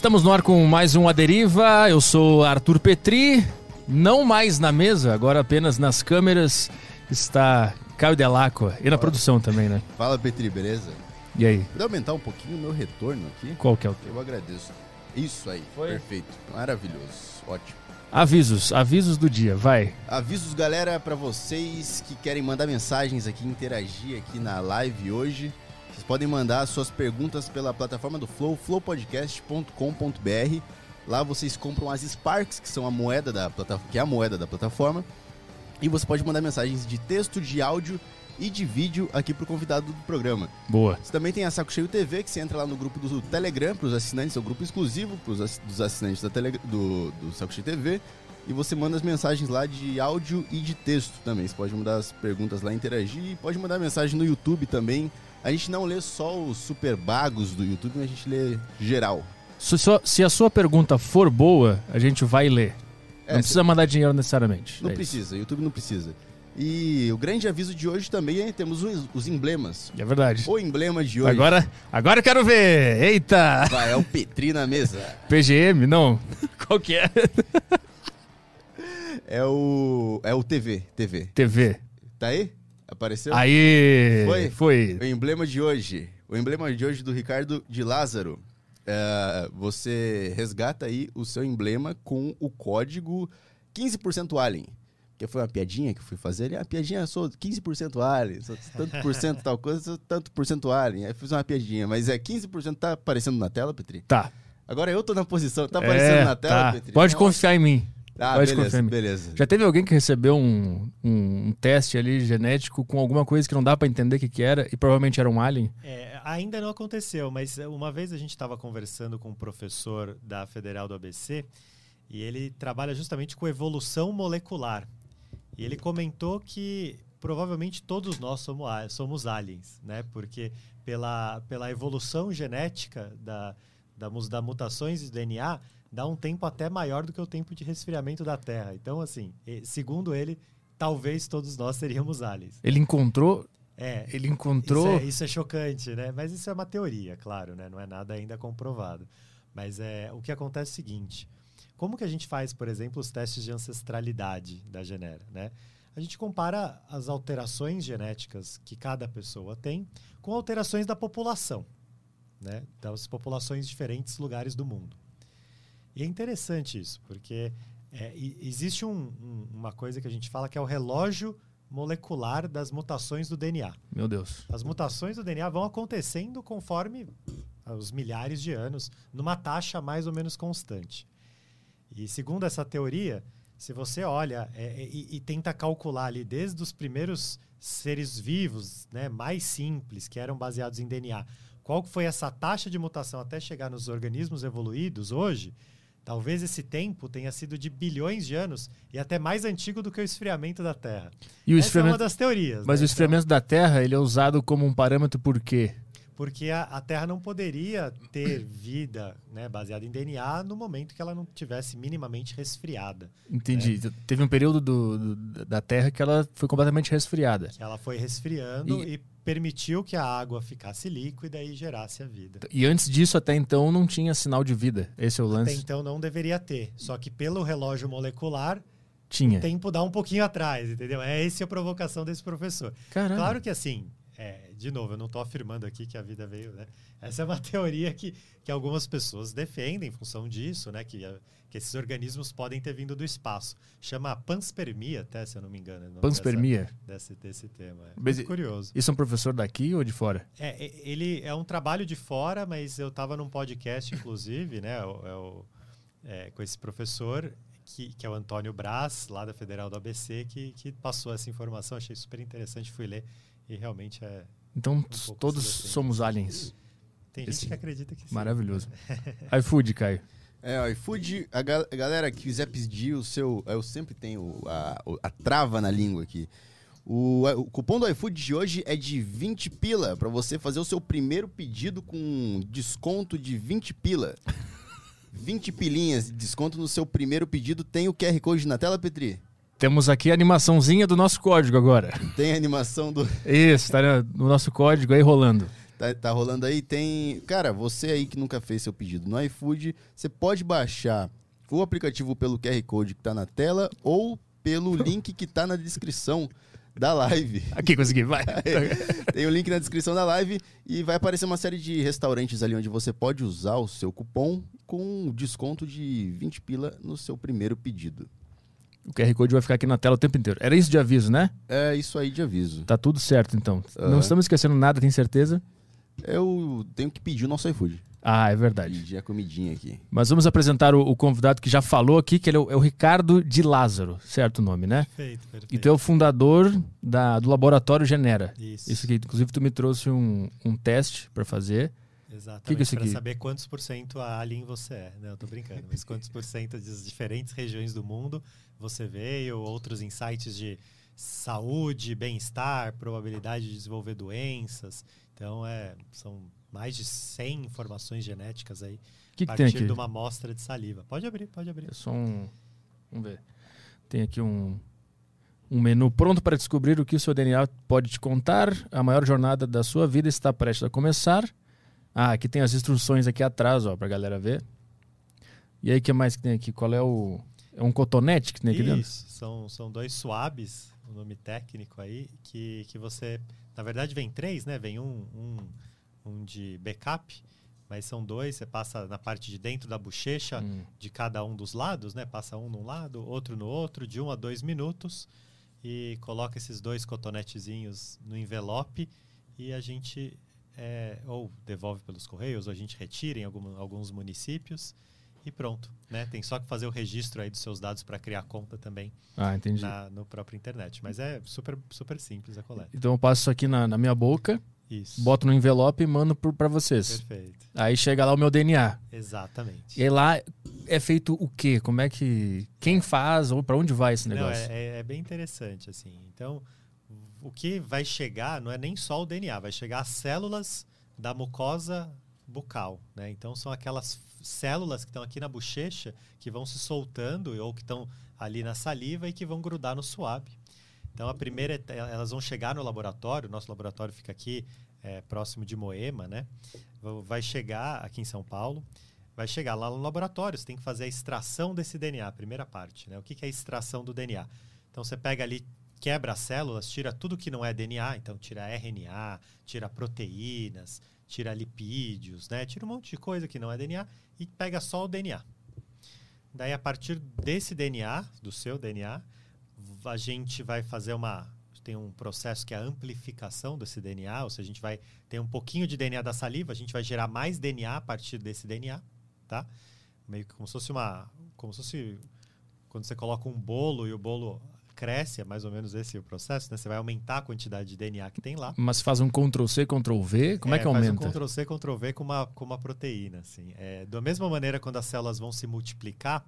Estamos no ar com mais um A Deriva. Eu sou Arthur Petri, não mais na mesa, agora apenas nas câmeras está Caio Delacqua e na produção também, né? Fala, Petri, beleza? E aí? Pode aumentar um pouquinho o meu retorno aqui? Qual que é o teu? Eu agradeço. Isso aí, Foi? Perfeito, maravilhoso, ótimo. Avisos do dia, vai. Avisos, galera, pra vocês que querem mandar mensagens aqui, interagir aqui na live hoje. Vocês podem mandar suas perguntas pela plataforma do Flow, flowpodcast.com.br. Lá vocês compram as Sparks, que são a moeda da plataforma, que é a moeda da plataforma. E você pode mandar mensagens de texto, de áudio e de vídeo aqui pro convidado do programa. Boa. Você também tem a Saco Cheio TV, que você entra lá no grupo do Telegram pros assinantes, é o grupo exclusivo dos assinantes do Saco Cheio TV. E você manda as mensagens lá de áudio e de texto também. Você pode mandar as perguntas lá, interagir. Pode mandar mensagem no YouTube também. A gente não lê só os super bagos do YouTube, mas a gente lê geral. Se a sua pergunta for boa, a gente vai ler. Não precisa mandar dinheiro necessariamente. Não precisa, o YouTube não precisa. E o grande aviso de hoje também é temos os emblemas. É verdade. O emblema de hoje. Agora eu quero ver! Eita! Vai, é o Petri na mesa. PGM? Não. Qual que é? É o TV. TV. Tá aí? Apareceu? Aí! Foi. O emblema de hoje. O emblema de hoje do Ricardo de Lázaro. Você resgata aí o seu emblema com o código 15% Alien. Que foi uma piadinha que eu fui fazer. A piadinha, sou 15% Alien, sou tanto por cento tal coisa, sou tanto por cento Alien. Aí fiz uma piadinha, mas 15% tá aparecendo na tela, Petri? Tá. Agora eu tô na posição, tá aparecendo na tela, tá. Petri? Pode confiar em mim. Pode confiar em mim. Beleza. Já teve alguém que recebeu um teste ali genético com alguma coisa que não dá pra entender o que era e provavelmente era um alien? Ainda não aconteceu, mas uma vez a gente estava conversando com um professor da Federal do ABC e ele trabalha justamente com evolução molecular. E ele comentou que provavelmente todos nós somos aliens, né? Porque pela evolução genética das mutações de DNA, dá um tempo até maior do que o tempo de resfriamento da Terra. Então, assim, segundo ele, talvez todos nós seríamos aliens. Ele encontrou... Isso é chocante, né? Mas isso é uma teoria, claro, né? Não é nada ainda comprovado. Mas o que acontece é o seguinte... Como que a gente faz, por exemplo, os testes de ancestralidade da Genera, né? A gente compara as alterações genéticas que cada pessoa tem com alterações da população, né? Das populações de diferentes lugares do mundo. E é interessante isso, porque existe uma coisa que a gente fala que é o relógio molecular das mutações do DNA. Meu Deus. As mutações do DNA vão acontecendo conforme os milhares de anos, numa taxa mais ou menos constante. E segundo essa teoria, se você olha e tenta calcular ali desde os primeiros seres vivos, né, mais simples, que eram baseados em DNA, qual foi essa taxa de mutação até chegar nos organismos evoluídos hoje, talvez esse tempo tenha sido de bilhões de anos e até mais antigo do que o esfriamento da Terra. Essa é uma das teorias. Mas né? o esfriamento da Terra ele é usado como um parâmetro por quê? Porque a Terra não poderia ter vida, né, baseada em DNA no momento que ela não tivesse minimamente resfriada. Entendi. Né? Teve um período da Terra que ela foi completamente resfriada. Ela foi resfriando e permitiu que a água ficasse líquida e gerasse a vida. E antes disso, até então, não tinha sinal de vida. Esse é o lance. Até então não deveria ter. Só que pelo relógio molecular, tinha. O tempo dá um pouquinho atrás, entendeu? Essa é a provocação desse professor. Caramba. Claro que assim... de novo, eu não estou afirmando aqui que a vida veio, né? Essa é uma teoria que algumas pessoas defendem em função disso, né? Que esses organismos podem ter vindo do espaço. Chama panspermia, até, se eu não me engano. Panspermia? Desse tema. Mas curioso. Isso é um professor daqui ou de fora? Ele é um trabalho de fora, mas eu estava num podcast, inclusive, né? Com esse professor, que é o Antônio Brás, lá da Federal do ABC, que passou essa informação. Achei super interessante, fui ler. E realmente Então, todos somos aliens. Tem gente que acredita que sim. Maravilhoso. iFood, Caio. iFood, a galera que quiser pedir o seu... Eu sempre tenho a trava na língua aqui. O cupom do iFood de hoje é de 20 pila, para você fazer o seu primeiro pedido com desconto de 20 pila. 20 pilinhas de desconto no seu primeiro pedido. Tem o QR Code na tela, Petri? Temos aqui a animaçãozinha do nosso código agora. Tem a animação do... Isso, tá no nosso código aí rolando. Tá rolando aí, tem... Cara, você aí que nunca fez seu pedido no iFood, você pode baixar o aplicativo pelo QR Code que tá na tela ou pelo link que tá na descrição da live. Aqui, consegui, vai. Tem o link na descrição da live e vai aparecer uma série de restaurantes ali onde você pode usar o seu cupom com desconto de 20 pila no seu primeiro pedido. O QR Code vai ficar aqui na tela o tempo inteiro. Era isso de aviso, né? É isso aí de aviso. Tá tudo certo, então. Não estamos esquecendo nada, tem certeza? Eu tenho que pedir o nosso iFood. Ah, é verdade. Pedir a comidinha aqui. Mas vamos apresentar o convidado que já falou aqui, que ele é o Ricardo de Lázaro, certo o nome, né? Perfeito. E tu é o fundador do Laboratório Genera. Isso aqui, inclusive tu me trouxe um teste para fazer. Exatamente, para saber quantos % alien você é. Não, eu tô brincando, mas quantos % das diferentes regiões do mundo você veio, outros insights de saúde, bem-estar, probabilidade de desenvolver doenças. Então, são mais de 100 informações genéticas aí a partir tem aqui? De uma amostra de saliva. Pode abrir. É só vamos ver. Tem aqui um menu pronto para descobrir o que o seu DNA pode te contar. A maior jornada da sua vida está prestes a começar. Ah, aqui tem as instruções aqui atrás, ó, pra galera ver. E aí, o que mais que tem aqui? Qual é o... É um cotonete que tem aqui dentro? Isso, são 2 swabs, o nome técnico aí, que você... Na verdade, vem 3, né? Vem um de backup, mas são 2. Você passa na parte de dentro da bochecha de cada um dos lados, né? Passa um num lado, outro no outro, de 1 a 2 minutos. E coloca esses 2 cotonetezinhos no envelope e a gente... ou devolve pelos correios, ou a gente retira em alguns municípios e pronto, né? Tem só que fazer o registro aí dos seus dados para criar conta também. Entendi. No próprio internet. Mas é super, super simples a coleta. Então eu passo isso aqui na minha boca, isso. Boto no envelope e mando para vocês. Perfeito. Aí chega lá o meu DNA. Exatamente. E aí lá é feito o quê? Como é que... Quem faz ou para onde vai esse negócio? Não, é bem interessante, assim. Então... O que vai chegar não é nem só o DNA, vai chegar as células da mucosa bucal, né? Então, são aquelas células que estão aqui na bochecha que vão se soltando ou que estão ali na saliva e que vão grudar no swab. Então, elas vão chegar no laboratório, nosso laboratório fica aqui próximo de Moema, né? Vai chegar aqui em São Paulo, vai chegar lá no laboratório, você tem que fazer a extração desse DNA, a primeira parte, né? O que é a extração do DNA? Então, você pega ali, quebra as células, tira tudo que não é DNA, então tira RNA, tira proteínas, tira lipídios, né? Tira um monte de coisa que não é DNA e pega só o DNA. Daí, a partir desse DNA, do seu DNA, a gente vai fazer tem um processo que é a amplificação desse DNA, ou seja, a gente vai ter um pouquinho de DNA da saliva, a gente vai gerar mais DNA a partir desse DNA, tá? Meio que como se fosse quando você coloca um bolo e o bolo cresce, é mais ou menos esse o processo, né? Você vai aumentar a quantidade de DNA que tem lá. Mas faz um Ctrl+C, Ctrl+V? Como é que aumenta? Faz um Ctrl+C, Ctrl+V com uma proteína, assim. Da mesma maneira, quando as células vão se multiplicar,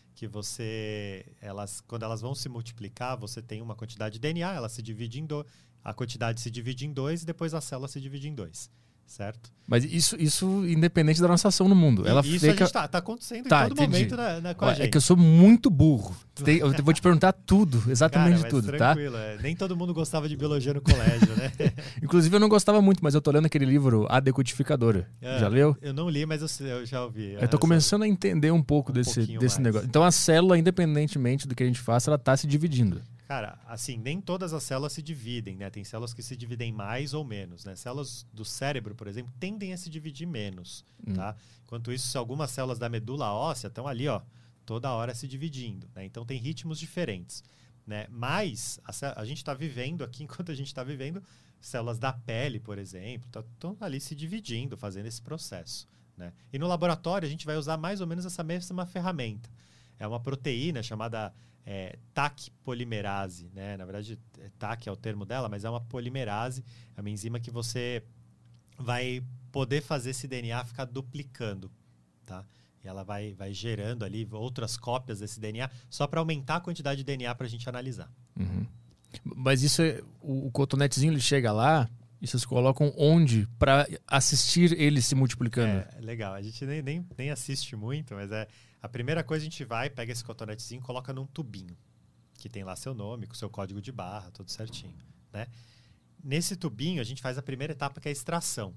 quando elas vão se multiplicar, você tem uma quantidade de DNA, ela se divide em 2, a quantidade se divide em 2 e depois a célula se divide em 2. Certo? Mas isso independente da nossa ação no mundo. Isso a gente tá acontecendo em todo momento com a gente. É que eu sou muito burro. Eu vou te perguntar tudo, exatamente tudo, tranquilo, tá? Nem todo mundo gostava de biologia no colégio, né? Inclusive eu não gostava muito, mas eu tô lendo aquele livro A Decodificadora. Já leu? Eu não li, mas eu já ouvi. Eu tô começando a entender um pouco desse negócio. Então a célula, independentemente do que a gente faça, ela tá se dividindo. Cara, assim, nem todas as células se dividem, né? Tem células que se dividem mais ou menos, né? Células do cérebro, por exemplo, tendem a se dividir menos, tá? Enquanto isso, se algumas células da medula óssea estão ali, ó, toda hora se dividindo, né? Então, tem ritmos diferentes, né? Mas a gente está vivendo aqui, enquanto a gente está vivendo, células da pele, por exemplo, estão ali se dividindo, fazendo esse processo, né? E no laboratório, a gente vai usar mais ou menos essa mesma ferramenta. É uma proteína chamada TAC polimerase, né? Na verdade, TAC é o termo dela, mas é uma polimerase, é uma enzima que você vai poder fazer esse DNA ficar duplicando, tá? E ela vai gerando ali outras cópias desse DNA só para aumentar a quantidade de DNA para a gente analisar. Uhum. Mas isso, o cotonetezinho ele chega lá e vocês colocam onde para assistir ele se multiplicando? Legal. A gente nem assiste muito, mas a primeira coisa a gente vai, pega esse cotonetezinho e coloca num tubinho, que tem lá seu nome, com seu código de barra, tudo certinho, né? Nesse tubinho, a gente faz a primeira etapa, que é a extração.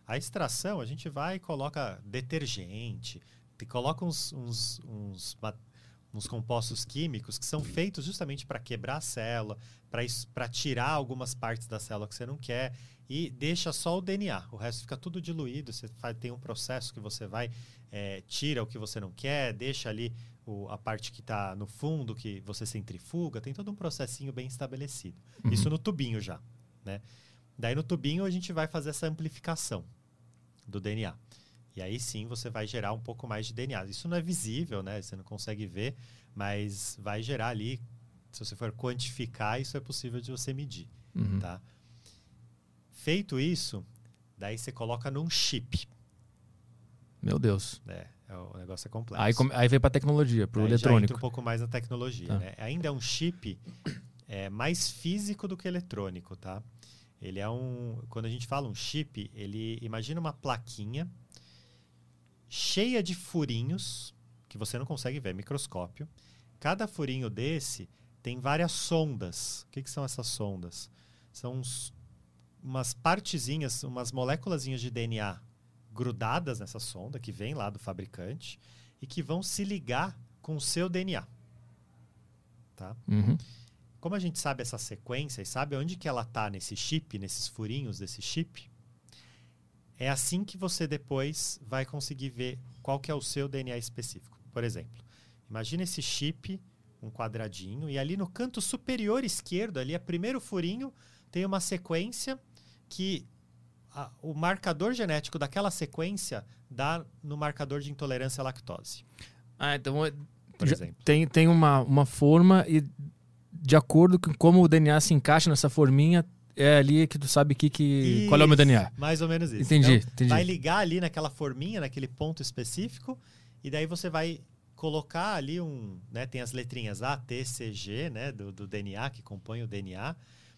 A extração, a gente vai e coloca detergente, coloca uns compostos químicos que são feitos justamente para quebrar a célula, para tirar algumas partes da célula que você não quer, e deixa só o DNA. O resto fica tudo diluído. Você tem um processo que você vai, tira o que você não quer, deixa ali a parte que está no fundo, que você centrifuga. Tem todo um processinho bem estabelecido. Uhum. Isso no tubinho já, né? Daí no tubinho a gente vai fazer essa amplificação do DNA. E aí sim você vai gerar um pouco mais de DNA. Isso não é visível, né? Você não consegue ver, mas vai gerar ali, se você for quantificar, isso é possível de você medir, tá? Feito isso, daí você coloca num chip. Meu Deus. O negócio é complexo. Aí vem para a tecnologia, para o eletrônico. Já entra um pouco mais na tecnologia, tá, né? Ainda é um chip mais físico do que eletrônico, tá? Ele é quando a gente fala um chip, imagina uma plaquinha cheia de furinhos, que você não consegue ver, microscópio. Cada furinho desse tem várias sondas. O que são essas sondas? São umas partezinhas, umas moléculazinhas de DNA grudadas nessa sonda, que vem lá do fabricante, e que vão se ligar com o seu DNA. Tá? Uhum. Como a gente sabe essa sequência e sabe onde que ela está nesse chip, nesses furinhos desse chip, é assim que você depois vai conseguir ver qual que é o seu DNA específico. Por exemplo, imagina esse chip, um quadradinho, e ali no canto superior esquerdo, ali, primeiro furinho, tem uma sequência que o marcador genético daquela sequência dá no marcador de intolerância à lactose. Então por exemplo. Tem uma forma e de acordo com como o DNA se encaixa nessa forminha, é ali que tu sabe qual é o meu DNA. Mais ou menos isso. Entendi. Vai ligar ali naquela forminha, naquele ponto específico, e daí você vai colocar ali né, tem as letrinhas A, T, C, G, né, do DNA, que compõem o DNA,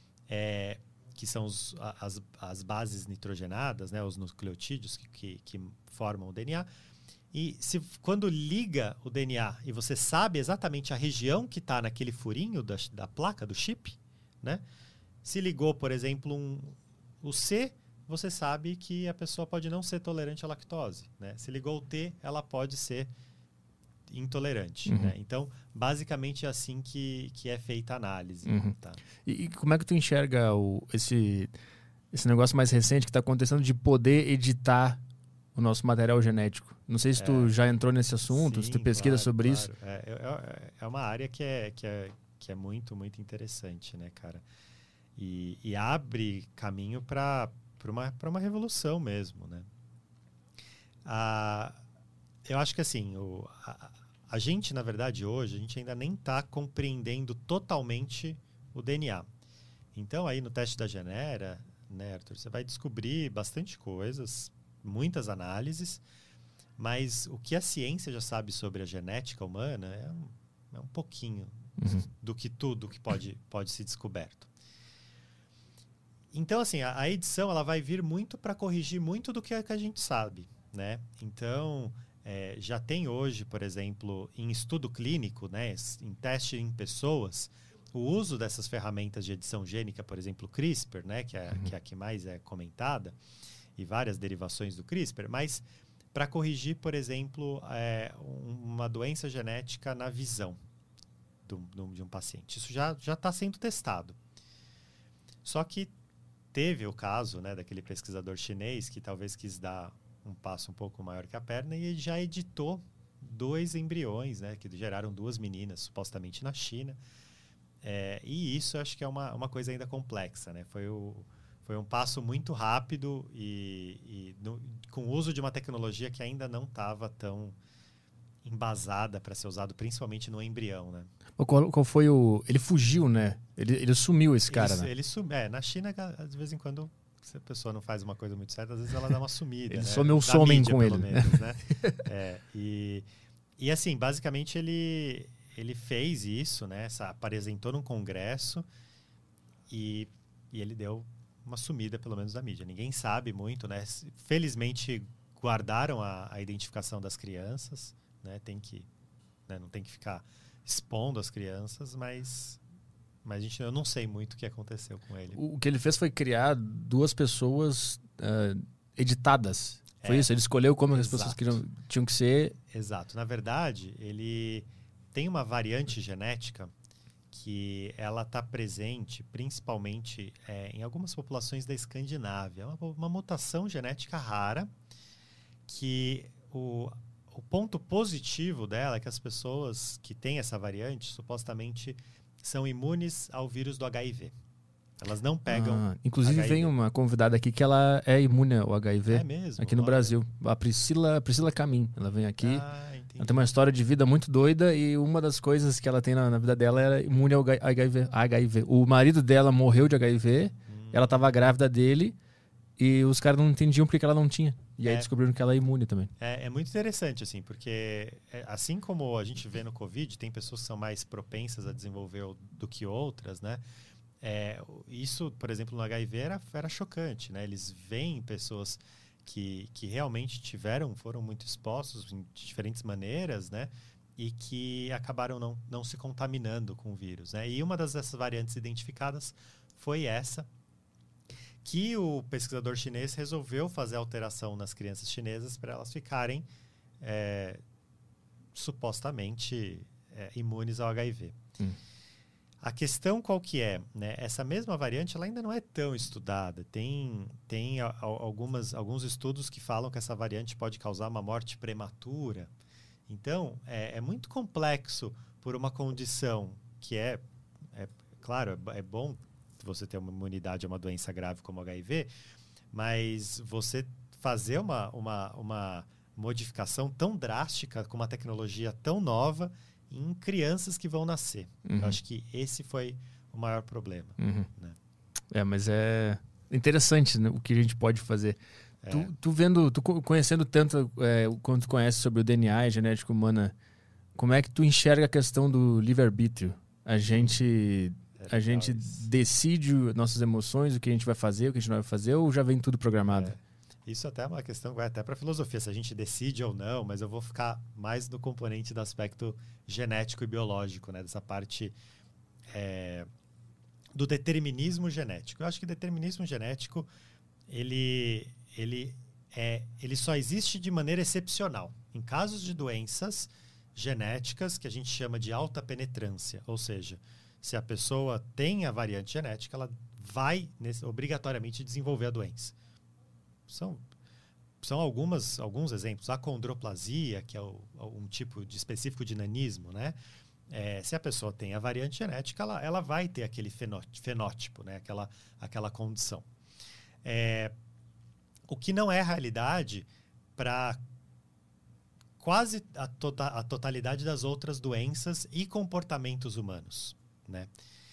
que são as bases nitrogenadas, né, os nucleotídeos que formam o DNA. E quando liga o DNA e você sabe exatamente a região que está naquele furinho da placa, do chip, né? Se ligou, por exemplo, o C, você sabe que a pessoa pode não ser tolerante à lactose, né? Se ligou o T, ela pode ser intolerante, né? Então, basicamente é assim que é feita a análise. Tá? E como é que tu enxerga esse negócio mais recente que está acontecendo de poder editar o nosso material genético? Não sei se tu já entrou nesse assunto, sim, se tu pesquisa sobre claro. isso. É uma área que é muito, muito interessante, né, cara? E abre caminho para uma revolução mesmo, né? Eu acho que assim, a gente, na verdade, hoje, a gente ainda nem está compreendendo totalmente o DNA. Então, aí no teste da Genera, né, Arthur, você vai descobrir bastante coisas, muitas análises, mas o que a ciência já sabe sobre a genética humana é um pouquinho do que tudo que pode ser descoberto. Então, assim, a edição ela vai vir muito para corrigir muito do que a gente sabe, né? Então, já tem hoje, por exemplo, em estudo clínico, né, em teste em pessoas, o uso dessas ferramentas de edição gênica, por exemplo, CRISPR, né, que é a que mais é comentada, e várias derivações do CRISPR, mas para corrigir, por exemplo, uma doença genética na visão de um paciente. Isso já está sendo testado. Só que teve o caso, né, daquele pesquisador chinês que talvez quis dar um passo um pouco maior que a perna e ele já editou 2 embriões, né, que geraram 2 meninas, supostamente na China. E isso acho que é uma coisa ainda complexa, né? Foi um passo muito rápido com o uso de uma tecnologia que ainda não estava tão embasada para ser usado, principalmente no embrião, né? Qual foi Ele fugiu, né? Ele sumiu, esse cara, né? Ele sumiu. Na China, de vez em quando, se a pessoa não faz uma coisa muito certa, às vezes ela dá uma sumida. Ele né? somem mídia, com ele. Menos, né? E assim, basicamente ele fez isso, né? Apresentou num congresso e ele deu uma sumida, pelo menos, da mídia. Ninguém sabe muito, né? Felizmente, guardaram a identificação das crianças, né? Não tem que ficar expondo as crianças, mas eu não sei muito o que aconteceu com ele. O que ele fez foi criar 2 pessoas editadas. Foi isso? Ele escolheu como as pessoas tinham que ser. Exato. Na verdade, ele tem uma variante genética que ela está presente principalmente em algumas populações da Escandinávia. É uma mutação genética rara que o ponto positivo dela é que as pessoas que têm essa variante supostamente são imunes ao vírus do HIV. Elas não pegam inclusive HIV. Vem uma convidada aqui que ela é imune ao HIV. É mesmo? Aqui no Brasil. A Priscila Camin. Ela vem aqui. Entendi. Ela tem uma história de vida muito doida e uma das coisas que ela tem na vida dela é imune ao HIV. O marido dela morreu de HIV, ela estava grávida dele e os caras não entendiam porque ela não tinha. E aí descobriram que ela é imune também. É muito interessante, assim, porque assim como a gente vê no Covid, tem pessoas que são mais propensas a desenvolver do que outras, né? Isso, por exemplo, no HIV era chocante, né? Eles veem pessoas que realmente foram muito expostos de diferentes maneiras, né? E que acabaram não se contaminando com o vírus, né? E uma dessas variantes identificadas foi essa, que o pesquisador chinês resolveu fazer alteração nas crianças chinesas para elas ficarem supostamente imunes ao HIV. A questão qual que é? Né? Essa mesma variante ela ainda não é tão estudada. Tem alguns estudos que falam que essa variante pode causar uma morte prematura. Então, é muito complexo por uma condição que claro, é bom você ter uma imunidade a uma doença grave como HIV, mas você fazer uma modificação tão drástica com uma tecnologia tão nova em crianças que vão nascer. Eu acho que esse foi o maior problema. Né? Mas é interessante, né, o que a gente pode fazer. Tu conhecendo tanto quanto tu conhece sobre o DNA e genética humana, como é que tu enxerga a questão do livre-arbítrio? A gente decide nossas emoções, o que a gente vai fazer, o que a gente não vai fazer, ou já vem tudo programado? Isso até é uma questão que vai até para a filosofia, se a gente decide ou não, mas eu vou ficar mais no componente do aspecto genético e biológico, né? Dessa parte do determinismo genético. Eu acho que o determinismo genético ele só existe de maneira excepcional. Em casos de doenças genéticas que a gente chama de alta penetrância, ou seja, se a pessoa tem a variante genética, ela vai obrigatoriamente desenvolver a doença. São alguns exemplos. A condroplasia, que é um tipo de específico de nanismo, né? Se a pessoa tem a variante genética, ela vai ter aquele fenótipo, né? Aquela condição. O que não é realidade para quase a totalidade das outras doenças e comportamentos humanos, né?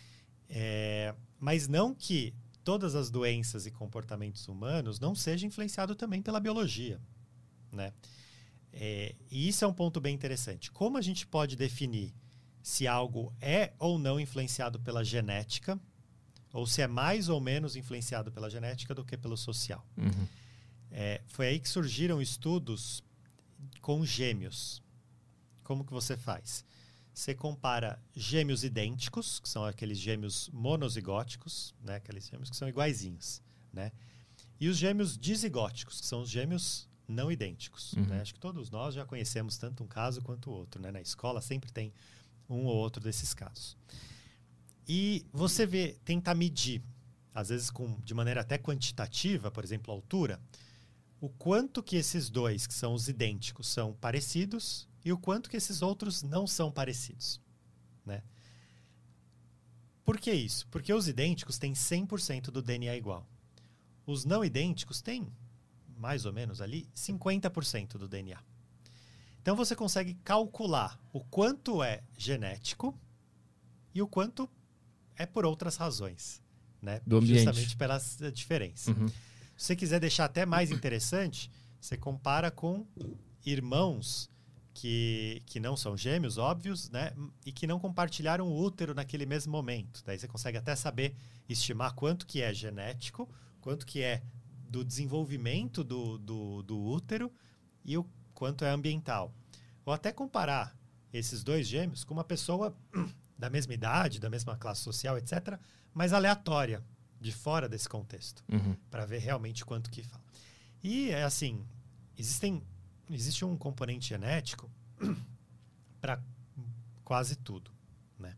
Mas não que todas as doenças e comportamentos humanos não sejam influenciados também pela biologia, né? E isso é um ponto bem interessante. Como a gente pode definir se algo é ou não influenciado pela genética, ou se é mais ou menos influenciado pela genética do que pelo social? Foi aí que surgiram estudos com gêmeos. Como que você faz? Você compara gêmeos idênticos, que são aqueles gêmeos monozigóticos, né? Aqueles gêmeos que são iguaizinhos, né? E os gêmeos dizigóticos, que são os gêmeos não idênticos. Né? Acho que todos nós já conhecemos tanto um caso quanto o outro. Né? Na escola sempre tem um ou outro desses casos. E você tenta medir, às vezes de maneira até quantitativa, por exemplo, a altura, o quanto que esses dois, que são os idênticos, são parecidos e o quanto que esses outros não são parecidos, né? Por que isso? Porque os idênticos têm 100% do DNA igual. Os não idênticos têm, mais ou menos ali, 50% do DNA. Então você consegue calcular o quanto é genético e o quanto é por outras razões, né? Do ambiente. Justamente pelas diferenças. Se você quiser deixar até mais interessante, você compara com irmãos que não são gêmeos, óbvios, né? E que não compartilharam o útero naquele mesmo momento. Daí você consegue até saber, estimar quanto que é genético, quanto que é do desenvolvimento do útero e o quanto é ambiental. Ou até comparar esses dois gêmeos com uma pessoa da mesma idade, da mesma classe social, etc., mas aleatória, de fora desse contexto, para ver realmente quanto que fala. E, assim, existe um componente genético para quase tudo, né?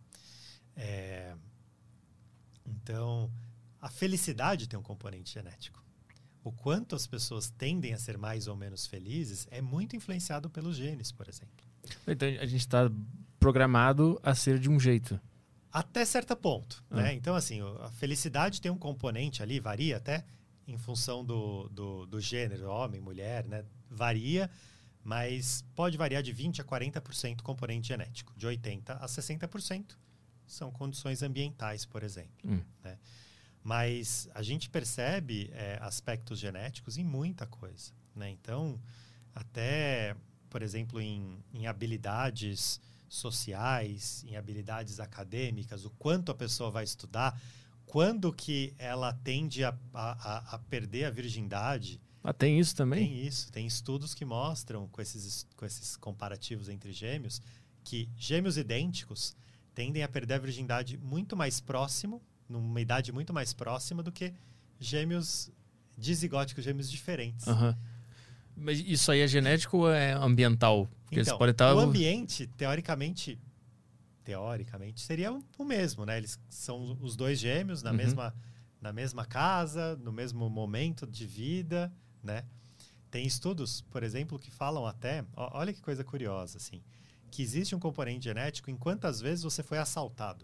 Então, a felicidade tem um componente genético. O quanto as pessoas tendem a ser mais ou menos felizes é muito influenciado pelos genes, por exemplo. Então, a gente está programado a ser de um jeito. Até certo ponto, né? Então, assim, a felicidade tem um componente ali, varia até em função do gênero, homem, mulher, né? Varia, mas pode variar de 20% a 40% componente genético. De 80% a 60% são condições ambientais, por exemplo. Né? Mas a gente percebe aspectos genéticos em muita coisa. Né? Então, até, por exemplo, em habilidades sociais, em habilidades acadêmicas, o quanto a pessoa vai estudar, quando que ela tende a perder a virgindade. Tem isso também? Tem isso. Tem estudos que mostram, com esses comparativos entre gêmeos, que gêmeos idênticos tendem a perder a virgindade muito mais próximo, numa idade muito mais próxima do que gêmeos dizigóticos, gêmeos diferentes. Mas isso aí é genético ou é ambiental? Porque então, pode estar... o ambiente, teoricamente seria o mesmo, né? Eles são os dois gêmeos na mesma casa, no mesmo momento de vida, né? Tem estudos, por exemplo, que falam até... Olha que coisa curiosa, assim. Que existe um componente genético em quantas vezes você foi assaltado.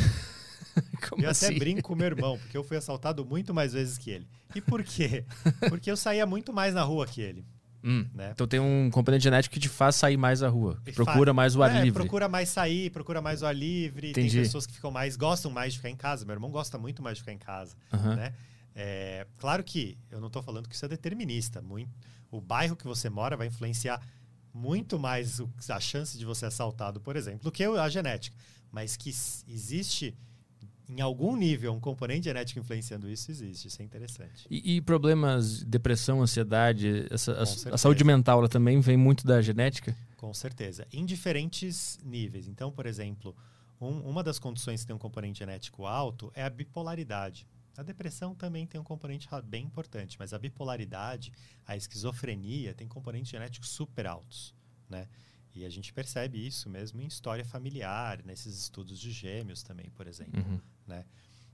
Como eu assim? até brinco com meu irmão, porque eu fui assaltado muito mais vezes que ele. E por quê? Porque eu saía muito mais na rua que ele. Né? Então tem um componente genético que te faz sair mais à rua. Procura mais o ar livre. Procura mais sair, procura mais o ar livre. Entendi. Tem pessoas que gostam mais de ficar em casa. Meu irmão gosta muito mais de ficar em casa. Né? Claro que eu não estou falando que isso é determinista. O bairro que você mora vai influenciar muito mais a chance de você ser assaltado, por exemplo, do que a genética. Mas que existe... Em algum nível, um componente genético influenciando isso existe. Isso é interessante. E problemas, depressão, ansiedade, a saúde mental, ela também vem muito da genética? Com certeza. Em diferentes níveis. Então, por exemplo, uma das condições que tem um componente genético alto é a bipolaridade. A depressão também tem um componente bem importante, mas a bipolaridade, a esquizofrenia, tem componentes genéticos super altos, né? E a gente percebe isso mesmo em história familiar, nesses estudos de gêmeos também, por exemplo. Né?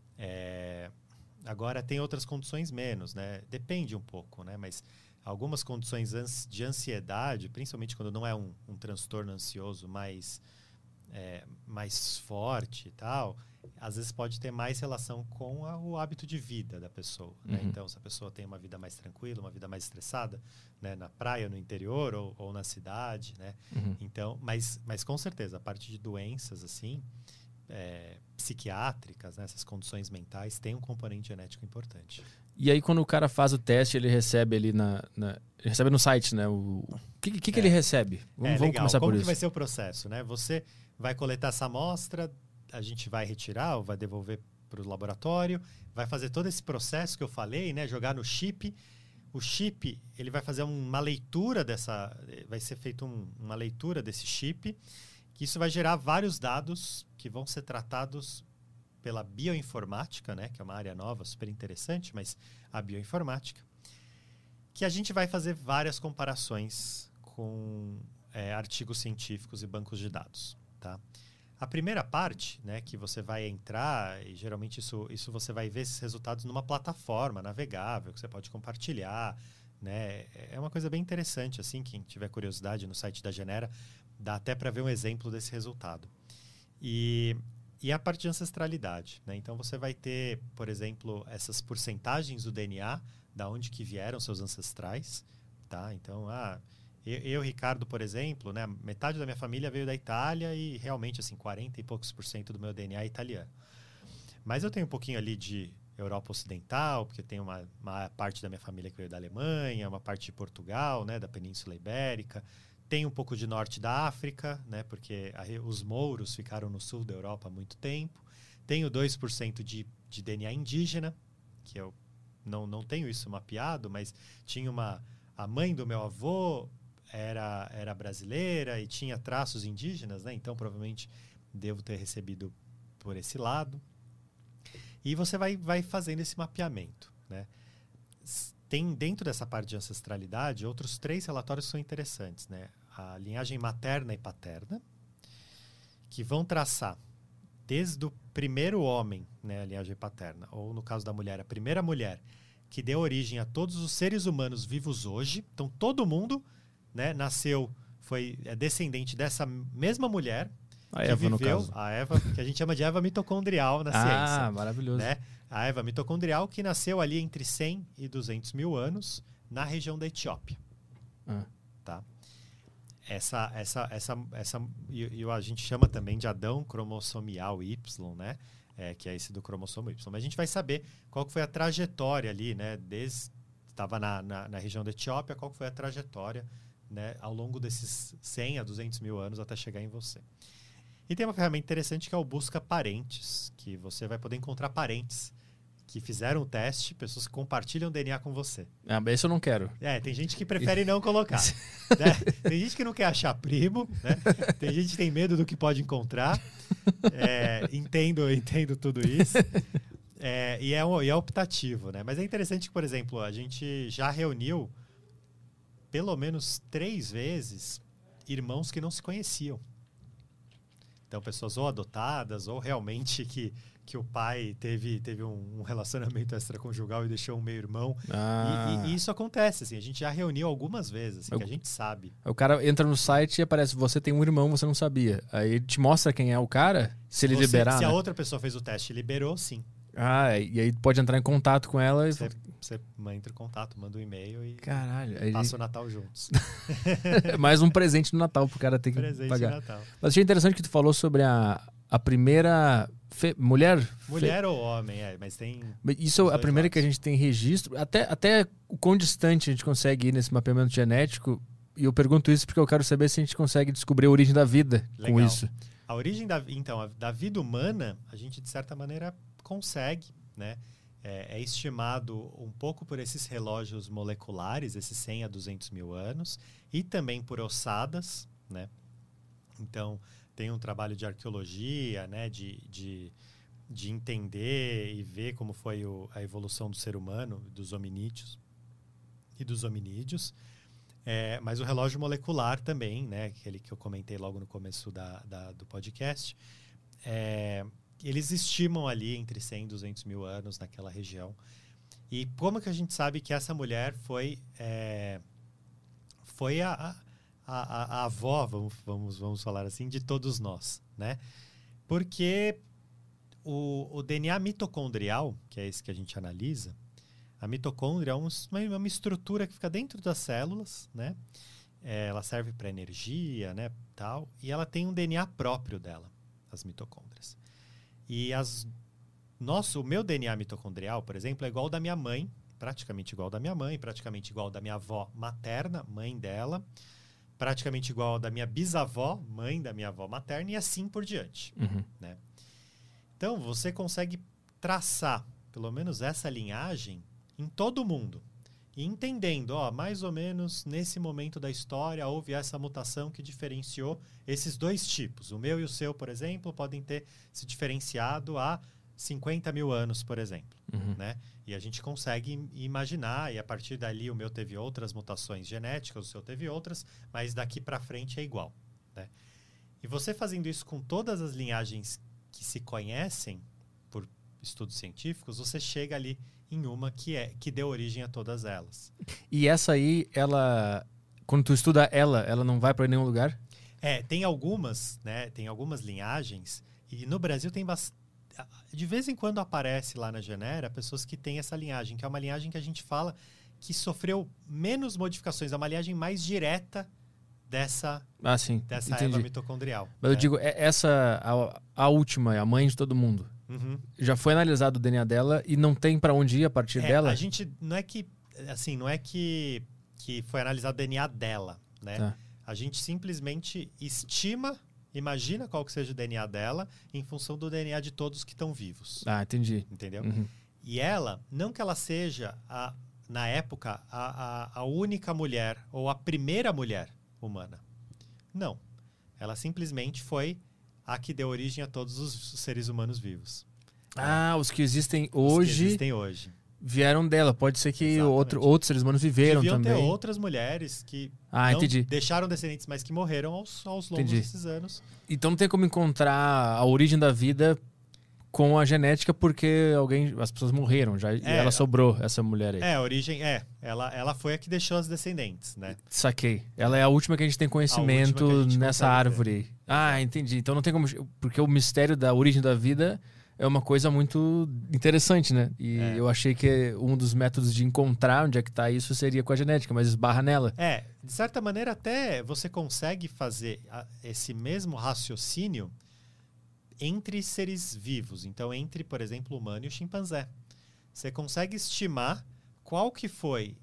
Agora, tem outras condições menos, né? Depende um pouco, né? Mas algumas condições de ansiedade, principalmente quando não é um transtorno ansioso mais forte e tal, às vezes pode ter mais relação com o hábito de vida da pessoa. Né? Então, se a pessoa tem uma vida mais tranquila, uma vida mais estressada, né? Na praia, no interior ou na cidade, né? Então, mas com certeza, a parte de doenças assim, psiquiátricas, né? Essas condições mentais, tem um componente genético importante. E aí, quando o cara faz o teste, ele recebe ali ele recebe no site, né? O que ele recebe? Vamos começar por isso. Como que vai ser o processo, né? Você vai coletar essa amostra, a gente vai retirar ou vai devolver para o laboratório, vai fazer todo esse processo que eu falei, né? Jogar no chip. O chip, ele vai fazer uma leitura vai ser feita uma leitura desse chip, que isso vai gerar vários dados que vão ser tratados pela bioinformática, né? Que é uma área nova, super interessante, mas a bioinformática, que a gente vai fazer várias comparações com artigos científicos e bancos de dados, tá? A primeira parte, né, que você vai entrar, e geralmente isso você vai ver esses resultados numa plataforma navegável, que você pode compartilhar, né? É uma coisa bem interessante, assim, quem tiver curiosidade no site da Genera, dá até para ver um exemplo desse resultado. E a parte de ancestralidade, né? Então você vai ter, por exemplo, essas porcentagens do DNA, da onde que vieram seus ancestrais, tá? Então, eu, Ricardo, por exemplo, né, metade da minha família veio da Itália e realmente, assim, 40 e poucos % do meu DNA é italiano. Mas eu tenho um pouquinho ali de Europa Ocidental, porque tem uma parte da minha família que veio da Alemanha, uma parte de Portugal, né, da Península Ibérica. Tem um pouco de norte da África, né, porque os mouros ficaram no sul da Europa há muito tempo. Tenho 2% de DNA indígena, que eu não tenho isso mapeado, mas tinha a mãe do meu avô era brasileira e tinha traços indígenas, né? Então provavelmente devo ter recebido por esse lado. E você vai fazendo esse mapeamento, né? tem dentro dessa parte de ancestralidade outros 3 relatórios que são interessantes, né? A linhagem materna e paterna, que vão traçar desde o primeiro homem, né, a linhagem paterna, ou no caso da mulher, a primeira mulher, que deu origem a todos os seres humanos vivos hoje. Então, todo mundo, né, nasceu, é descendente dessa mesma mulher, a Eva, viveu, no caso. a Eva, que a gente chama de Eva mitocondrial na ciência. Ah, maravilhoso. Né? A Eva mitocondrial, que nasceu ali entre 100 e 200 mil anos, na região da Etiópia. Tá? A gente chama também de Adão cromossomial Y, né? Que é esse do cromossomo Y. Mas a gente vai saber qual que foi a trajetória ali, né? Estava na região da Etiópia, qual que foi a trajetória, né, ao longo desses 100 a 200 mil anos até chegar em você. E tem uma ferramenta interessante que é o Busca Parentes, que você vai poder encontrar parentes que fizeram o teste, pessoas que compartilham DNA com você. Ah, mas esse eu não quero. Tem gente que prefere não colocar. Né? Tem gente que não quer achar primo, né? Tem gente que tem medo do que pode encontrar. Entendo tudo isso. E é optativo, né? Mas é interessante que, por exemplo, a gente já reuniu pelo menos 3 vezes irmãos que não se conheciam. Então, pessoas ou adotadas, ou realmente que o pai teve um relacionamento extraconjugal e deixou um meio-irmão. E isso acontece, assim, a gente já reuniu algumas vezes, assim, que a gente sabe. O cara entra no site e aparece, você tem um irmão, você não sabia. Aí ele te mostra quem é o cara, se ele liberar. Se a né? outra pessoa fez o teste e liberou, sim. E aí pode entrar em contato com ela. Você entra em contato, manda um e-mail e caralho, passa o Natal juntos. Mais um presente no Natal pro cara ter que presente pagar. De Natal. Mas achei interessante que tu falou sobre a primeira mulher. Mulher ou homem, mas tem. Isso é a primeira lados. Que a gente tem registro. Até o quão distante a gente consegue ir nesse mapeamento genético. E eu pergunto isso porque eu quero saber se a gente consegue descobrir a origem da vida. Legal. Com isso. A origem da vida humana, a gente, de certa maneira, consegue, né? É estimado um pouco por esses relógios moleculares, esses 100 a 200 mil anos, e também por ossadas, né? Então, tem um trabalho de arqueologia, né? De entender e ver como foi a evolução do ser humano, dos hominídeos e dos hominídeos. Mas o relógio molecular também, né? Aquele que eu comentei logo no começo do podcast, eles estimam ali entre 100 e 200 mil anos naquela região. E como que a gente sabe que essa mulher foi a avó, vamos falar assim, de todos nós, né? Porque o DNA mitocondrial, que é esse que a gente analisa, a mitocôndria é uma estrutura que fica dentro das células, né? Ela serve para energia, né, tal, e ela tem um DNA próprio dela, as mitocôndrias. E o meu DNA mitocondrial, por exemplo, é igual ao da minha mãe, praticamente igual ao da minha mãe, praticamente igual ao da minha avó materna, mãe dela, praticamente igual ao da minha bisavó, mãe da minha avó materna, e assim por diante. Né? Então, você consegue traçar, pelo menos essa linhagem, em todo mundo. E entendendo, mais ou menos nesse momento da história houve essa mutação que diferenciou esses 2 tipos. O meu e o seu, por exemplo, podem ter se diferenciado há 50 mil anos, por exemplo. Né? E a gente consegue imaginar, e a partir dali o meu teve outras mutações genéticas, o seu teve outras, mas daqui para frente é igual. Né? E você fazendo isso com todas as linhagens que se conhecem por estudos científicos, você chega ali em uma que deu origem a todas elas. E essa aí, quando tu estuda ela não vai para nenhum lugar? Tem algumas, né? Tem algumas linhagens, e no Brasil tem de vez em quando aparece lá na Genera pessoas que têm essa linhagem, que é uma linhagem que a gente fala que sofreu menos modificações, é uma linhagem mais direta dessa Eva mitocondrial. Mas eu digo, essa, a última, a mãe de todo mundo, já foi analisado o DNA dela e não tem para onde ir a partir dela? A gente não é que foi analisado o DNA dela, né? Tá. A gente simplesmente imagina qual que seja o DNA dela em função do DNA de todos que estão vivos. Entendi. Entendeu? E ela, não que ela seja, na época, a única mulher ou a primeira mulher humana. Não. Ela simplesmente foi a que deu origem a todos os seres humanos vivos. Os que existem hoje. Os que existem hoje. vieram dela. Pode ser que outros seres humanos viveram Deviam também. Ter outras mulheres que deixaram descendentes, mas que morreram aos longos desses anos. Então não tem como encontrar a origem da vida com a genética, porque as pessoas morreram já, e ela sobrou, essa mulher aí. A origem ela foi a que deixou as descendentes, né? Saquei. Ela é a última que a gente tem conhecimento nessa árvore. Entendi. Então não tem como... Porque o mistério da origem da vida é uma coisa muito interessante, né? E eu achei que um dos métodos de encontrar onde é que tá isso seria com a genética, mas esbarra nela. De certa maneira até você consegue fazer esse mesmo raciocínio entre seres vivos. Então, entre, por exemplo, o humano e o chimpanzé. Você consegue estimar qual que foi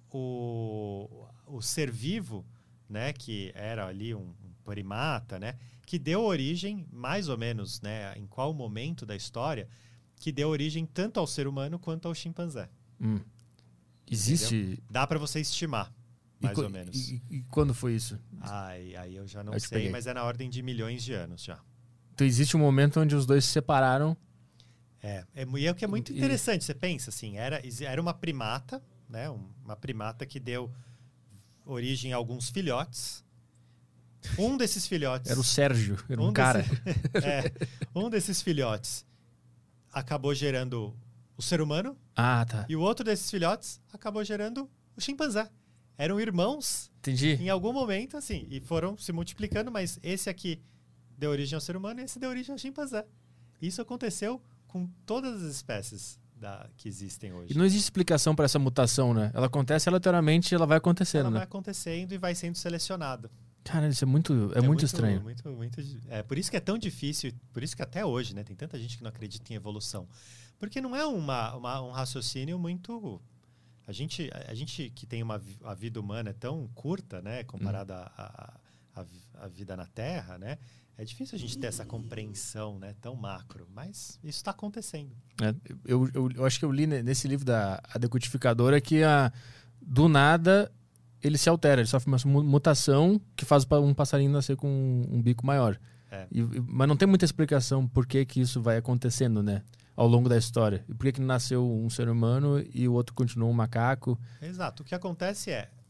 o ser vivo, né, que era ali um primata, né, que deu origem, mais ou menos, né, em qual momento da história, que deu origem tanto ao ser humano quanto ao chimpanzé. Existe... Entendeu? Dá para você estimar, mais ou menos. E quando foi isso? Aí eu já não sei, mas é na ordem de milhões de anos já. Então existe um momento onde os dois se separaram. E é o que é muito interessante. Você pensa assim, era uma primata, né? Uma primata que deu origem a alguns filhotes. Um desses filhotes... Era o Sérgio, era um cara. Um desses filhotes acabou gerando o ser humano. Tá. E o outro desses filhotes acabou gerando o chimpanzé. Eram irmãos. Entendi. Em algum momento, assim, e foram se multiplicando, mas esse aqui deu origem ao ser humano e esse deu origem ao chimpanzé. Isso aconteceu com todas as espécies que existem hoje. E não existe explicação para essa mutação, né? Ela acontece aleatoriamente, ela vai acontecendo, ela né? vai acontecendo e vai sendo selecionada. Cara, isso é muito estranho. Por isso que é tão difícil, por isso que até hoje, né, tem tanta gente que não acredita em evolução. Porque não é um raciocínio muito... A gente que tem a vida humana é tão curta, né, comparada à vida na Terra, né? É difícil a gente ter essa compreensão, né, tão macro, mas isso está acontecendo. Eu acho que eu li nesse livro da Decodificadora que do nada ele se altera, ele sofre uma mutação que faz um passarinho nascer com um bico maior. Mas não tem muita explicação por que isso vai acontecendo, né, ao longo da história. E por que nasceu um ser humano e o outro continuou um macaco. Exato. O que acontece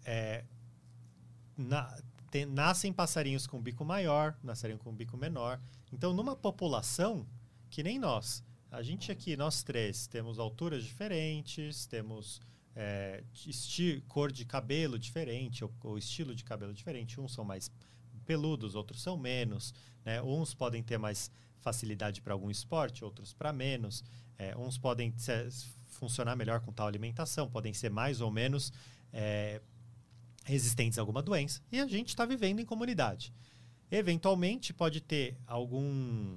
nascem passarinhos com bico maior, passarinho com bico menor. Então, numa população que nem nós, a gente aqui, nós três, temos alturas diferentes, temos cor de cabelo diferente, ou estilo de cabelo diferente. Uns são mais peludos, outros são menos, né? Uns podem ter mais facilidade para algum esporte, outros para menos. Uns podem funcionar melhor com tal alimentação, podem ser mais ou menos... resistentes a alguma doença, e a gente está vivendo em comunidade. Eventualmente pode ter algum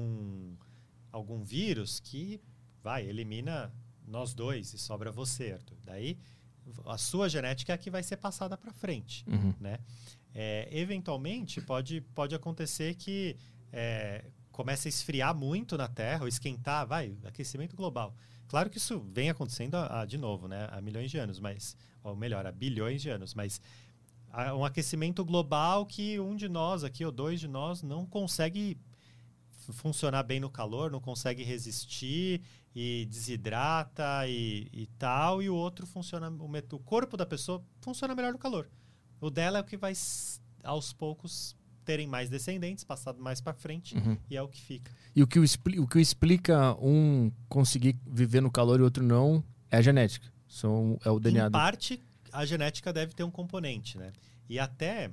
vírus que elimina nós dois e sobra você, Arthur. Daí a sua genética é a que vai ser passada para frente, né? Eventualmente pode acontecer que comece a esfriar muito na Terra, ou esquentar, aquecimento global. Claro que isso vem acontecendo de novo, né? Há milhões de anos, ou melhor, há bilhões de anos, mas há um aquecimento global que um de nós aqui, ou dois de nós, não consegue funcionar bem no calor, não consegue resistir e desidrata e tal, e o outro funciona, o corpo da pessoa funciona melhor no calor. O dela é o que vai, aos poucos, terem mais descendentes, passado mais para frente, e é o que fica. E o que explica um conseguir viver no calor e o outro não é a genética. É o DNA. Em parte, a genética deve ter um componente, né? E até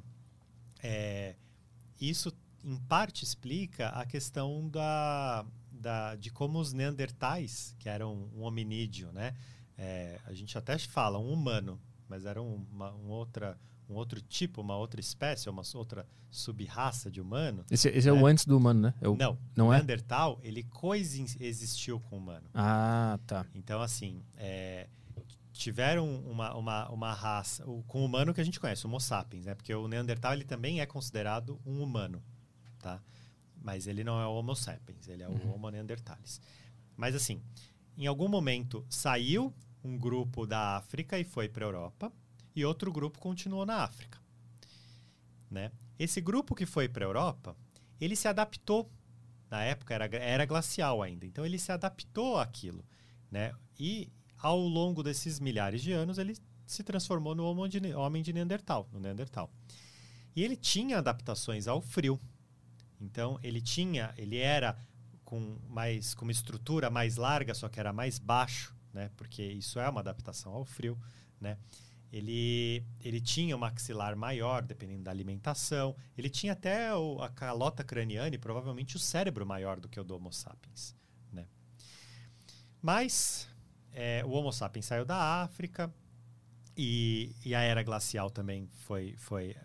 isso, em parte, explica a questão de como os neandertais, que eram um hominídeo, né? A gente até fala um humano, mas era um outro tipo, uma outra espécie, uma outra sub-raça de humano. Esse é o antes do humano, né? Não, o Neandertal, ele coexistiu com o humano. Tá. Então, assim, tiveram uma raça, com o humano que a gente conhece, o Homo sapiens, né? Porque o Neandertal, ele também é considerado um humano, tá? Mas ele não é o Homo sapiens, ele é o Homo neanderthalis. Mas, assim, em algum momento saiu um grupo da África e foi para a Europa, e outro grupo continuou na África, né? Esse grupo que foi para a Europa, ele se adaptou. Na época era glacial ainda, então ele se adaptou àquilo, né? E ao longo desses milhares de anos, ele se transformou no homem de Neandertal, no Neandertal. E ele tinha adaptações ao frio. Então, ele era com uma estrutura mais larga, só que era mais baixo, né? Porque isso é uma adaptação ao frio, né? Ele tinha um maxilar maior, dependendo da alimentação. Ele tinha até a calota craniana e provavelmente o cérebro maior do que o do Homo sapiens, né? Mas o Homo sapiens saiu da África e a era glacial também foi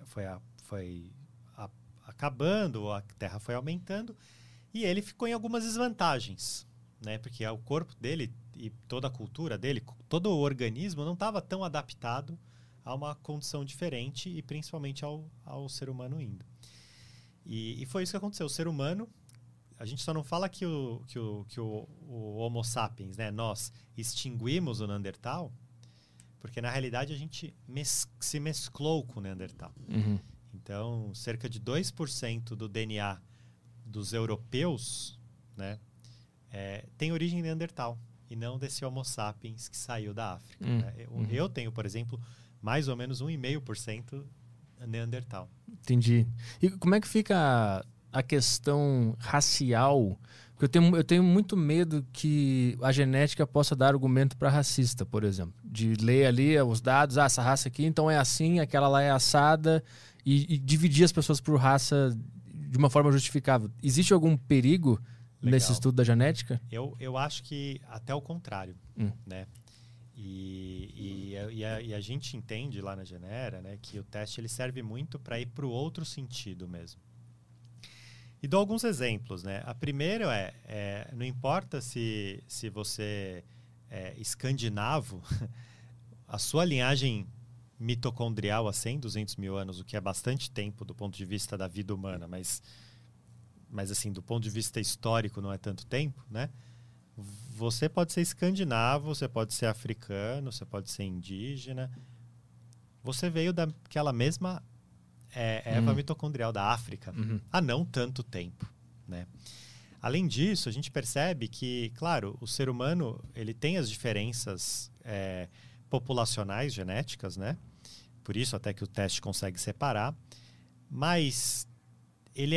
acabando, a Terra foi aumentando e ele ficou em algumas desvantagens, né? Porque o corpo dele e toda a cultura dele, todo o organismo não estava tão adaptado a uma condição diferente e principalmente ao ser humano indo. E foi isso que aconteceu. O ser humano, a gente só não fala que o Homo sapiens, né? Nós extinguimos o Neandertal, porque na realidade a gente se mesclou com o Neandertal. Uhum. Então, cerca de 2% do DNA dos europeus, né, tem origem neandertal e não desse Homo sapiens que saiu da África. Né? Eu tenho, por exemplo, mais ou menos 1,5% neandertal. Entendi. E como é que fica a questão racial? Porque eu tenho muito medo que a genética possa dar argumento para racista, por exemplo. De ler ali os dados, essa raça aqui então é assim, aquela lá é assada, e dividir as pessoas por raça de uma forma justificável. Existe algum perigo nesse estudo da genética? Eu acho que até o contrário, né? E a gente entende lá na Genera, né, que o teste ele serve muito para ir para o outro sentido mesmo. E dou alguns exemplos, né? A primeira não importa se você é escandinavo, a sua linhagem mitocondrial há 100, 200 mil anos, o que é bastante tempo do ponto de vista da vida humana, mas assim, do ponto de vista histórico não é tanto tempo, né? Você pode ser escandinavo, você pode ser africano, você pode ser indígena. Você veio daquela mesma erva mitocondrial da África há não tanto tempo, né? Além disso, a gente percebe que, claro, o ser humano ele tem as diferenças populacionais genéticas, né? Por isso até que o teste consegue separar, mas ele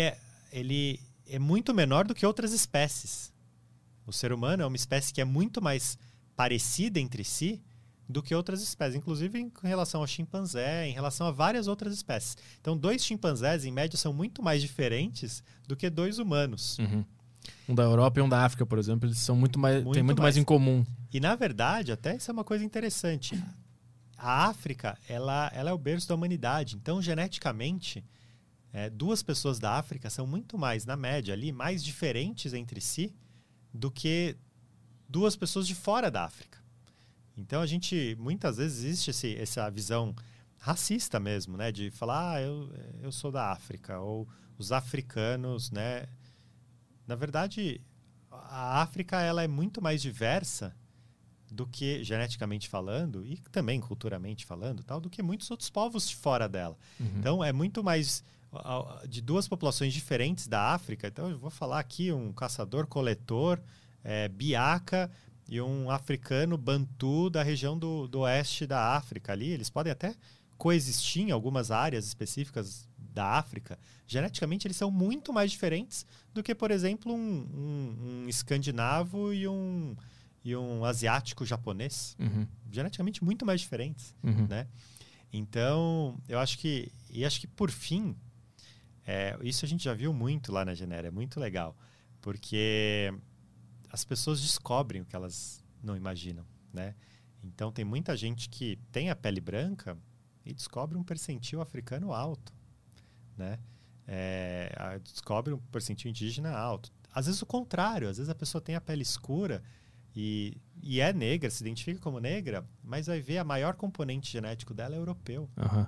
é muito menor do que outras espécies. O ser humano é uma espécie que é muito mais parecida entre si do que outras espécies, inclusive em relação ao chimpanzé, em relação a várias outras espécies. Então, 2 chimpanzés, em média, são muito mais diferentes do que 2 humanos. Uhum. Um da Europa e um da África, por exemplo, eles são têm muito mais em comum. E, na verdade, até isso é uma coisa interessante. A África, ela é o berço da humanidade. Então, geneticamente, 2 pessoas da África são muito mais, na média, ali, mais diferentes entre si do que 2 pessoas de fora da África. Então, muitas vezes existe essa visão racista mesmo, né? De falar, eu sou da África, ou os africanos, né? Na verdade, a África ela é muito mais diversa do que, geneticamente falando, e também culturalmente falando, tal, do que muitos outros povos de fora dela. Então, é muito mais de 2 populações diferentes da África. Então, eu vou falar aqui um caçador-coletor, biaca, e um africano bantu da região do oeste da África ali. Eles podem até coexistir em algumas áreas específicas da África. Geneticamente, eles são muito mais diferentes do que, por exemplo, um escandinavo e um asiático japonês. Geneticamente, muito mais diferentes, né? Então, eu acho que por fim, isso a gente já viu muito lá na Genera, é muito legal, porque as pessoas descobrem o que elas não imaginam, né? Então, tem muita gente que tem a pele branca e descobre um percentil africano alto, né? Descobre um percentil indígena alto. Às vezes o contrário, às vezes a pessoa tem a pele escura e é negra, se identifica como negra, mas vai ver a maior componente genético dela é europeu.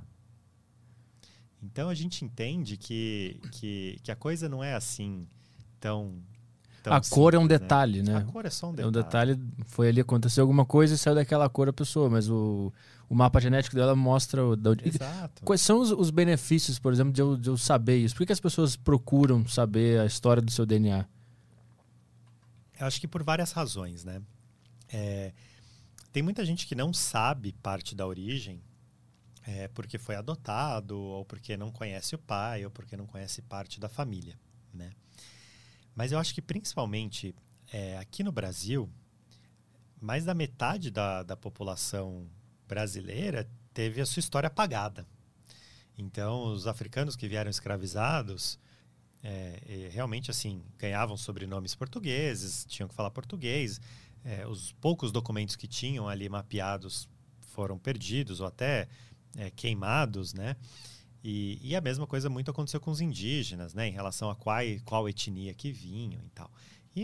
Então, a gente entende que a coisa não é assim tão a simples, cor é um detalhe, né? A cor é só um detalhe. É um detalhe, foi ali, aconteceu alguma coisa e saiu daquela cor a pessoa, mas o mapa genético dela mostra... Exato. Quais são os benefícios, por exemplo, de eu saber isso? Por que as pessoas procuram saber a história do seu DNA? Eu acho que por várias razões, né? tem muita gente que não sabe parte da origem, porque foi adotado, ou porque não conhece o pai, ou porque não conhece parte da família, né? Mas eu acho que principalmente aqui no Brasil, mais da metade da população brasileira teve a sua história apagada. Então, os africanos que vieram escravizados, realmente assim, ganhavam sobrenomes portugueses, tinham que falar português. Os poucos documentos que tinham ali mapeados foram perdidos ou até queimados, né? E a mesma coisa muito aconteceu com os indígenas, né? Em relação a qual etnia que vinham e tal. E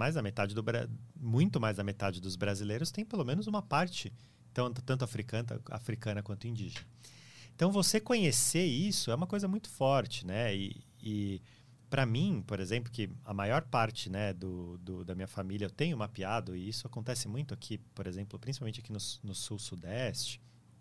muito mais da metade dos brasileiros tem pelo menos uma parte, tanto africana quanto indígena. Então, você conhecer isso é uma coisa muito forte, né? E para mim, por exemplo, que a maior parte, né, da minha família eu tenho mapeado, e isso acontece muito aqui, por exemplo, principalmente aqui no sul-sudeste.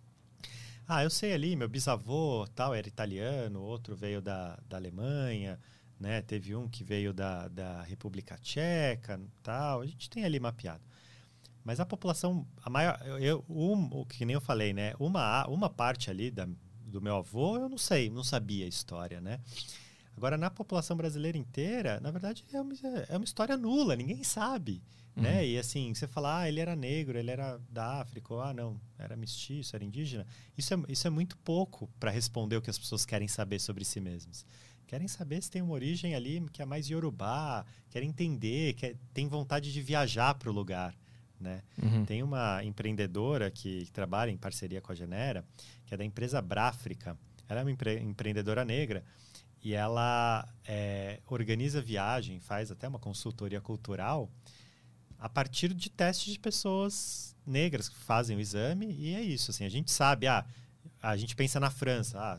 Eu sei ali, meu bisavô tal era italiano, outro veio da Alemanha, né? Teve um que veio da República Tcheca, tal. A gente tem ali mapeado. Mas a população, a maior, que nem eu falei, né? Uma parte ali do meu avô, eu não sei, não sabia a história, né? Agora, na população brasileira inteira, na verdade, é uma história nula, ninguém sabe, né? E assim, você fala, ele era negro, ele era da África, ou não, era mestiço, era indígena. Isso é muito pouco para responder o que as pessoas querem saber sobre si mesmas. Querem saber se tem uma origem ali que é mais iorubá, querem entender, tem vontade de viajar para o lugar, né? Tem uma empreendedora que trabalha em parceria com a Genera, que é da empresa Bráfrica. Ela é uma empreendedora negra e ela organiza viagem, faz até uma consultoria cultural a partir de testes de pessoas negras que fazem o exame. E é isso, assim, a gente sabe, a gente pensa na França,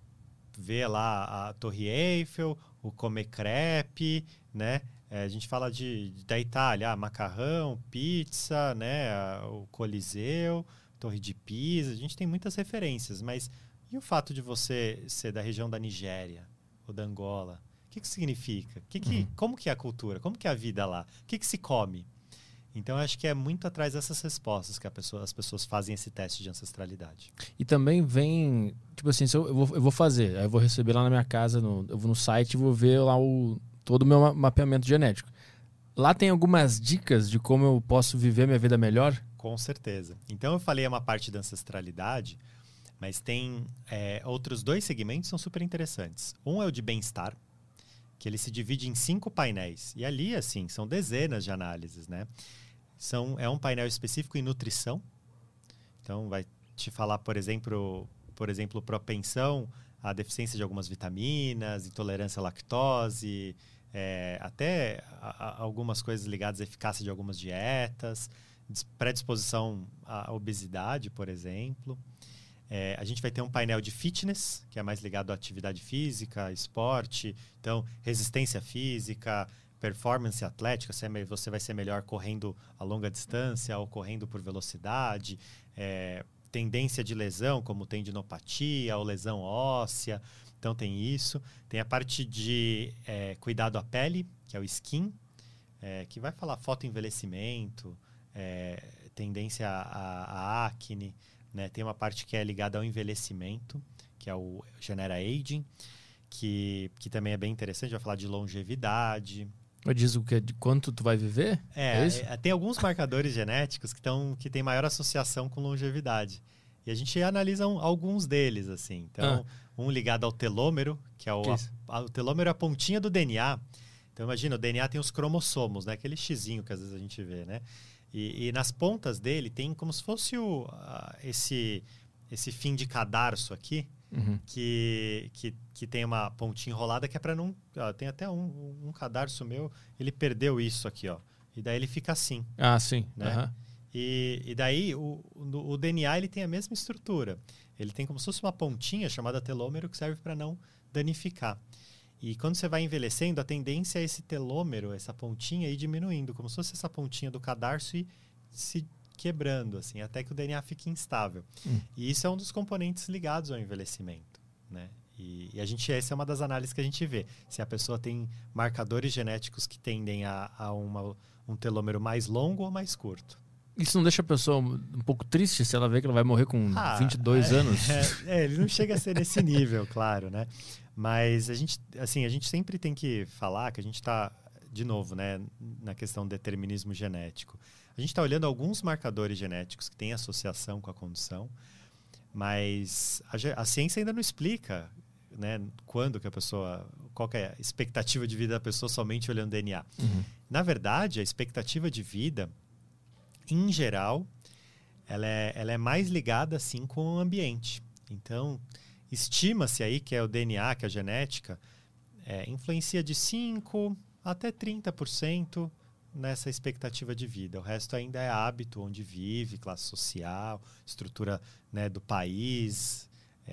vê lá a Torre Eiffel, o Comer Crepe, né? A gente fala da Itália, macarrão, pizza, né? O Coliseu, Torre de Pisa. A gente tem muitas referências, mas e o fato de você ser da região da Nigéria ou da Angola? O que significa? Como que é a cultura? Como que é a vida lá? O que se come? Então, eu acho que é muito atrás dessas respostas que as pessoas fazem esse teste de ancestralidade. E também vem, tipo assim, eu vou fazer, aí eu vou receber lá na minha casa, eu vou no site e vou ver lá todo o meu mapeamento genético. Lá tem algumas dicas de como eu posso viver minha vida melhor? Com certeza. Então, eu falei uma parte da ancestralidade, mas tem outros 2 segmentos que são super interessantes. Um é o de bem-estar, que ele se divide em 5 painéis. E ali, assim, são dezenas de análises, né? É um painel específico em nutrição. Então, vai te falar, por exemplo, propensão à deficiência de algumas vitaminas, intolerância à lactose, até algumas coisas ligadas à eficácia de algumas dietas, predisposição à obesidade, por exemplo. A gente vai ter um painel de fitness, que é mais ligado à atividade física, esporte, então resistência física, performance atlética, você vai ser melhor correndo a longa distância ou correndo por velocidade, tendência de lesão, como tendinopatia ou lesão óssea, então tem isso. Tem a parte de cuidado à pele, que é o skin, que vai falar fotoenvelhecimento, tendência a acne, né? Tem uma parte que é ligada ao envelhecimento, que é o Genera Aging, que também é bem interessante, vai falar de longevidade. Diz o quê? De quanto tu vai viver? É isso? Tem alguns marcadores genéticos que têm maior associação com longevidade. E a gente analisa alguns deles, assim. Então, um ligado ao telômero, que é o telômero é a pontinha do DNA. Então, imagina, o DNA tem os cromossomos, né? Aquele xizinho que às vezes a gente vê, né? E nas pontas dele tem como se fosse esse fim de cadarço aqui, que tem uma pontinha enrolada que é para não... tem até um cadarço meu, ele perdeu isso aqui, ó. E daí ele fica assim. Sim. Né? E daí o DNA ele tem a mesma estrutura. Ele tem como se fosse uma pontinha chamada telômero que serve para não danificar. E quando você vai envelhecendo, a tendência é esse telômero, essa pontinha, ir diminuindo, como se fosse essa pontinha do cadarço e se quebrando, assim, até que o DNA fique instável. E isso é um dos componentes ligados ao envelhecimento, né? E essa é uma das análises que a gente vê. Se a pessoa tem marcadores genéticos que tendem a um telômero mais longo ou mais curto. Isso não deixa a pessoa um pouco triste se ela vê que ela vai morrer com 22 anos? Ele não chega a ser nesse nível, claro, né? Mas a gente sempre tem que falar que a gente está, de novo, né, na questão do determinismo genético. A gente está olhando alguns marcadores genéticos que têm associação com a condição, mas a ciência ainda não explica, né, qual que é a expectativa de vida da pessoa somente olhando DNA. Uhum. Na verdade, a expectativa de vida, em geral, ela é mais ligada, assim, com o ambiente. Então, estima-se aí que é o DNA, que é a genética, influencia de 5% até 30% nessa expectativa de vida. O resto ainda é hábito, onde vive, classe social, estrutura, né, do país,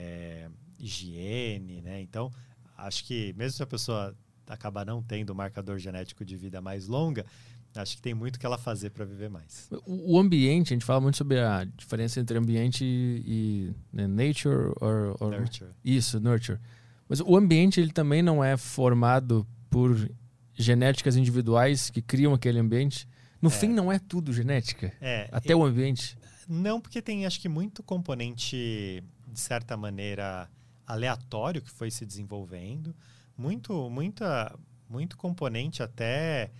higiene, né? Então, acho que mesmo se a pessoa acabar não tendo o marcador genético de vida mais longa, acho que tem muito que ela fazer para viver mais. O ambiente, a gente fala muito sobre a diferença entre ambiente e né, nature or Nurture. Isso, nurture. Mas o ambiente ele também não é formado por genéticas individuais que criam aquele ambiente. No fim, não é tudo genética. Até o ambiente. Não, porque tem, acho que, muito componente, de certa maneira, aleatório que foi se desenvolvendo. Muito componente até...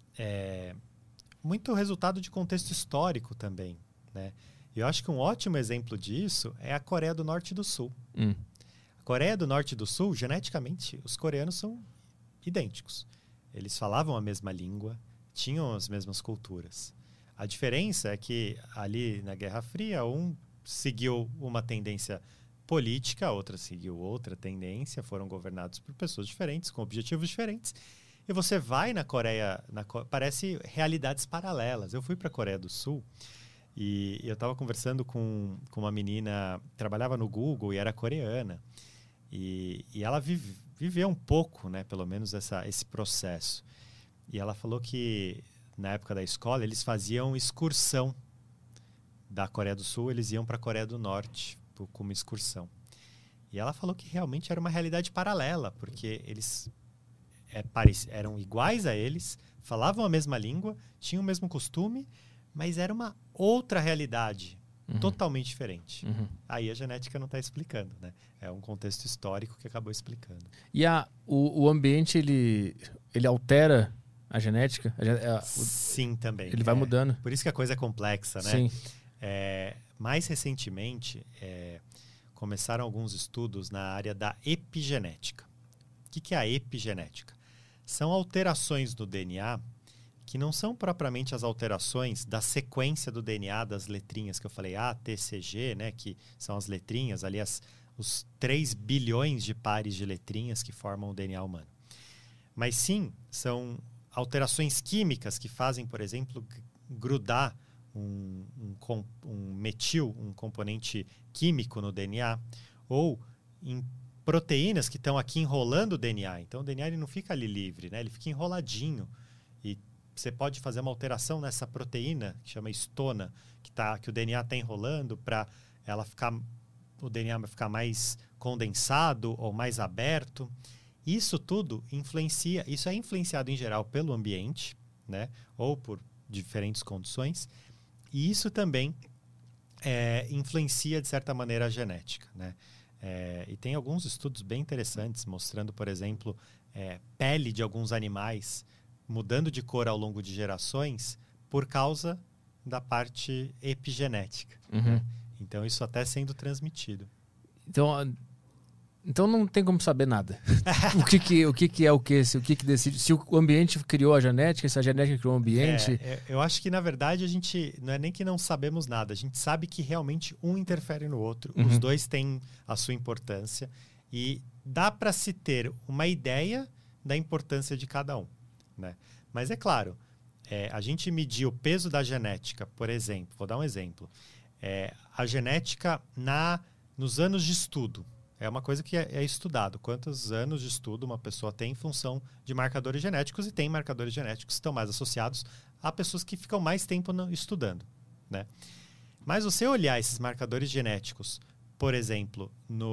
muito resultado de contexto histórico também, né? E eu acho que um ótimo exemplo disso é a Coreia do Norte e do Sul. A Coreia do Norte e do Sul, geneticamente, os coreanos são idênticos. Eles falavam a mesma língua, tinham as mesmas culturas. A diferença é que ali na Guerra Fria, um seguiu uma tendência política, a outra seguiu outra tendência, foram governados por pessoas diferentes, com objetivos diferentes. E você vai na Coreia, parece realidades paralelas. Eu fui para a Coreia do Sul e eu estava conversando com uma menina que trabalhava no Google e era coreana. E ela viveu um pouco, né, pelo menos esse processo. E ela falou que na época da escola eles faziam excursão da Coreia do Sul, eles iam para a Coreia do Norte como excursão. E ela falou que realmente era uma realidade paralela, porque eles... eram iguais a eles, falavam a mesma língua, tinham o mesmo costume, mas era uma outra realidade, totalmente diferente. Aí a genética não está explicando, né? É um contexto histórico que acabou explicando. E o ambiente, ele altera a genética? Sim, também. Ele vai mudando. Por isso que a coisa é complexa, né? Sim. Mais recentemente, começaram alguns estudos na área da epigenética. O que é a epigenética? São alterações do DNA que não são propriamente as alterações da sequência do DNA, das letrinhas que eu falei, A, T, C, G, né, que são as letrinhas, ali os 3 bilhões de pares de letrinhas que formam o DNA humano. Mas sim, são alterações químicas que fazem, por exemplo, grudar um metil, um componente químico no DNA, ou em proteínas que estão aqui enrolando o DNA. Então, o DNA ele não fica ali livre, né? Ele fica enroladinho. E você pode fazer uma alteração nessa proteína, que chama histona, que o DNA está enrolando para o DNA ficar mais condensado ou mais aberto. Isso tudo influencia, isso é influenciado em geral pelo ambiente, né? Ou por diferentes condições. E isso também influencia, de certa maneira, a genética, né? E tem alguns estudos bem interessantes mostrando, por exemplo, pele de alguns animais mudando de cor ao longo de gerações por causa da parte epigenética. Né? Então, isso até sendo transmitido. Então não tem como saber nada. O que é o que? O que decide? Se o ambiente criou a genética, se a genética criou o ambiente... Eu acho que, na verdade, a gente... Não é nem que não sabemos nada. A gente sabe que realmente um interfere no outro. Os dois têm a sua importância. E dá para se ter uma ideia da importância de cada um. Né? Mas, é claro, a gente medir o peso da genética, por exemplo. Vou dar um exemplo. A genética nos anos de estudo. É uma coisa que é estudado. Quantos anos de estudo uma pessoa tem em função de marcadores genéticos, e tem marcadores genéticos que estão mais associados a pessoas que ficam mais tempo estudando. Né? Mas você olhar esses marcadores genéticos, por exemplo,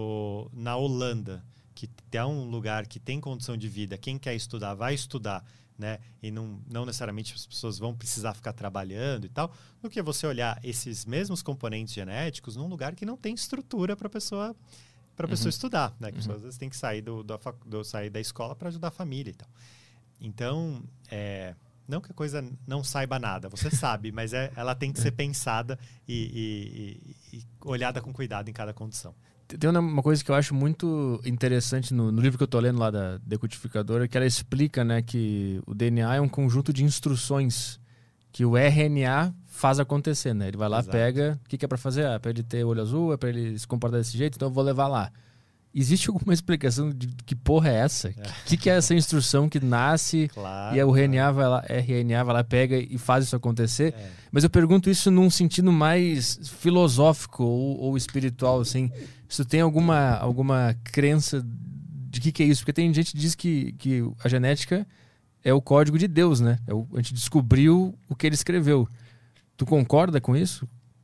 na Holanda, que é um lugar que tem condição de vida, quem quer estudar vai estudar né? E não necessariamente as pessoas vão precisar ficar trabalhando e tal, do que você olhar esses mesmos componentes genéticos num lugar que não tem estrutura para a pessoa estudar, né? Que a pessoa às vezes tem que sair sair da escola para ajudar a família e tal. Então, não que a coisa não saiba nada, você sabe, mas ela tem que ser pensada e olhada com cuidado em cada condição. Tem uma coisa que eu acho muito interessante no livro que eu estou lendo lá da Decodificadora, que ela explica, né, que o DNA é um conjunto de instruções que o RNA faz acontecer, né? Ele vai lá, Exato. pega, o que é para fazer? É para ele ter olho azul, é para ele se comportar desse jeito, então eu vou levar lá. Existe alguma explicação de que porra é essa? O que é essa instrução que nasce Claro, e o RNA vai lá, pega e faz isso acontecer? Mas eu pergunto isso num sentido mais filosófico ou espiritual, assim. Se tu tem alguma crença de que é isso? Porque tem gente que diz que a genética é o código de Deus, né? A gente descobriu o que ele escreveu. Tu concorda com isso?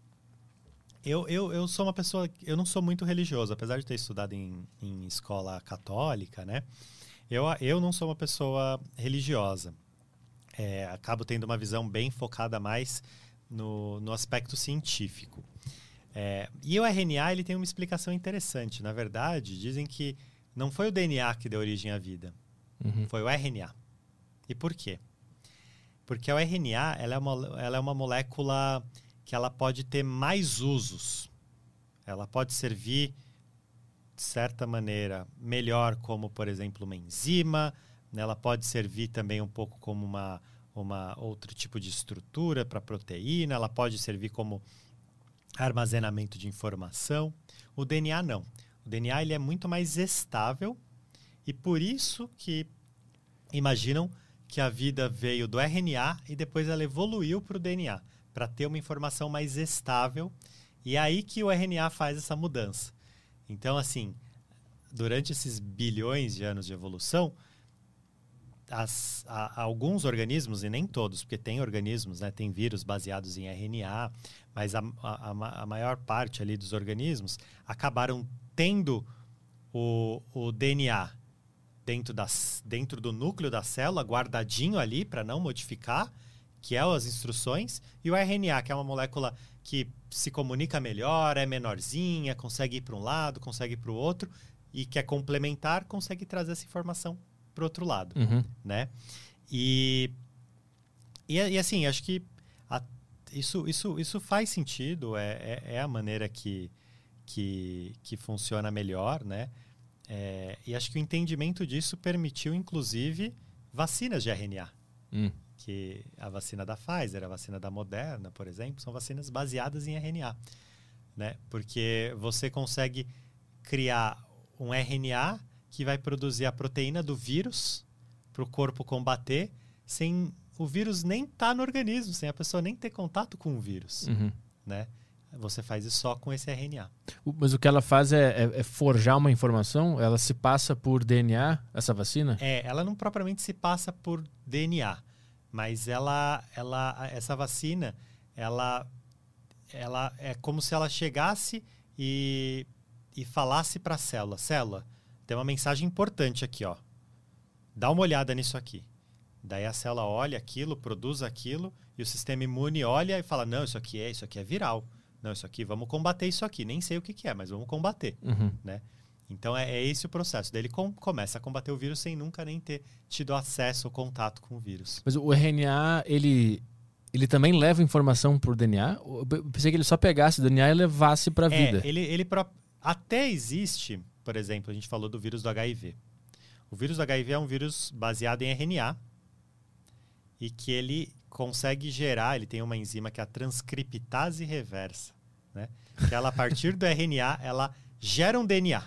Eu sou uma pessoa... Eu não sou muito religioso, apesar de ter estudado em escola católica, né? Eu não sou uma pessoa religiosa. Acabo tendo uma visão bem focada mais no aspecto científico. E o RNA ele tem uma explicação interessante. Na verdade, dizem que não foi o DNA que deu origem à vida. Foi o RNA. E por quê? Porque o RNA ela é uma molécula que ela pode ter mais usos. Ela pode servir, de certa maneira, melhor como, por exemplo, uma enzima. Né? Ela pode servir também um pouco como uma outro tipo de estrutura para proteína. Ela pode servir como armazenamento de informação. O DNA não. O DNA ele é muito mais estável e por isso que imaginam que a vida veio do RNA e depois ela evoluiu para o DNA, para ter uma informação mais estável. E é aí que o RNA faz essa mudança. Então, assim, durante esses bilhões de anos de evolução, alguns organismos, e nem todos, porque tem organismos, né, tem vírus baseados em RNA, mas a maior parte ali dos organismos acabaram tendo o DNA dentro do núcleo da célula, guardadinho ali para não modificar, que é as instruções, e o RNA, que é uma molécula que se comunica melhor, é menorzinha, consegue ir para um lado, consegue ir para o outro, e que é complementar, consegue trazer essa informação para o outro lado, né? E assim, acho que isso faz sentido, é a maneira que funciona melhor, né? E acho que o entendimento disso permitiu, inclusive, vacinas de RNA. Que a vacina da Pfizer, a vacina da Moderna, por exemplo, são vacinas baseadas em RNA. Né? Porque você consegue criar um RNA que vai produzir a proteína do vírus para o corpo combater sem o vírus nem estar no organismo, sem a pessoa nem ter contato com o vírus. Né? Você faz isso só com esse RNA. Mas o que ela faz é forjar uma informação? Ela se passa por DNA, essa vacina? Ela não propriamente se passa por DNA, mas essa vacina, ela é como se ela chegasse e falasse para a célula. Célula, tem uma mensagem importante aqui, ó. Dá uma olhada nisso aqui. Daí a célula olha aquilo, produz aquilo, e o sistema imune olha e fala, não, isso aqui é viral. Não, isso aqui, vamos combater isso aqui. Nem sei o que é, mas vamos combater. Né? Então, é esse o processo. Daí ele começa a combater o vírus sem nunca nem ter tido acesso ou contato com o vírus. Mas o RNA, ele também leva informação por DNA? Eu pensei que ele só pegasse o DNA e levasse para a vida. Até existe, por exemplo, a gente falou do vírus do HIV. O vírus do HIV é um vírus baseado em RNA e que ele consegue gerar, ele tem uma enzima que é a transcriptase reversa, né? Que ela, a partir do RNA, ela gera um DNA.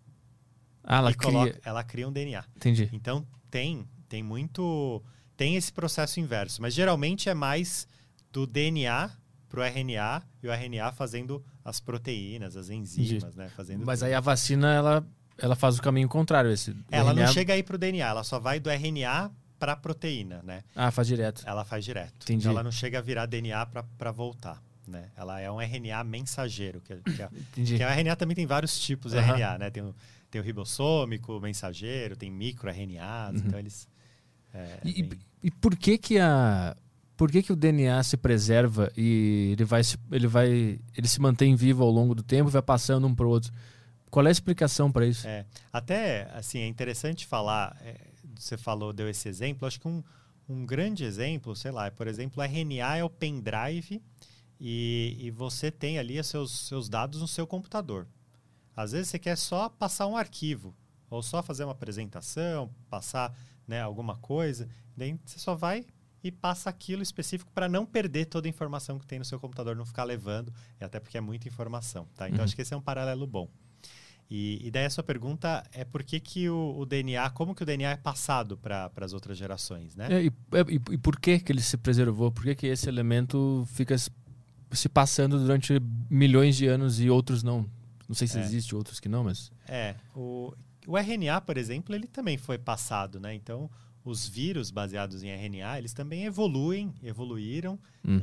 Ela cria um DNA. Entendi. Então, tem esse processo inverso, mas geralmente é mais do DNA pro RNA e o RNA fazendo as proteínas, as enzimas, né? Mas aí a vacina, ela faz o caminho contrário. Ela não chega aí pro DNA, ela só vai do RNA para a proteína, né? Faz direto. Ela faz direto. Entendi. Então ela não chega a virar DNA para voltar, né? Ela é um RNA mensageiro. Que o RNA também tem vários tipos de RNA, né? Tem o ribossômico, mensageiro, tem microRNAs, então eles E por que o DNA se preserva e ele se mantém vivo ao longo do tempo e vai passando um para o outro? Qual é a explicação para isso? Até, assim, é interessante falar, você deu esse exemplo, acho que um grande exemplo, sei lá, por exemplo, o RNA é o pendrive e você tem ali os seus dados no seu computador. Às vezes você quer só passar um arquivo, ou só fazer uma apresentação, passar, né, alguma coisa, daí você só vai e passa aquilo específico para não perder toda a informação que tem no seu computador, não ficar levando, e até porque é muita informação, tá? Então, acho que esse é um paralelo bom. E daí a sua pergunta é por que o DNA, como que o DNA é passado para as outras gerações, né? E por que ele se preservou? Por que esse elemento fica se passando durante milhões de anos e outros não? Não sei se existe outros que não, mas... O RNA, por exemplo, ele também foi passado, né? Então, os vírus baseados em RNA, eles também evoluíram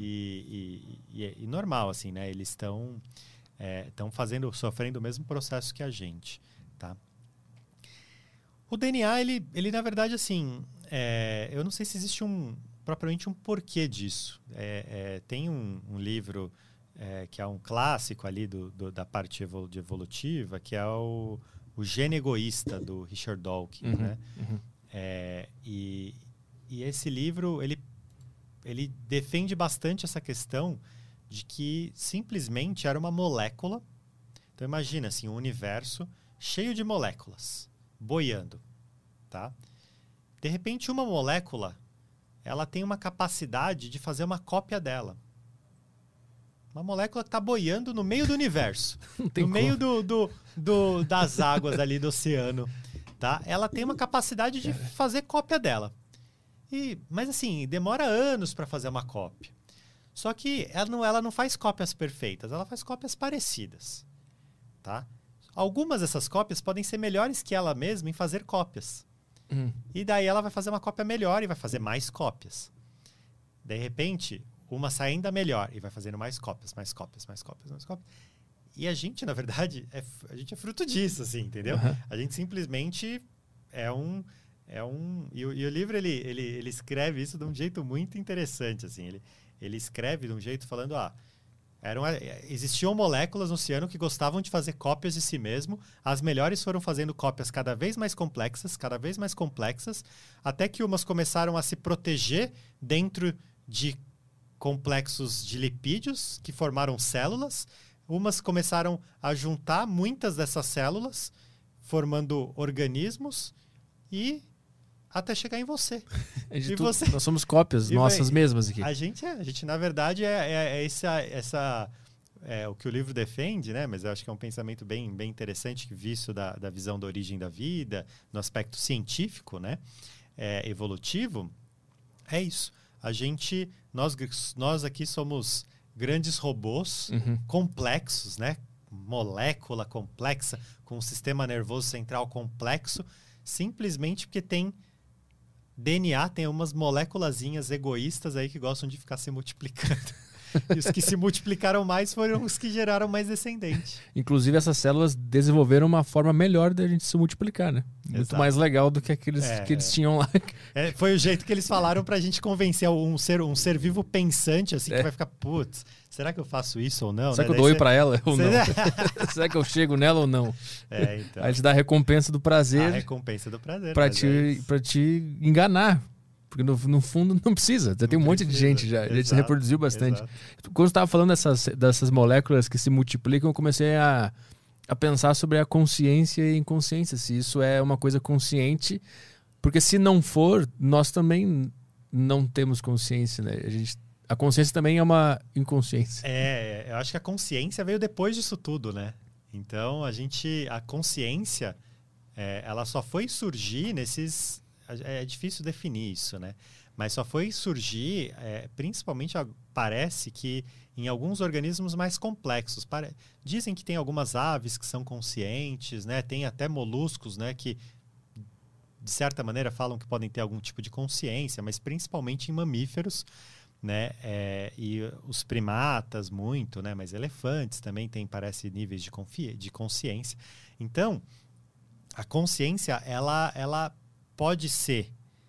e normal, assim, né? Eles estão sofrendo o mesmo processo que a gente, tá? O DNA, ele na verdade, assim, eu não sei se existe propriamente um porquê disso. Tem um livro que é um clássico ali da parte evolutiva, que é o Gene Egoísta, do Richard Dawkins, né? E esse livro, ele defende bastante essa questão de que simplesmente era uma molécula. Então imagina assim, um universo cheio de moléculas, boiando, tá? De repente uma molécula, ela tem uma capacidade de fazer uma cópia dela. Uma molécula que está boiando no meio do universo, no meio das águas ali do oceano, tá? Ela tem uma capacidade de fazer cópia dela. Mas assim, demora anos para fazer uma cópia. Só que ela não faz cópias perfeitas, ela faz cópias parecidas, tá? Algumas dessas cópias podem ser melhores que ela mesma em fazer cópias. E daí ela vai fazer uma cópia melhor e vai fazer mais cópias. De repente, uma sai ainda melhor e vai fazendo mais cópias. E a gente, na verdade, a gente é fruto disso, assim, entendeu? A gente simplesmente E o livro, ele escreve isso de um jeito muito interessante, assim. Ele escreve de um jeito falando, existiam moléculas no oceano que gostavam de fazer cópias de si mesmo. As melhores foram fazendo cópias cada vez mais complexas, até que umas começaram a se proteger dentro de complexos de lipídios que formaram células. Umas começaram a juntar muitas dessas células, formando organismos e até chegar em você. Nós somos cópias nossas mesmas aqui. A gente na verdade, o que o livro defende, né? Mas eu acho que é um pensamento bem interessante, visto da visão da origem da vida, no aspecto científico, né? Evolutivo. É isso. Nós aqui somos grandes robôs complexos, né? Molécula complexa, com um sistema nervoso central complexo, simplesmente porque tem DNA, tem umas moléculazinhas egoístas aí que gostam de ficar se multiplicando. E os que se multiplicaram mais foram os que geraram mais descendentes. Inclusive, essas células desenvolveram uma forma melhor da gente se multiplicar, né? Muito mais legal do que aqueles que eles tinham lá. Foi o jeito que eles falaram pra gente convencer um ser vivo pensante, assim, que vai ficar, putz, será que eu faço isso ou não? Será que eu dou oi pra ela ou não? Será que eu chego nela ou não? Então. Aí eles dão a recompensa do prazer. A recompensa do prazer. Pra te enganar. Porque no fundo não precisa. Já tem um monte de gente já. A gente se reproduziu bastante. Quando você estava falando dessas moléculas que se multiplicam, eu comecei a pensar sobre a consciência e inconsciência. Se isso é uma coisa consciente. Porque se não for, nós também não temos consciência, né? A consciência também é uma inconsciência. Eu acho que a consciência veio depois disso tudo, né? Então, a consciência, ela só foi surgir nesses... É difícil definir isso, né? Mas só foi surgir, principalmente parece que em alguns organismos mais complexos. Dizem que tem algumas aves que são conscientes, né? Tem até moluscos, né? Que, de certa maneira, falam que podem ter algum tipo de consciência, mas principalmente em mamíferos, né? E os primatas muito, né? Mas elefantes também têm, parece, níveis de consciência. Então, a consciência, ela pode ser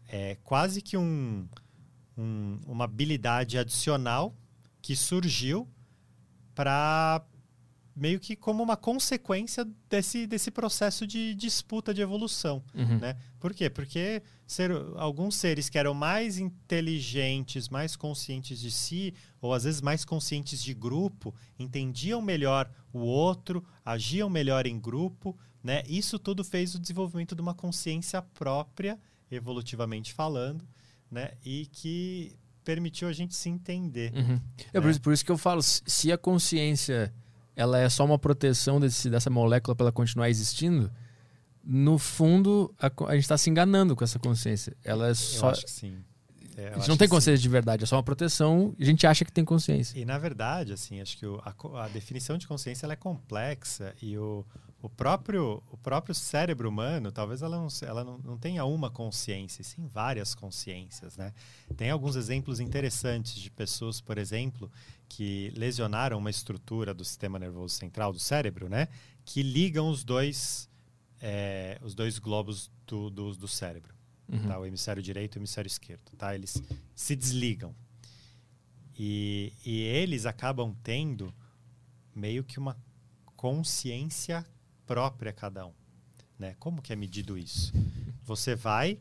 é quase que uma habilidade adicional que surgiu para meio que como uma consequência desse processo de disputa de evolução, né? Por quê? Porque alguns seres que eram mais inteligentes, mais conscientes de si, ou às vezes mais conscientes de grupo, entendiam melhor o outro, agiam melhor em grupo, né? Isso tudo fez o desenvolvimento de uma consciência própria, evolutivamente falando, né? E que permitiu a gente se entender. Né? Por isso que eu falo, se a consciência ela é só uma proteção dessa molécula para ela continuar existindo, no fundo a gente está se enganando com essa consciência. Ela é só... Eu acho que sim. A gente não tem consciência de verdade, é só uma proteção e a gente acha que tem consciência. E na verdade, assim, acho que a definição de consciência ela é complexa e o próprio cérebro humano, talvez ela não tenha uma consciência, sim várias consciências, né? Tem alguns exemplos interessantes de pessoas, por exemplo, que lesionaram uma estrutura do sistema nervoso central do cérebro, né? Que ligam os dois globos do cérebro. Tá? O hemisfério direito e o hemisfério esquerdo. Tá? Eles se desligam. E eles acabam tendo meio que uma consciência própria cada um. Né? Como que é medido isso? Você,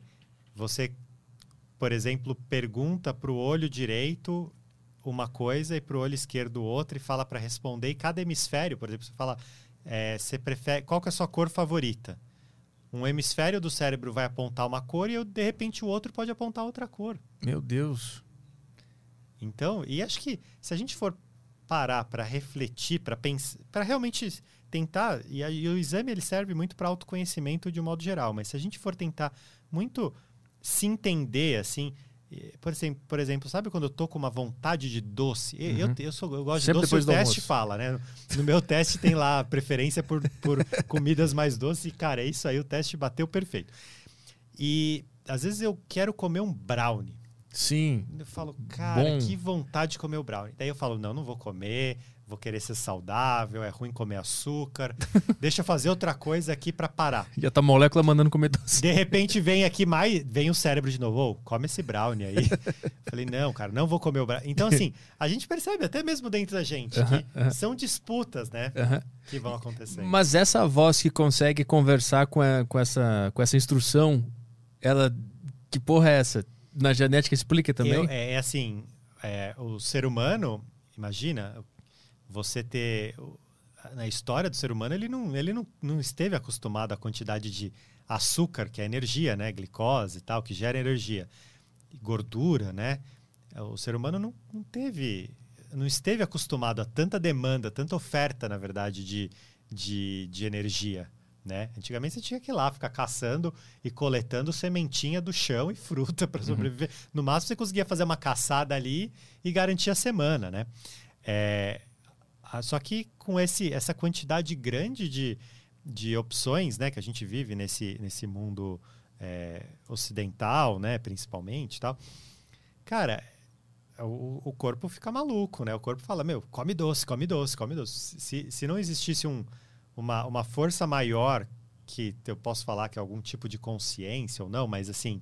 por exemplo, pergunta para o olho direito uma coisa e para o olho esquerdo outra e fala para responder. E cada hemisfério, por exemplo, você fala, você prefere, qual que é a sua cor favorita? Um hemisfério do cérebro vai apontar uma cor e, de repente, o outro pode apontar outra cor. Meu Deus. Então, e acho que se a gente for parar para refletir, para pensar, para realmente tentar, e o exame ele serve muito para autoconhecimento de um modo geral, mas se a gente for tentar muito se entender, assim, por exemplo, sabe quando eu tô com uma vontade de doce? Eu gosto sempre de doce, o teste almoço. fala, né? No meu teste tem lá a preferência por comidas mais doces e, cara, é isso aí, o teste bateu perfeito. E às vezes eu quero comer um brownie. Sim. Eu falo, cara, que vontade de comer o brownie. Daí eu falo, não vou comer, vou querer ser saudável, é ruim comer açúcar. Deixa eu fazer outra coisa aqui para parar. Já tá a molécula mandando comer doce. De repente vem o cérebro de novo, come esse brownie aí. Falei, não, cara, não vou comer o brownie. Então, assim, a gente percebe até mesmo dentro da gente que são disputas, né, que vão acontecendo. Mas essa voz que consegue conversar com essa instrução, ela, que porra é essa? Na genética explica também? O ser humano, imagina, você ter... Na história do ser humano, ele não esteve acostumado à quantidade de açúcar, que é energia, né? Glicose e tal, que gera energia. E gordura, né? O ser humano não esteve acostumado a tanta demanda, tanta oferta, na verdade, de energia. Né? Antigamente você tinha que ir lá ficar caçando e coletando sementinha do chão e fruta para sobreviver. No máximo você conseguia fazer uma caçada ali e garantir a semana, né? Só que com essa quantidade grande de opções, né, que a gente vive nesse mundo ocidental, né, principalmente, tal, cara, o corpo fica maluco, né? O corpo fala, come doce, come doce, come doce. Se não existisse uma força maior, que eu posso falar que é algum tipo de consciência ou não, mas assim,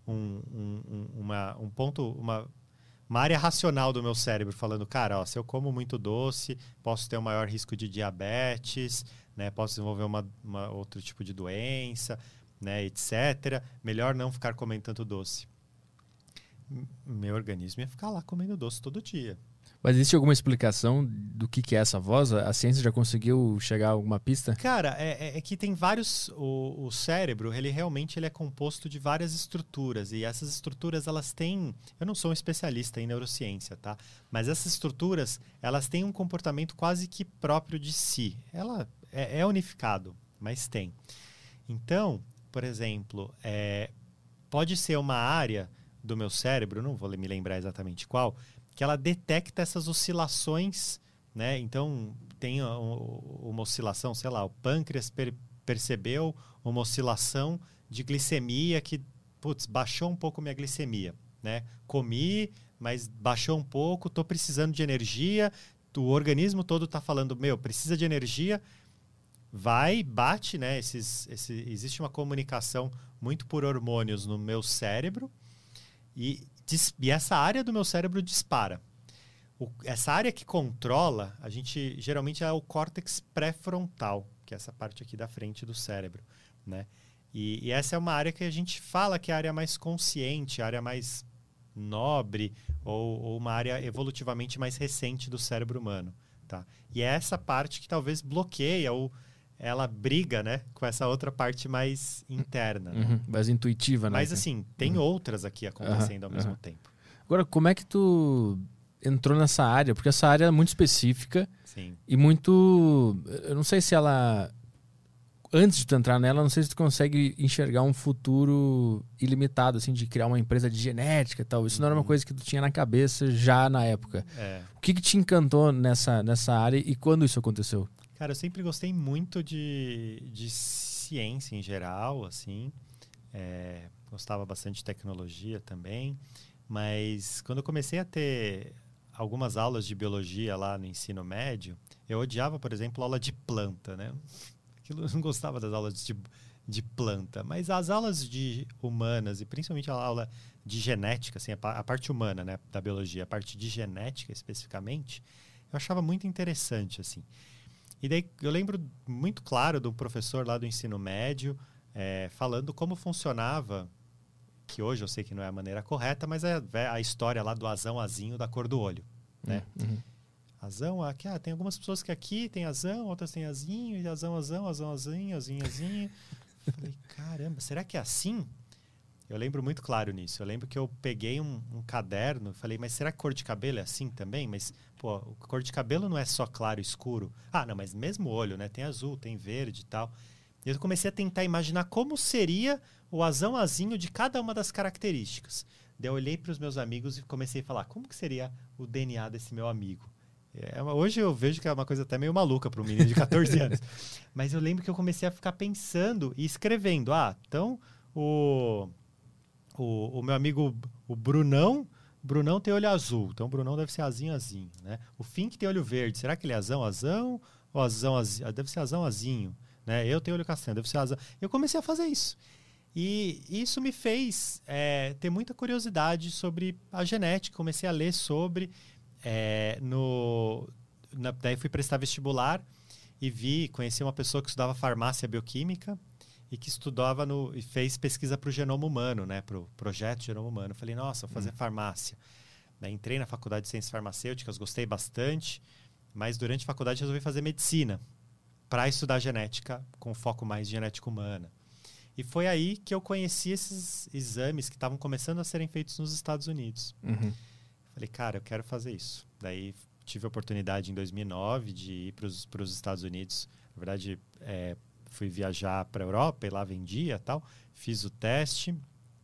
um ponto, uma área racional do meu cérebro falando, cara, ó, se eu como muito doce, posso ter um maior risco de diabetes, né, posso desenvolver uma outro tipo de doença, né, etc. Melhor não ficar comendo tanto doce. Meu organismo ia ficar lá comendo doce todo dia. Mas existe alguma explicação do que é essa voz? A ciência já conseguiu chegar a alguma pista? Cara, é que tem vários... O cérebro, ele realmente é composto de várias estruturas. E essas estruturas, elas têm... Eu não sou um especialista em neurociência, tá? Mas essas estruturas, elas têm um comportamento quase que próprio de si. Ela é unificado, mas tem. Então, por exemplo, pode ser uma área do meu cérebro, não vou me lembrar exatamente qual, que ela detecta essas oscilações, né? Então, tem uma oscilação, sei lá, o pâncreas percebeu uma oscilação de glicemia que, baixou um pouco minha glicemia, né? Comi, mas baixou um pouco, estou precisando de energia, o organismo todo está falando, precisa de energia, bate, né? Existe uma comunicação muito por hormônios no meu cérebro e essa área do meu cérebro dispara. Essa área que controla, geralmente é o córtex pré-frontal, que é essa parte aqui da frente do cérebro, né? E essa é uma área que a gente fala que é a área mais consciente, a área mais nobre ou uma área evolutivamente mais recente do cérebro humano, tá? E é essa parte que talvez bloqueia ou ela briga, né, com essa outra parte mais interna. Né? Mais intuitiva, né? Mas assim, tem outras aqui acontecendo ao mesmo tempo. Agora, como é que tu entrou nessa área? Porque essa área é muito específica. Sim. E muito... Eu não sei se ela... Antes de tu entrar nela, não sei se tu consegue enxergar um futuro ilimitado, assim, de criar uma empresa de genética e tal. Isso não era uma coisa que tu tinha na cabeça já na época. O que te encantou nessa área e quando isso aconteceu? Cara, eu sempre gostei muito de ciência em geral, assim. Gostava bastante de tecnologia também. Mas quando eu comecei a ter algumas aulas de biologia lá no ensino médio, eu odiava, por exemplo, aula de planta, né? Eu não gostava das aulas de planta, mas as aulas de humanas e principalmente a aula de genética, assim, a parte humana, né, da biologia, a parte de genética especificamente, eu achava muito interessante, assim. E daí eu lembro muito claro do professor lá do ensino médio falando como funcionava, que hoje eu sei que não é a maneira correta, mas é a história lá do azão azinho da cor do olho, né? Azão, aqui, tem algumas pessoas que aqui tem azão, outras tem azinho, e azão, azinho. Falei, caramba, será que é assim? Eu lembro muito claro nisso. Eu lembro que eu peguei um caderno e falei, mas será que cor de cabelo é assim também? Mas, pô, cor de cabelo não é só claro e escuro. Ah, não, mas mesmo olho, né? Tem azul, tem verde e tal. E eu comecei a tentar imaginar como seria o azão azinho de cada uma das características. Daí eu olhei para os meus amigos e comecei a falar, como que seria o DNA desse meu amigo? Hoje eu vejo que é uma coisa até meio maluca para um menino de 14 anos. Mas eu lembro que eu comecei a ficar pensando e escrevendo. Então, o meu amigo, o Brunão tem olho azul. Então, o Brunão deve ser azinho. Né? O Fink tem olho verde. Será que ele é azão? Ou azão? Deve ser azinho. Né? Eu tenho olho castanho, deve ser azão. Eu comecei a fazer isso. E isso me fez ter muita curiosidade sobre a genética. Comecei a ler sobre... daí fui prestar vestibular e conheci uma pessoa que estudava farmácia bioquímica e que estudava e fez pesquisa para o genoma humano, né, para o projeto Genoma Humano. Falei, nossa, vou fazer farmácia. Daí entrei na faculdade de ciências farmacêuticas, gostei bastante, mas durante a faculdade resolvi fazer medicina para estudar genética com foco mais em genética humana. E foi aí que eu conheci esses exames que estavam começando a serem feitos nos Estados Unidos. Falei, cara, eu quero fazer isso. Daí tive a oportunidade em 2009 de ir para os Estados Unidos. Na verdade, fui viajar para a Europa e lá vendia e tal. Fiz o teste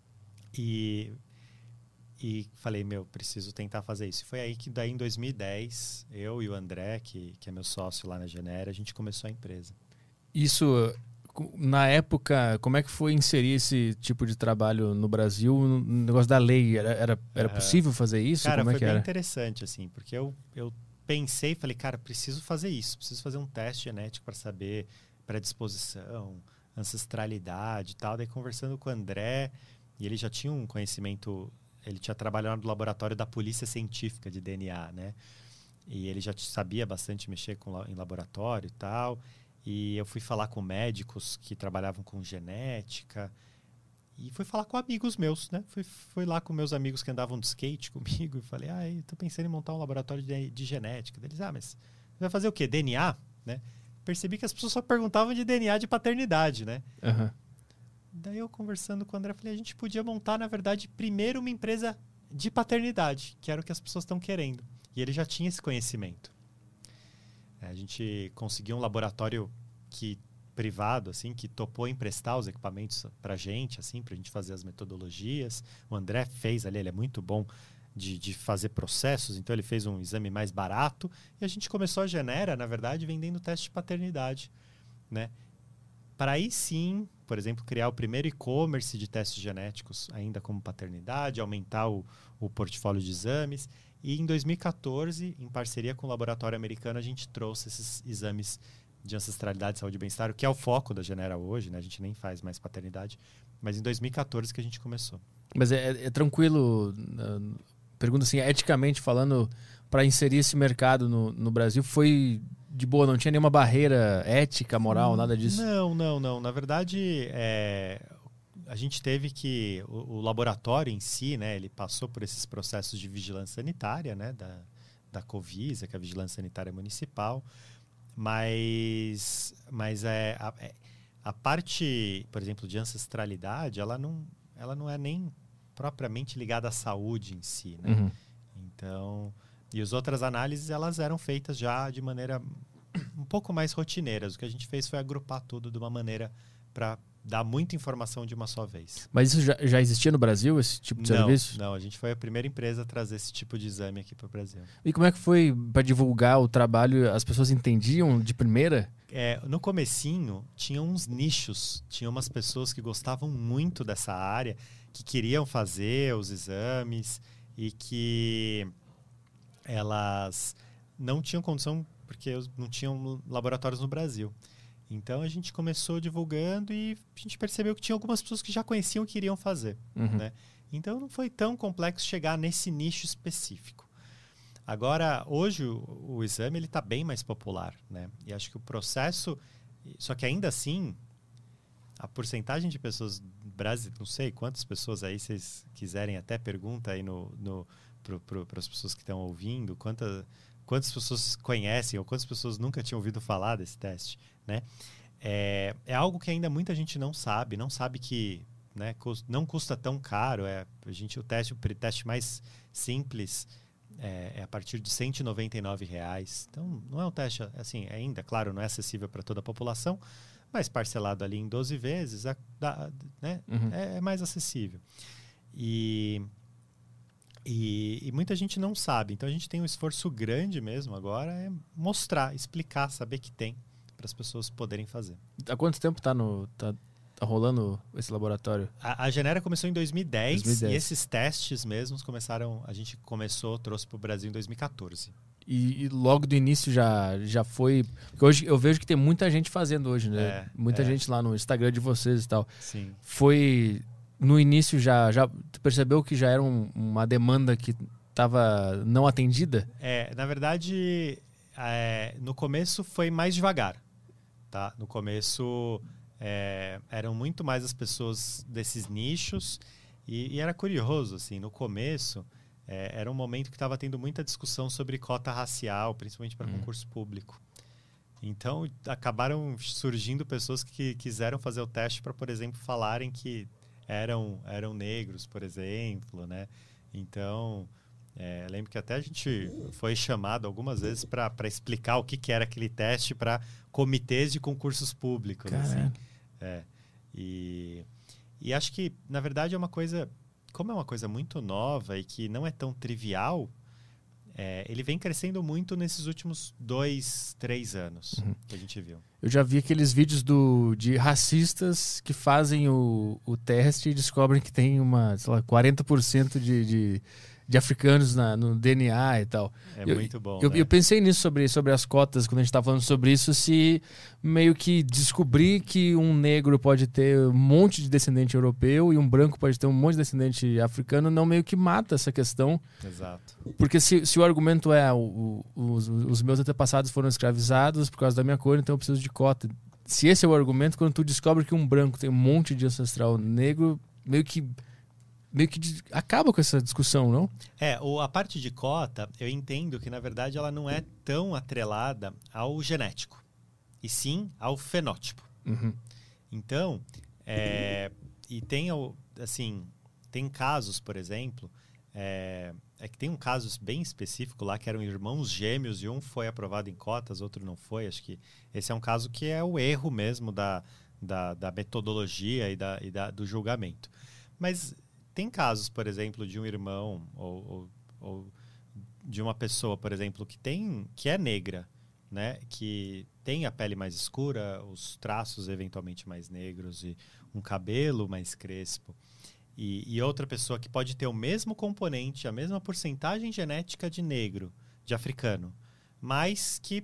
e falei, preciso tentar fazer isso. E foi aí que daí em 2010, eu e o André, que é meu sócio lá na Genera, a gente começou a empresa. Isso... Na época, como é que foi inserir esse tipo de trabalho no Brasil? No negócio da lei, era possível fazer isso? Cara, como foi que bem era? interessante, assim, porque eu pensei, falei, cara, preciso fazer isso, preciso fazer um teste genético para saber predisposição, ancestralidade e tal. Daí conversando com o André, e ele já tinha um conhecimento, ele tinha trabalhado no laboratório da Polícia Científica de DNA, né? E ele já sabia bastante mexer em laboratório e tal. E eu fui falar com médicos que trabalhavam com genética e fui falar com amigos meus, né? Fui lá com meus amigos que andavam de skate comigo e falei, eu tô pensando em montar um laboratório de genética. Eles, mas você vai fazer o quê? DNA? Né? Percebi que as pessoas só perguntavam de DNA de paternidade, né? Daí eu conversando com o André, falei, a gente podia montar, na verdade, primeiro uma empresa de paternidade, que era o que as pessoas estão querendo. E ele já tinha esse conhecimento. A gente conseguiu um laboratório privado, assim, que topou emprestar os equipamentos pra gente fazer as metodologias. O André fez ali, ele é muito bom de fazer processos, então ele fez um exame mais barato e a gente começou a Genera, na verdade, vendendo teste de paternidade, né? Para aí sim, por exemplo, criar o primeiro e-commerce de testes genéticos ainda como paternidade, aumentar o portfólio de exames. E em 2014, em parceria com o laboratório americano, a gente trouxe esses exames de ancestralidade, saúde e bem-estar, que é o foco da Genera hoje, né? A gente nem faz mais paternidade, mas em 2014 que a gente começou. Mas é tranquilo, pergunta assim, eticamente falando, para inserir esse mercado no Brasil, foi de boa, não tinha nenhuma barreira ética, moral, nada disso? Não. Na verdade, a gente teve que... O laboratório em si, né, ele passou por esses processos de vigilância sanitária, né, da Covisa, que é a Vigilância Sanitária Municipal, mas a parte, por exemplo, de ancestralidade, ela não é nem propriamente ligada à saúde em si, né? Uhum. Então, e as outras análises, elas eram feitas já de maneira um pouco mais rotineiras. O que a gente fez foi agrupar tudo de uma maneira para dar muita informação de uma só vez. Mas isso já existia no Brasil, esse tipo de serviço? Não, a gente foi a primeira empresa a trazer esse tipo de exame aqui para o Brasil. E como é que foi para divulgar o trabalho? As pessoas entendiam de primeira? No comecinho, tinha uns nichos, tinha umas pessoas que gostavam muito dessa área, que queriam fazer os exames e que elas não tinham condição, porque não tinham laboratórios no Brasil. Então, a gente começou divulgando e a gente percebeu que tinha algumas pessoas que já conheciam e queriam fazer. Uhum. Né? Então, não foi tão complexo chegar nesse nicho específico. Agora, hoje, o exame está bem mais popular. Né? E acho que o processo... Só que ainda assim, a porcentagem de pessoas brasileiras... Não sei quantas pessoas aí vocês quiserem, até pergunta aí para as pessoas que estão ouvindo, quantas pessoas conhecem ou quantas pessoas nunca tinham ouvido falar desse teste, né? É algo que ainda muita gente não sabe que, né, não custa tão caro. O teste mais simples é a partir de R$ 199. Então, não é um teste, assim, ainda, claro, não é acessível para toda a população, mas parcelado ali em 12 vezes, né, Uhum. é mais acessível. E muita gente não sabe. Então, a gente tem um esforço grande mesmo agora, é mostrar, explicar, saber que tem, para as pessoas poderem fazer. Há quanto tempo tá rolando esse laboratório? A Genera começou em 2010 e esses testes mesmos a gente trouxe para o Brasil em 2014. E logo do início já foi... Porque hoje eu vejo que tem muita gente fazendo hoje, né? Muita gente lá no Instagram de vocês e tal. Sim. Foi... No início tu percebeu que já era uma demanda que estava não atendida? Na verdade, no começo foi mais devagar. Tá? No começo eram muito mais as pessoas desses nichos e era curioso, assim, no começo era um momento que estava tendo muita discussão sobre cota racial, principalmente para concurso público. Então, acabaram surgindo pessoas que quiseram fazer o teste para, por exemplo, falarem que eram negros, por exemplo, né? Então, lembro que até a gente foi chamado algumas vezes para explicar o que era aquele teste para comitês de concursos públicos. Assim. E acho que, na verdade, como é uma coisa muito nova e que não é tão trivial, ele vem crescendo muito nesses últimos 2, 3 anos que a gente viu. Eu já vi aqueles vídeos de racistas que fazem o teste e descobrem que tem 40% de africanos no DNA e tal. Muito bom. Eu pensei nisso sobre as cotas, quando a gente estava falando sobre isso, se meio que descobrir que um negro pode ter um monte de descendente europeu e um branco pode ter um monte de descendente africano, não meio que mata essa questão. Exato. Porque se o argumento é os meus antepassados foram escravizados por causa da minha cor, então eu preciso de cota. Se esse é o argumento, quando tu descobre que um branco tem um monte de ancestral negro, meio que acaba com essa discussão, não? A parte de cota, eu entendo que, na verdade, ela não é tão atrelada ao genético, e sim ao fenótipo. Uhum. Então, e tem casos, por exemplo, que tem um caso bem específico lá, que eram irmãos gêmeos, e um foi aprovado em cotas, outro não foi. Acho que esse é um caso que é o erro mesmo da metodologia e do julgamento. Mas... tem casos, por exemplo, de um irmão ou de uma pessoa, por exemplo, que é negra, né? Que tem a pele mais escura, os traços eventualmente mais negros e um cabelo mais crespo. E outra pessoa que pode ter o mesmo componente, a mesma porcentagem genética de negro, de africano, mas que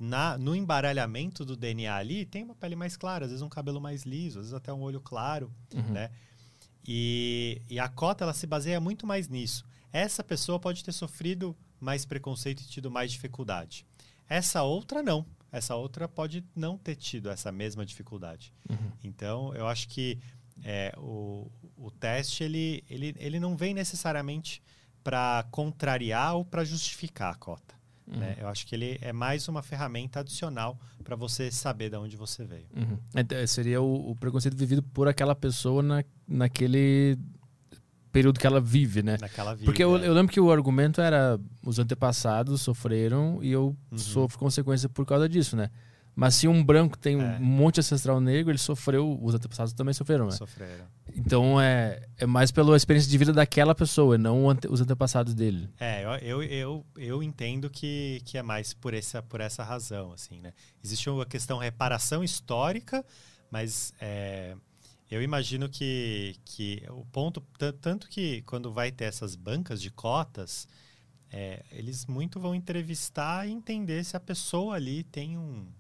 no embaralhamento do DNA ali, tem uma pele mais clara, às vezes um cabelo mais liso, às vezes até um olho claro, né? E a cota, ela se baseia muito mais nisso. Essa pessoa pode ter sofrido mais preconceito e tido mais dificuldade. Essa outra, não. Essa outra pode não ter tido essa mesma dificuldade. Então, eu acho que o teste, ele não vem necessariamente para contrariar ou para justificar a cota. Né? Eu acho que ele é mais uma ferramenta adicional para você saber de onde você veio. Então, seria o preconceito vivido por aquela pessoa naquele período que ela vive, né? Naquela vida. Porque eu lembro que o argumento era os antepassados sofreram e eu sofro consequência por causa disso, né? Mas se um branco tem um monte ancestral negro, ele sofreu, os antepassados também sofreram, né? Sofreram. Então é mais pela experiência de vida daquela pessoa, não os antepassados dele. Eu entendo que é mais por essa razão, assim, né? Existe uma questão de reparação histórica, mas eu imagino que o ponto, tanto que quando vai ter essas bancas de cotas, eles muito vão entrevistar e entender se a pessoa ali tem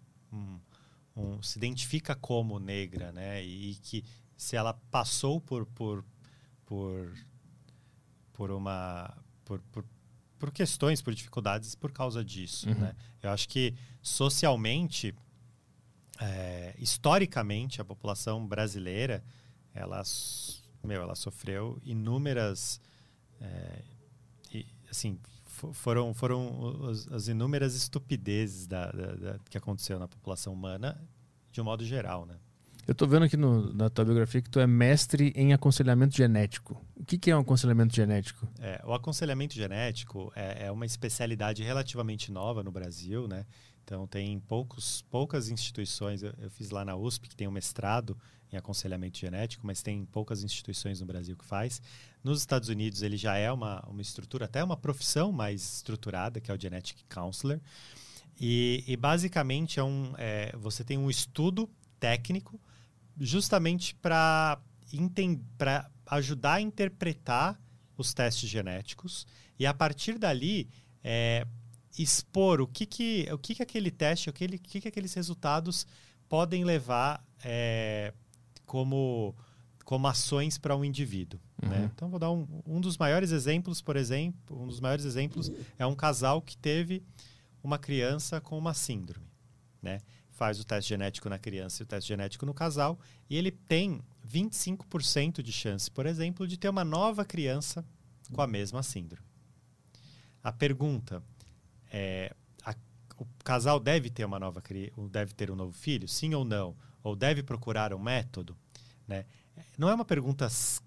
se identifica como negra, né? E que se ela passou por questões, por dificuldades por causa disso, né? Eu acho que socialmente, historicamente, a população brasileira, ela sofreu inúmeras, assim, foram as inúmeras estupidezes que aconteceu na população humana de um modo geral, né? Eu tô vendo aqui na tua biografia que tu é mestre em aconselhamento genético. O que é um aconselhamento genético? O aconselhamento genético é uma especialidade relativamente nova no Brasil, né? Então, tem poucas instituições. Eu fiz lá na USP, que tem um mestrado em aconselhamento genético, mas tem poucas instituições no Brasil que faz. Nos Estados Unidos, ele já é uma estrutura, até uma profissão mais estruturada, que é o Genetic Counselor. E basicamente, você tem um estudo técnico justamente para ajudar a interpretar os testes genéticos e, a partir dali, expor o que aquele teste, o que aqueles resultados podem levar como ações para um indivíduo. Né? Então, vou dar um dos maiores exemplos, por exemplo, é um casal que teve uma criança com uma síndrome, né? Faz o teste genético na criança e o teste genético no casal, e ele tem 25% de chance, por exemplo, de ter uma nova criança com a mesma síndrome. A pergunta o casal deve ter deve ter um novo filho? Sim ou não? Ou deve procurar um método? Né? Não é uma pergunta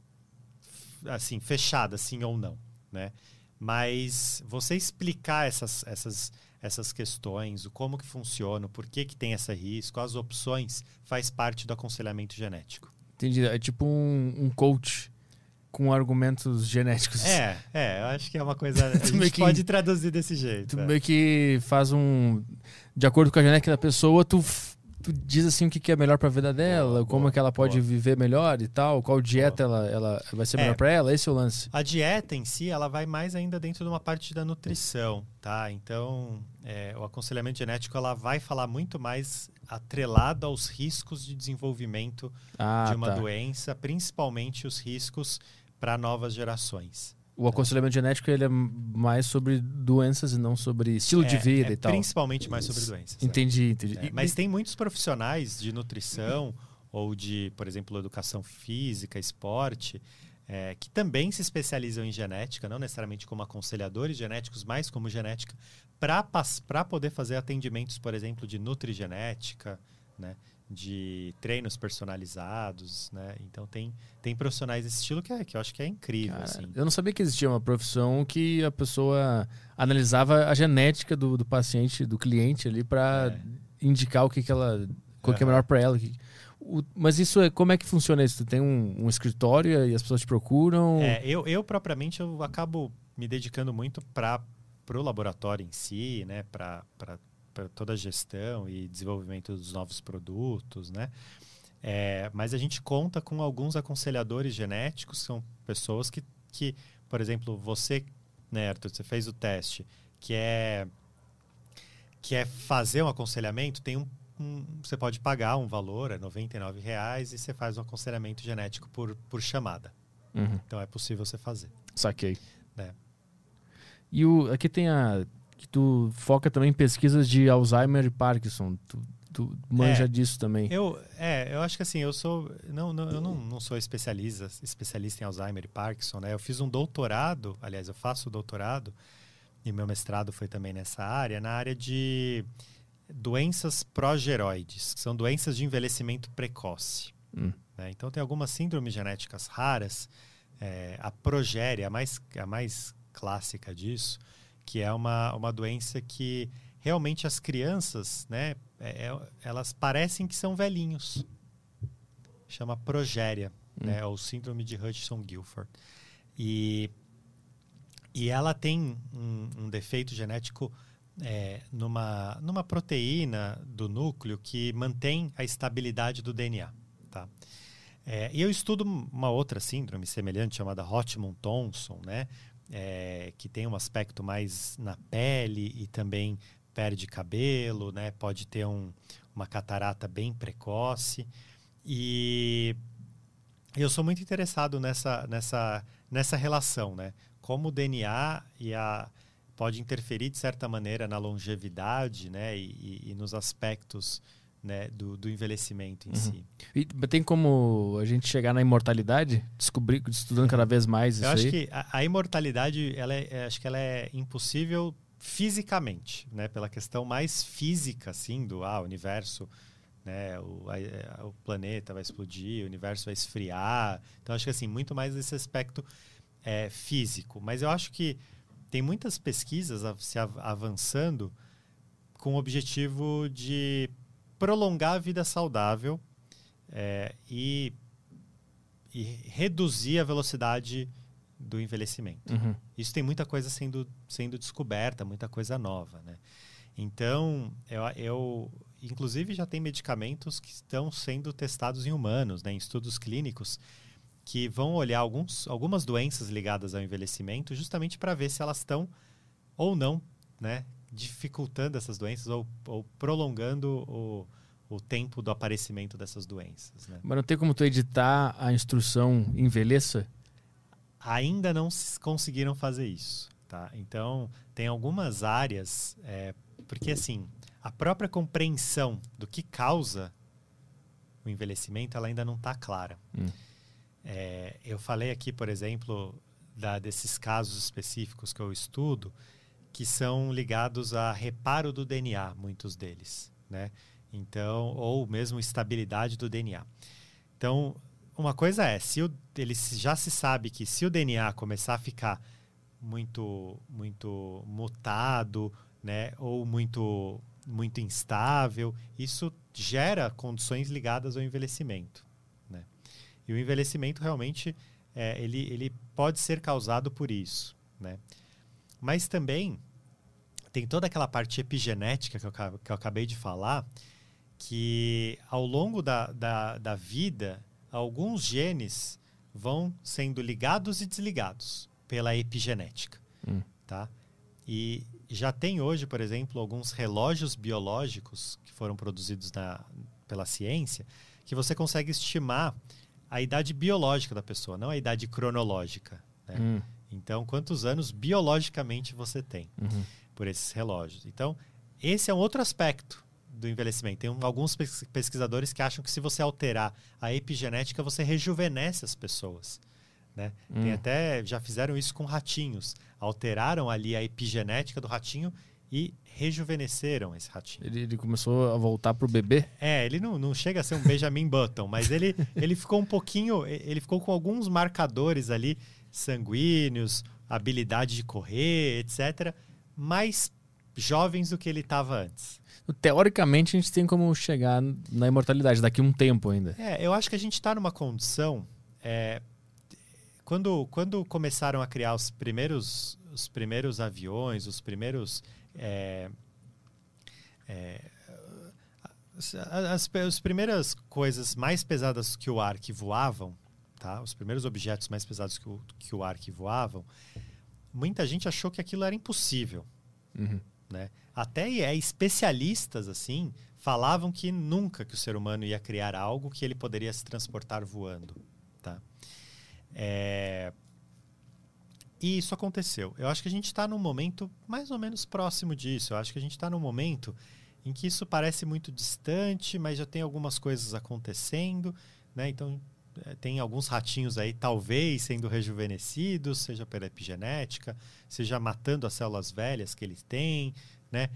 assim, fechada, sim ou não, né? Mas você explicar essas questões, o como que funciona, o porquê que tem esse risco, as opções, faz parte do aconselhamento genético. Entendi. É tipo um coach com argumentos genéticos. Eu acho que é uma coisa... A gente pode traduzir desse jeito. Tu meio que faz de acordo com a genética da pessoa, tu diz assim o que é melhor para a vida dela, como é que ela pode viver melhor e tal, qual dieta ela vai ser melhor para ela, esse é o lance. A dieta em si, ela vai mais ainda dentro de uma parte da nutrição, tá? Então, o aconselhamento genético, ela vai falar muito mais atrelado aos riscos de desenvolvimento de uma doença, principalmente os riscos para novas gerações. O aconselhamento genético, ele é mais sobre doenças e não sobre estilo de vida e tal. Principalmente mais sobre doenças. Entendi. Mas tem muitos profissionais de nutrição ou de, por exemplo, educação física, esporte, que também se especializam em genética, não necessariamente como aconselhadores genéticos, mas como genética, para poder fazer atendimentos, por exemplo, de nutrigenética, né? De treinos personalizados, né? Então tem profissionais desse estilo que eu acho que é incrível. Cara, assim. Eu não sabia que existia uma profissão que a pessoa analisava a genética do paciente, do cliente ali, para indicar o que é melhor para ela. Mas como é que funciona isso? Tu tem um escritório e as pessoas te procuram? Eu propriamente eu acabo me dedicando muito para o laboratório em si, né? Para toda a gestão e desenvolvimento dos novos produtos, né? Mas a gente conta com alguns aconselhadores genéticos, são pessoas que por exemplo, você, né, Arthur, você fez o teste, que quer fazer um aconselhamento, tem você pode pagar um valor, é R$ 99, e você faz um aconselhamento genético por chamada. Então é possível você fazer. Saquei. Né? E aqui tem que tu foca também em pesquisas de Alzheimer e Parkinson. Tu manja disso também. Eu acho que assim, eu não sou especialista em Alzheimer e Parkinson, né? Eu fiz um doutorado, aliás, eu faço doutorado, e meu mestrado foi também nessa área, na área de doenças progeroides, que são doenças de envelhecimento precoce. Né? Então, tem algumas síndromes genéticas raras, a progéria, a mais clássica disso, que é uma doença que realmente as crianças, né, elas parecem que são velhinhos. Chama progéria, né, ou síndrome de Hutchinson-Gilford. E ela tem um defeito genético numa proteína do núcleo que mantém a estabilidade do DNA. Tá? E eu estudo uma outra síndrome semelhante chamada Hodgman-Thompson, né? Que tem um aspecto mais na pele e também perde cabelo, né? Pode ter uma catarata bem precoce. E eu sou muito interessado nessa relação, né? Como o DNA pode interferir, de certa maneira, na longevidade, né? E nos aspectos, né, do envelhecimento em si. E tem como a gente chegar na imortalidade? Estudando cada vez mais isso aí? Eu acho que a imortalidade, acho que ela é impossível fisicamente, né? Pela questão mais física, assim, do universo, né? O planeta vai explodir, o universo vai esfriar. Então, acho que assim, muito mais desse aspecto físico. Mas eu acho que tem muitas pesquisas se avançando com o objetivo de prolongar a vida saudável e reduzir a velocidade do envelhecimento. Isso tem muita coisa sendo descoberta, muita coisa nova, né? Então, eu inclusive já tem medicamentos que estão sendo testados em humanos, né, em estudos clínicos, que vão olhar algumas doenças ligadas ao envelhecimento justamente para ver se elas estão ou não, né, dificultando essas doenças ou prolongando o tempo do aparecimento dessas doenças. Né? Mas não tem como tu editar a instrução envelheça? Ainda não conseguiram fazer isso. Tá? Então, tem algumas áreas, porque assim, a própria compreensão do que causa o envelhecimento, ela ainda não está clara. Eu falei aqui, por exemplo, desses casos específicos que eu estudo, que são ligados a reparo do DNA, muitos deles, né? Então, ou mesmo estabilidade do DNA. Então, uma coisa já se sabe que se o DNA começar a ficar muito mutado, né, ou muito instável, isso gera condições ligadas ao envelhecimento, né? E o envelhecimento realmente ele pode ser causado por isso, né? Mas também tem toda aquela parte epigenética que eu acabei de falar, que ao longo da vida, alguns genes vão sendo ligados e desligados pela epigenética. Tá? E já tem hoje, por exemplo, alguns relógios biológicos que foram produzidos pela ciência, que você consegue estimar a idade biológica da pessoa, não a idade cronológica. Né? Então, quantos anos biologicamente você tem por esses relógios. Então, esse é um outro aspecto do envelhecimento. Tem alguns pesquisadores que acham que se você alterar a epigenética, você rejuvenesce as pessoas. Né? Tem já fizeram isso com ratinhos. Alteraram ali a epigenética do ratinho e rejuvenesceram esse ratinho. Ele começou a voltar pro bebê? Ele não chega a ser um Benjamin Button, mas ele ficou um pouquinho... Ele ficou com alguns marcadores ali sanguíneos, habilidade de correr, etc., mais jovens do que ele estava antes. Teoricamente, a gente tem como chegar na imortalidade daqui a um tempo ainda. Eu acho que a gente está numa condição... Quando começaram a criar os primeiros aviões, as primeiras coisas mais pesadas que o ar que voavam, tá? Os primeiros objetos mais pesados que o ar que voavam, muita gente achou que aquilo era impossível. né? Até especialistas, assim, falavam que nunca que o ser humano ia criar algo que ele poderia se transportar voando, tá? E isso aconteceu. Eu acho que a gente está num momento mais ou menos próximo disso. Eu acho que a gente está num momento em que isso parece muito distante, mas já tem algumas coisas acontecendo, né? Então, tem alguns ratinhos aí, talvez, sendo rejuvenescidos, seja pela epigenética, seja matando as células velhas que eles têm, né?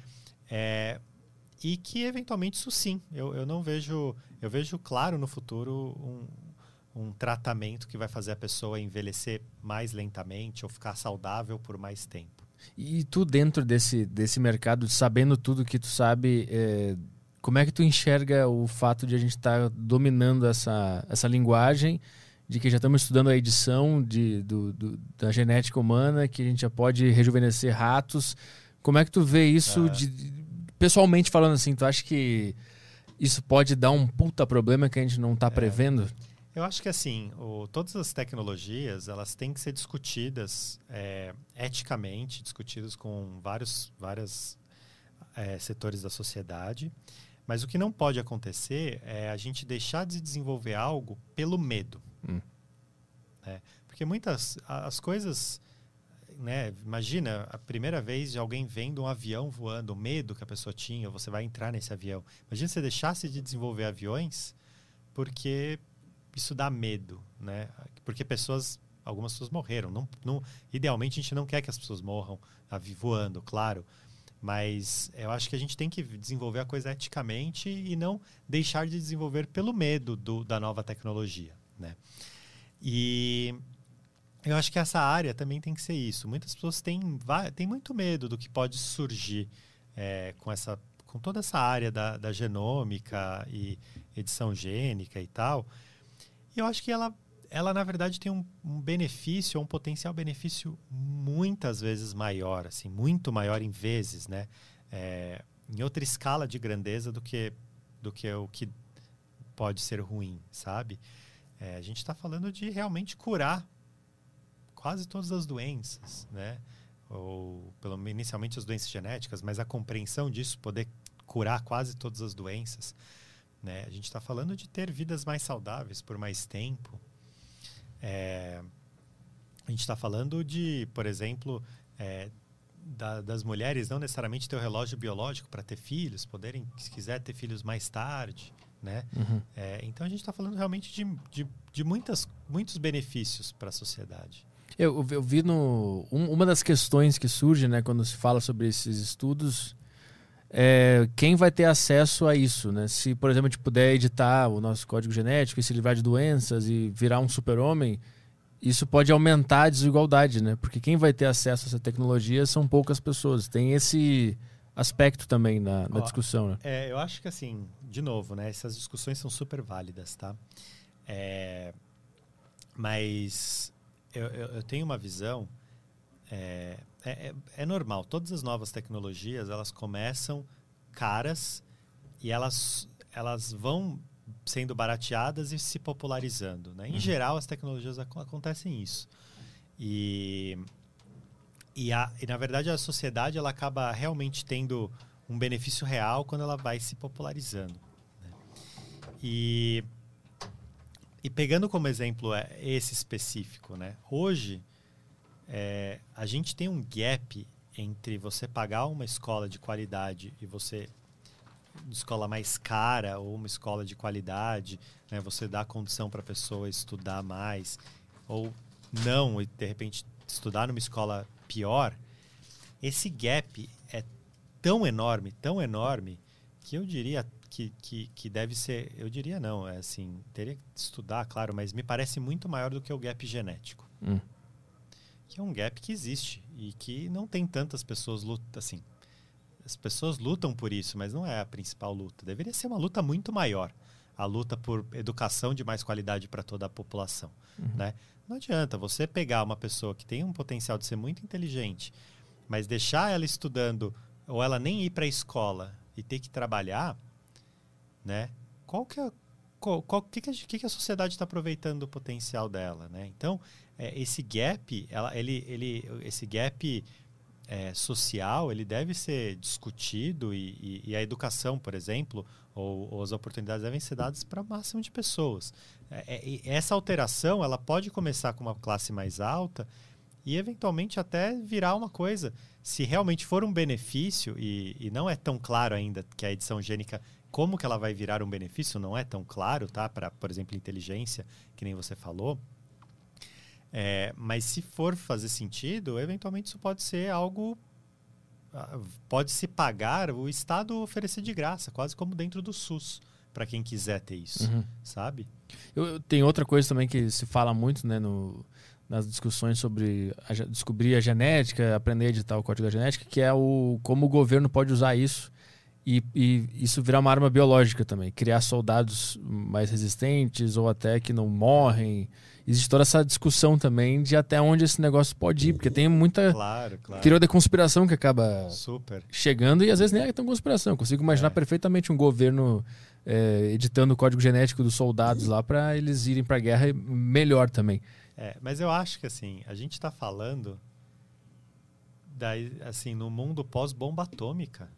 E que, eventualmente, isso sim. Eu não vejo... Eu vejo, claro, no futuro, um tratamento que vai fazer a pessoa envelhecer mais lentamente ou ficar saudável por mais tempo. E tu, dentro desse mercado, sabendo tudo que tu sabe, como é que tu enxerga o fato de a gente estar dominando essa linguagem, de que já estamos estudando a edição da genética humana, que a gente já pode rejuvenescer ratos? Como é que tu vê isso, pessoalmente falando assim? Tu acha que isso pode dar um puta problema que a gente não está prevendo? Eu acho que assim, todas as tecnologias, elas têm que ser discutidas eticamente, discutidas com vários setores da sociedade. Mas o que não pode acontecer é a gente deixar de desenvolver algo pelo medo. Porque as coisas... Né, imagina a primeira vez de alguém vendo um avião voando, o medo que a pessoa tinha, você vai entrar nesse avião. Imagina se você deixasse de desenvolver aviões porque isso dá medo, né? Porque algumas pessoas morreram. Idealmente, a gente não quer que as pessoas morram voando, claro. Mas eu acho que a gente tem que desenvolver a coisa eticamente e não deixar de desenvolver pelo medo da nova tecnologia, né? E eu acho que essa área também tem que ser isso. Muitas pessoas têm muito medo do que pode surgir com toda essa área da genômica e edição gênica e tal. E eu acho que ela na verdade, tem um benefício, um potencial benefício muitas vezes maior, assim, muito maior em vezes, né? Em outra escala de grandeza do que o que pode ser ruim, sabe? A gente está falando de realmente curar quase todas as doenças, né? Ou inicialmente as doenças genéticas, mas a compreensão disso, poder curar quase todas as doenças, né? A gente está falando de ter vidas mais saudáveis por mais tempo. A gente está falando de, por exemplo, das mulheres não necessariamente ter o relógio biológico para ter filhos, poderem, se quiser, ter filhos mais tarde, né? Uhum. Então a gente está falando realmente de muitos benefícios para a sociedade. Eu vi uma das questões que surge, né, quando se fala sobre esses estudos, quem vai ter acesso a isso, né? Se, por exemplo, a gente puder editar o nosso código genético e se livrar de doenças e virar um super-homem, isso pode aumentar a desigualdade, né? Porque quem vai ter acesso a essa tecnologia são poucas pessoas. Tem esse aspecto também na discussão, né? Eu acho que, assim, de novo, né? Essas discussões são super válidas, tá? Mas eu tenho uma visão... É normal. Todas as novas tecnologias, elas começam caras e elas vão sendo barateadas e se popularizando, né? Em geral, as tecnologias acontecem isso. E na verdade, a sociedade ela acaba realmente tendo um benefício real quando ela vai se popularizando, né? E pegando como exemplo esse específico, né? Hoje, a gente tem um gap entre você pagar uma escola de qualidade e você... uma escola mais cara ou uma escola de qualidade, né? Você dá condição para a pessoa estudar mais ou não, e de repente estudar numa escola pior. Esse gap é tão enorme, que eu diria que deve ser... Eu diria não, assim, teria que estudar, claro, mas me parece muito maior do que o gap genético. Que é um gap que existe e que não tem tantas pessoas assim. As pessoas lutam por isso, mas não é a principal luta. Deveria ser uma luta muito maior. A luta por educação de mais qualidade para toda a população, né? Não adianta você pegar uma pessoa que tem um potencial de ser muito inteligente, mas deixar ela estudando ou ela nem ir para a escola e ter que trabalhar, né? Que a sociedade está aproveitando do potencial dela, né? Então, esse gap, esse gap social, ele deve ser discutido e a educação, por exemplo, ou as oportunidades devem ser dadas para o máximo de pessoas. Essa alteração, ela pode começar com uma classe mais alta e eventualmente até virar uma coisa. Se realmente for um benefício, e não é tão claro ainda que a edição gênica, como que ela vai virar um benefício, não é tão claro, tá? Para, por exemplo, inteligência, que nem você falou. Mas se for fazer sentido, eventualmente isso pode ser algo... Pode se pagar, o Estado oferecer de graça, quase como dentro do SUS, para quem quiser ter isso, sabe? Tem outra coisa também que se fala muito, né, nas discussões sobre descobrir a genética, aprender a editar o código da genética, que é como o governo pode usar isso e isso virar uma arma biológica também. Criar soldados mais resistentes ou até que não morrem. Existe toda essa discussão também de até onde esse negócio pode ir, porque tem muita teoria da conspiração que acaba chegando e às vezes nem é tão conspiração. Eu consigo imaginar perfeitamente um governo editando o código genético dos soldados lá para eles irem para a guerra melhor também. Mas eu acho que assim, a gente está falando assim, no mundo pós-bomba atômica.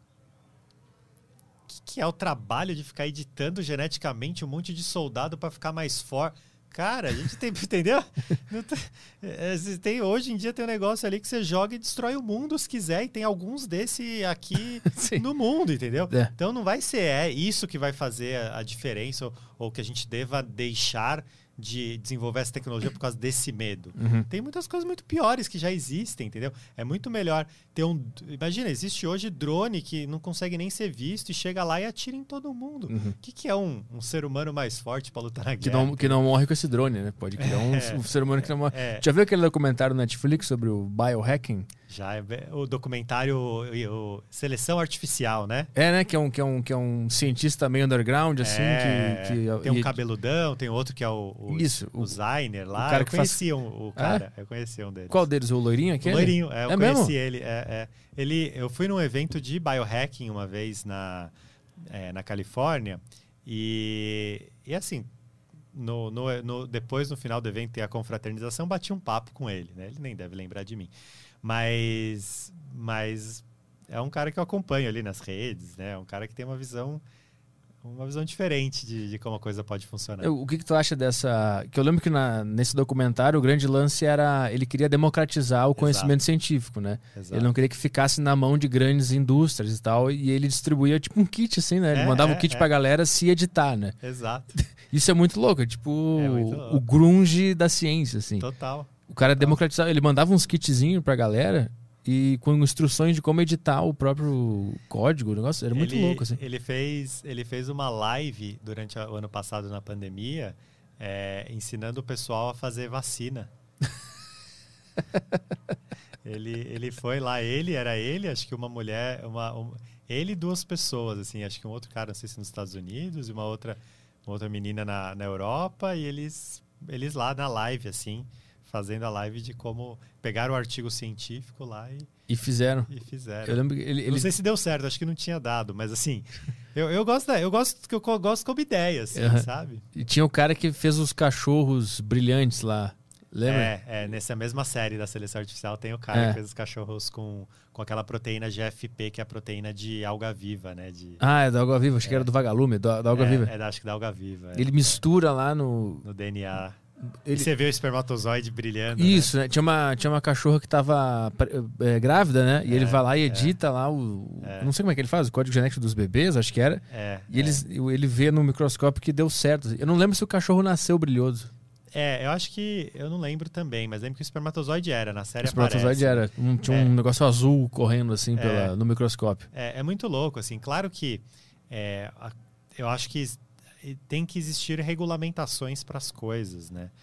O que é o trabalho de ficar editando geneticamente um monte de soldado para ficar mais forte? Cara, a gente tem, entendeu? Hoje em dia tem um negócio ali que você joga e destrói o mundo se quiser, e tem alguns desse aqui no mundo, entendeu? Então não vai ser isso que vai fazer a diferença ou que a gente deva deixar de desenvolver essa tecnologia por causa desse medo. Tem muitas coisas muito piores que já existem, entendeu? É muito melhor ter Imagina, existe hoje drone que não consegue nem ser visto e chega lá e atira em todo mundo. O que é um ser humano mais forte para lutar na guerra? Que não morre com esse drone, né? Pode criar um ser humano que não morre. Já viu aquele documentário no Netflix sobre o biohacking? Já, o documentário Seleção Artificial, né? Né? Que é um cientista meio underground, assim. Tem um cabeludão, tem outro que é o Zainer lá. O cara eu conheci o cara, eu conheci um deles. Qual deles? O loirinho aquele? O loirinho, eu conheci mesmo? ele. Eu fui num evento de biohacking uma vez na Califórnia e assim... Depois, no final do evento, tem a confraternização, bati um papo com ele, né? Ele nem deve lembrar de mim. Mas é um cara que eu acompanho ali nas redes, né? É um cara que tem uma visão diferente de como a coisa pode funcionar. O que tu acha dessa... Que eu lembro que nesse documentário o grande lance era... Ele queria democratizar o conhecimento científico, né? Exato. Ele não queria que ficasse na mão de grandes indústrias e tal. E ele distribuía tipo um kit, assim, né? Ele mandava um kit pra galera se editar, né? Exato. Isso é muito louco. É tipo o grunge da ciência, assim. Total. O cara democratizava... Ele mandava uns kitzinhos pra galera... E com instruções de como editar o próprio código, o negócio era muito louco, assim. Ele fez uma live durante o ano passado na pandemia, ensinando o pessoal a fazer vacina. ele foi lá, acho que uma mulher, ele e duas pessoas, assim, acho que um outro cara, não sei se nos Estados Unidos, e uma outra menina na Europa, e eles lá na live, assim, fazendo a live de como pegaram o artigo científico lá e fizeram. Eu lembro que não sei se deu certo, acho que não tinha dado, mas assim, eu gosto como ideia, assim, sabe? E tinha o cara que fez os cachorros brilhantes lá, lembra? Nessa mesma série da Seleção Artificial tem o cara que fez os cachorros com aquela proteína GFP, que é a proteína de alga viva, né? É da alga viva, acho que era do vagalume, da alga viva. Acho que da alga viva. Ele mistura lá no DNA. E você vê o espermatozoide brilhando. Isso, né? Tinha uma cachorra que estava grávida, né? E ele vai lá e edita lá não sei como é que ele faz, o código genético dos bebês, acho que era. E ele vê no microscópio que deu certo. Eu não lembro se o cachorro nasceu brilhoso. Eu acho que... Eu não lembro também, mas lembro que o espermatozoide era, na série aparece. O espermatozoide era. Tinha um negócio azul correndo, assim, no microscópio. É muito louco, assim. Claro que eu acho que tem que existir regulamentações para as coisas, né?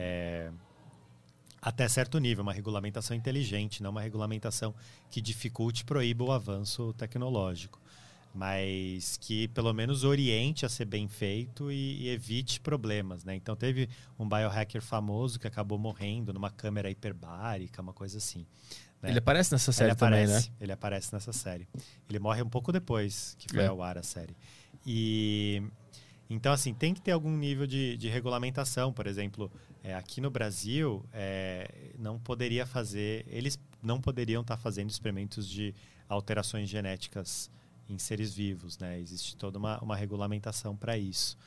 Até certo nível, uma regulamentação inteligente, não uma regulamentação que dificulte, proíba o avanço tecnológico, mas que pelo menos oriente a ser bem feito e evite problemas, né? Então teve um biohacker famoso que acabou morrendo numa câmera hiperbárica, uma coisa assim. Né? Ele aparece nessa série também, né? Ele aparece nessa série. Ele morre um pouco depois que foi ao ar a série. Então, assim, tem que ter algum nível de regulamentação. Por exemplo, aqui no Brasil, não poderia fazer... não poderiam estar fazendo experimentos de alterações genéticas em seres vivos, né? Existe toda uma regulamentação para isso.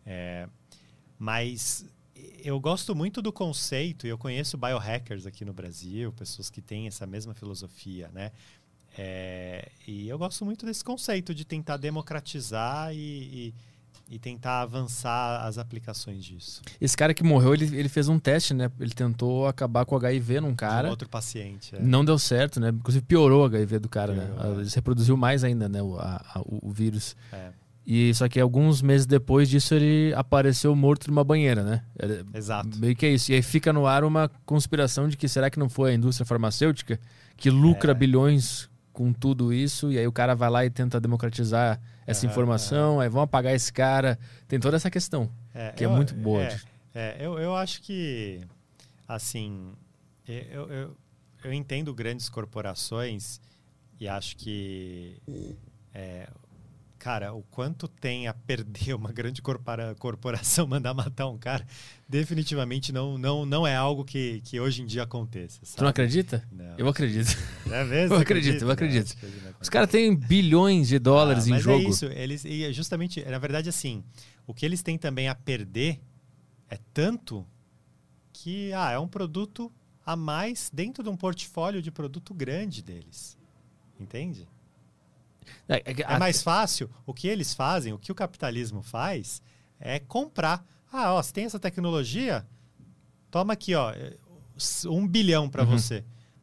Mas eu gosto muito do conceito, e eu conheço biohackers aqui no Brasil, pessoas que têm essa mesma filosofia, né? E eu gosto muito desse conceito de tentar democratizar e tentar avançar as aplicações disso. Esse cara que morreu, ele fez um teste, né? Ele tentou acabar com o HIV num cara. De um outro paciente. Não deu certo, né? Inclusive piorou o HIV do cara, né? Ele se reproduziu mais ainda, né? O vírus. E só que alguns meses depois disso ele apareceu morto numa banheira, né? Exato. Meio que é isso. E aí fica no ar uma conspiração de que será que não foi a indústria farmacêutica que lucra bilhões com tudo isso, e aí o cara vai lá e tenta democratizar essa informação, aí vão apagar esse cara. Tem toda essa questão, que é muito boa. Eu acho que, assim, eu entendo grandes corporações e acho que, cara, o quanto tem a perder uma grande corporação mandar matar um cara, definitivamente não é algo que hoje em dia aconteça. Sabe? Tu não acredita? Não. Eu acredito. É mesmo? Eu acredito. Os caras têm bilhões de dólares em jogo. Mas é isso. E justamente, na verdade, assim, o que eles têm também a perder é tanto que é um produto a mais dentro de um portfólio de produto grande deles. Entende? É mais fácil. O que eles fazem, o que o capitalismo faz, é comprar. Você tem essa tecnologia? Toma aqui, 1 bilhão para você.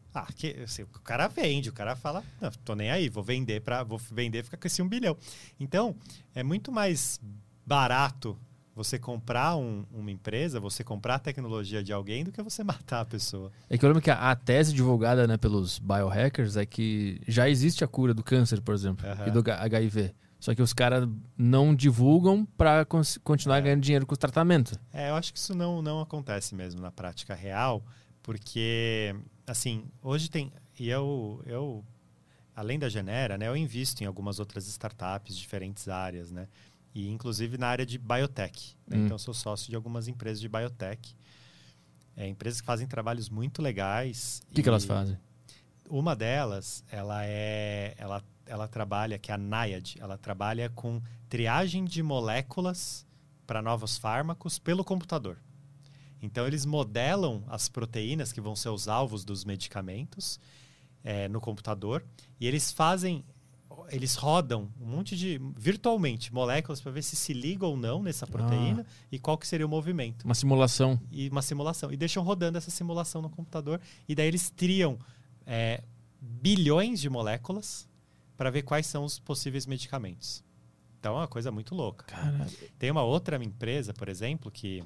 O cara vende, o cara fala, não, tô nem aí, vou vender e ficar com esse 1 bilhão. Então, é muito mais barato você comprar uma empresa, você comprar a tecnologia de alguém do que você matar a pessoa. É que eu lembro que a tese divulgada, né, pelos biohackers é que já existe a cura do câncer, por exemplo, e do HIV. Só que os caras não divulgam para continuar ganhando dinheiro com o tratamento. Eu acho que isso não acontece mesmo na prática real, porque, assim, hoje tem... E eu além da Genera, né, eu invisto em algumas outras startups de diferentes áreas, né? E inclusive na área de biotech. Né? Então, eu sou sócio de algumas empresas de biotech. Empresas que fazem trabalhos muito legais. O que elas fazem? Uma delas, ela trabalha, que é a NIAID, ela trabalha com triagem de moléculas para novos fármacos pelo computador. Então, eles modelam as proteínas que vão ser os alvos dos medicamentos no computador e eles rodam um monte de, virtualmente, moléculas para ver se liga ou não nessa proteína e qual que seria o movimento. Uma simulação. E deixam rodando essa simulação no computador. E daí eles triam bilhões de moléculas para ver quais são os possíveis medicamentos. Então é uma coisa muito louca. Caralho. Tem uma outra empresa, por exemplo, que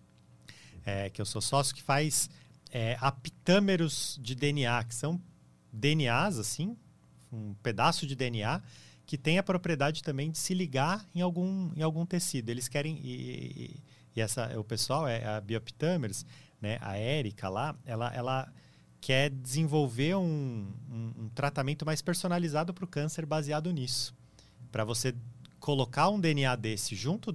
eu sou sócio, que faz aptâmeros de DNA, que são DNAs, assim, um pedaço de DNA que tem a propriedade também de se ligar em algum tecido. Eles querem... o pessoal, a Bioptamers, né, a Érica lá, ela quer desenvolver um tratamento mais personalizado para o câncer baseado nisso. Para você colocar um DNA desse junto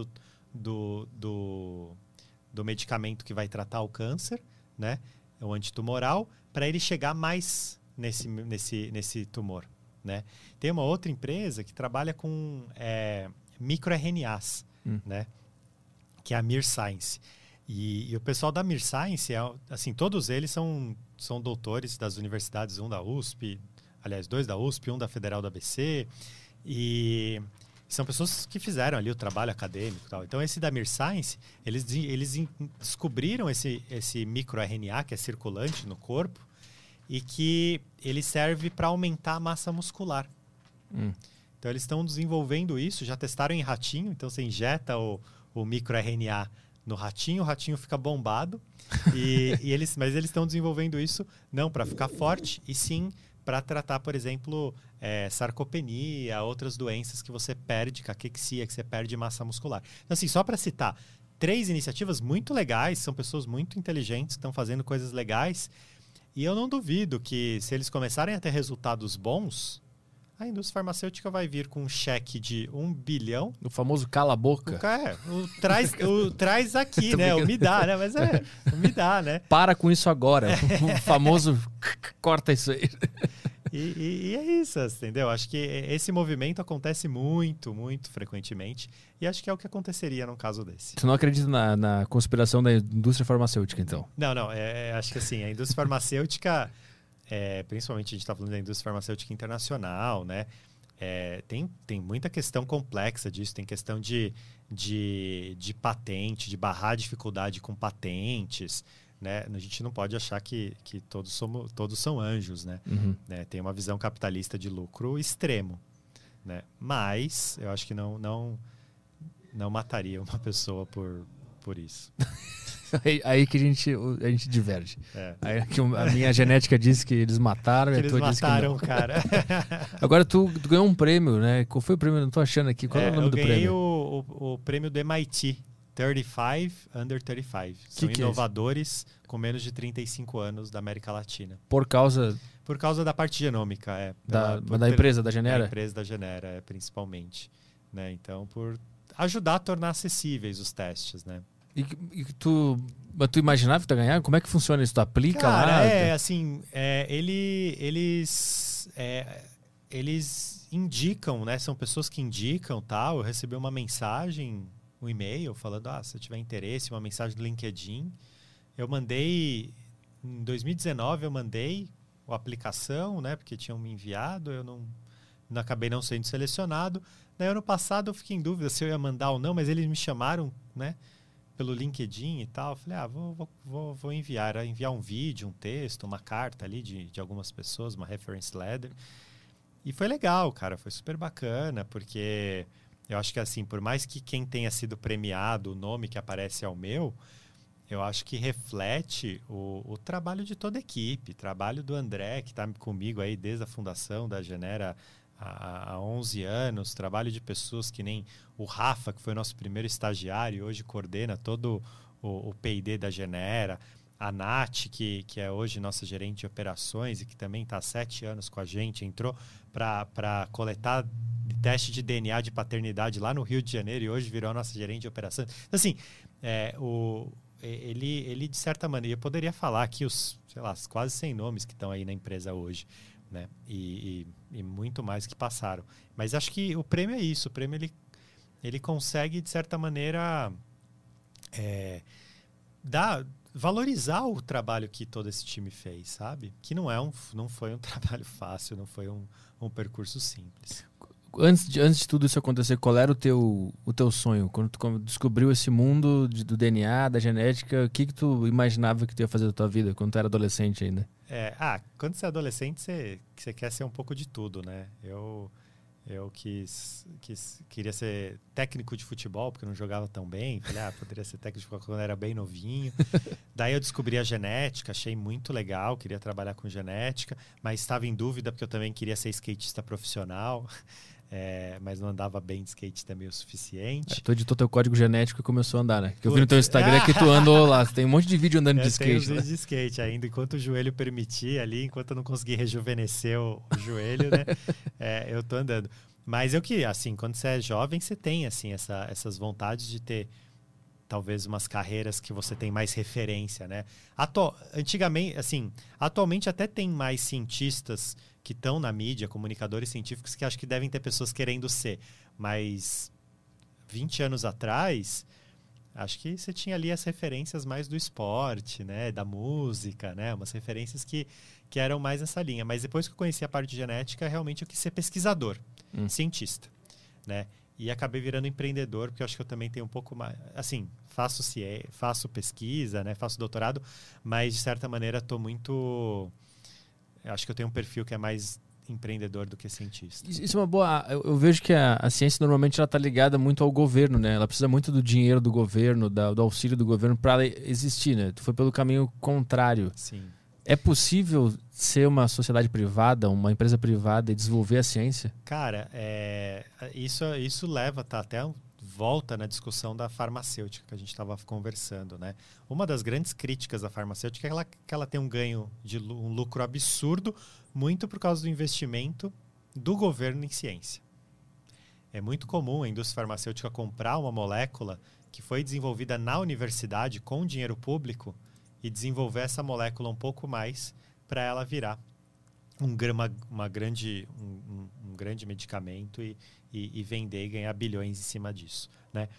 do medicamento que vai tratar o câncer, né, o antitumoral, para ele chegar mais nesse tumor, né? Tem uma outra empresa que trabalha com microRNAs, né? Que é a Mir Science. E o pessoal da Mir Science, assim, todos eles são doutores das universidades, um da USP, aliás, 2 da USP, um da Federal do ABC, e são pessoas que fizeram ali o trabalho acadêmico e tal. Então, esse da Mir Science, eles descobriram esse microRNA, que é circulante no corpo, e que ele serve para aumentar a massa muscular. Então, eles estão desenvolvendo isso, já testaram em ratinho, então você injeta o microRNA no ratinho, o ratinho fica bombado, mas eles estão desenvolvendo isso não para ficar forte, e sim para tratar, por exemplo, sarcopenia, outras doenças que você perde, caquexia, que você perde massa muscular. Então, assim, só para citar, 3 iniciativas muito legais, são pessoas muito inteligentes, que estão fazendo coisas legais. E eu não duvido que, se eles começarem a ter resultados bons, a indústria farmacêutica vai vir com um cheque de 1 bilhão. O famoso cala a boca. Traz aqui, né? O me dá, né? Mas o me dá, né? Para com isso agora. O famoso corta isso aí. E é isso, entendeu? Acho que esse movimento acontece muito, muito frequentemente. E acho que é o que aconteceria num caso desse. Você não acredita na conspiração da indústria farmacêutica, então? Não. Acho que assim, a indústria farmacêutica, principalmente a gente está falando da indústria farmacêutica internacional, né? Tem muita questão complexa disso. Tem questão de patente, de barrar a dificuldade com patentes. Né? A gente não pode achar que todos são anjos, né? Uhum. Tem uma visão capitalista de lucro extremo, né? Mas eu acho que não mataria uma pessoa por isso. Aí que a gente diverge. Aí que a minha genética diz que eles mataram. Que eles mataram o cara. Agora tu ganhou um prêmio, né? Qual foi o prêmio? Não tô achando aqui. Qual é o nome do prêmio? Eu ganhei o prêmio do MIT. 35 Under 35. São inovadores com menos de 35 anos da América Latina. Por causa da parte genômica, da empresa da Genera? Da empresa da Genera, principalmente. Né? Então, por ajudar a tornar acessíveis os testes, né? Mas tu imaginava que tu ia ganhar? Como é que funciona isso? Tu aplica lá? Eles indicam, né? São pessoas que indicam, tal. Eu recebi uma mensagem, um e-mail falando, se tiver interesse, uma mensagem do LinkedIn. Eu mandei, em 2019 eu mandei a aplicação, né, porque tinham me enviado, eu não acabei não sendo selecionado. Daí ano passado eu fiquei em dúvida se eu ia mandar ou não, mas eles me chamaram, né, pelo LinkedIn e tal. Eu falei, vou enviar um vídeo, um texto, uma carta ali de algumas pessoas, uma reference letter. E foi legal, cara, foi super bacana, porque eu acho que assim, por mais que quem tenha sido premiado, o nome que aparece é o meu, eu acho que reflete o trabalho de toda a equipe, trabalho do André, que está comigo aí desde a fundação da Genera há 11 anos, trabalho de pessoas que nem o Rafa, que foi nosso primeiro estagiário e hoje coordena todo o P&D da Genera, a Nath, que é hoje nossa gerente de operações e que também está há 7 anos com a gente, entrou para coletar teste de DNA de paternidade lá no Rio de Janeiro e hoje virou a nossa gerente de operações. Então, assim, ele, de certa maneira, eu poderia falar aqui os, sei lá, quase 100 nomes que estão aí na empresa hoje, né? E muito mais que passaram. Mas acho que o prêmio é isso. O prêmio, ele consegue, de certa maneira, valorizar o trabalho que todo esse time fez, sabe? Que não foi um trabalho fácil, não foi um percurso simples. Antes de tudo isso acontecer, qual era o teu sonho? Quando tu descobriu esse mundo do DNA, da genética, o que tu imaginava que tu ia fazer da tua vida quando tu era adolescente ainda? Quando você é adolescente, você quer ser um pouco de tudo, né? Eu queria ser técnico de futebol, porque eu não jogava tão bem. Falei, poderia ser técnico de futebol quando eu era bem novinho. Daí eu descobri a genética, achei muito legal, queria trabalhar com genética, mas estava em dúvida porque eu também queria ser skatista profissional. Mas não andava bem de skate também o suficiente. Tu editou teu código genético e começou a andar, né? Que eu vi no teu Instagram que tu andou lá. Tem um monte de vídeo andando de skate. Tem uns vídeos de skate ainda, enquanto o joelho permitia ali, enquanto eu não consegui rejuvenescer o joelho, né? Eu tô andando. Mas eu queria, assim, quando você é jovem, você tem, assim, essas vontades de ter talvez umas carreiras que você tem mais referência, né? Atualmente até tem mais cientistas que estão na mídia, comunicadores científicos, que acho que devem ter pessoas querendo ser. Mas 20 anos atrás, acho que você tinha ali as referências mais do esporte, né? Da música, né? Umas referências que eram mais nessa linha. Mas depois que eu conheci a parte de genética, realmente eu quis ser pesquisador, cientista, né? E acabei virando empreendedor, porque eu acho que eu também tenho um pouco mais... Assim, faço pesquisa, né? Faço doutorado, mas de certa maneira estou muito... Eu acho que eu tenho um perfil que é mais empreendedor do que cientista. Isso é uma boa... Eu vejo que a ciência normalmente ela está ligada muito ao governo, né? Ela precisa muito do dinheiro do governo, do auxílio do governo para existir, né? Tu foi pelo caminho contrário. Sim. É possível ser uma sociedade privada, uma empresa privada e desenvolver a ciência? Cara, isso leva até volta na discussão da farmacêutica que a gente estava conversando, né? Uma das grandes críticas da farmacêutica é que ela tem um ganho de um lucro absurdo, muito por causa do investimento do governo em ciência. É muito comum a indústria farmacêutica comprar uma molécula que foi desenvolvida na universidade com dinheiro público e desenvolver essa molécula um pouco mais para ela virar um grande medicamento e vender e ganhar bilhões em cima disso, né?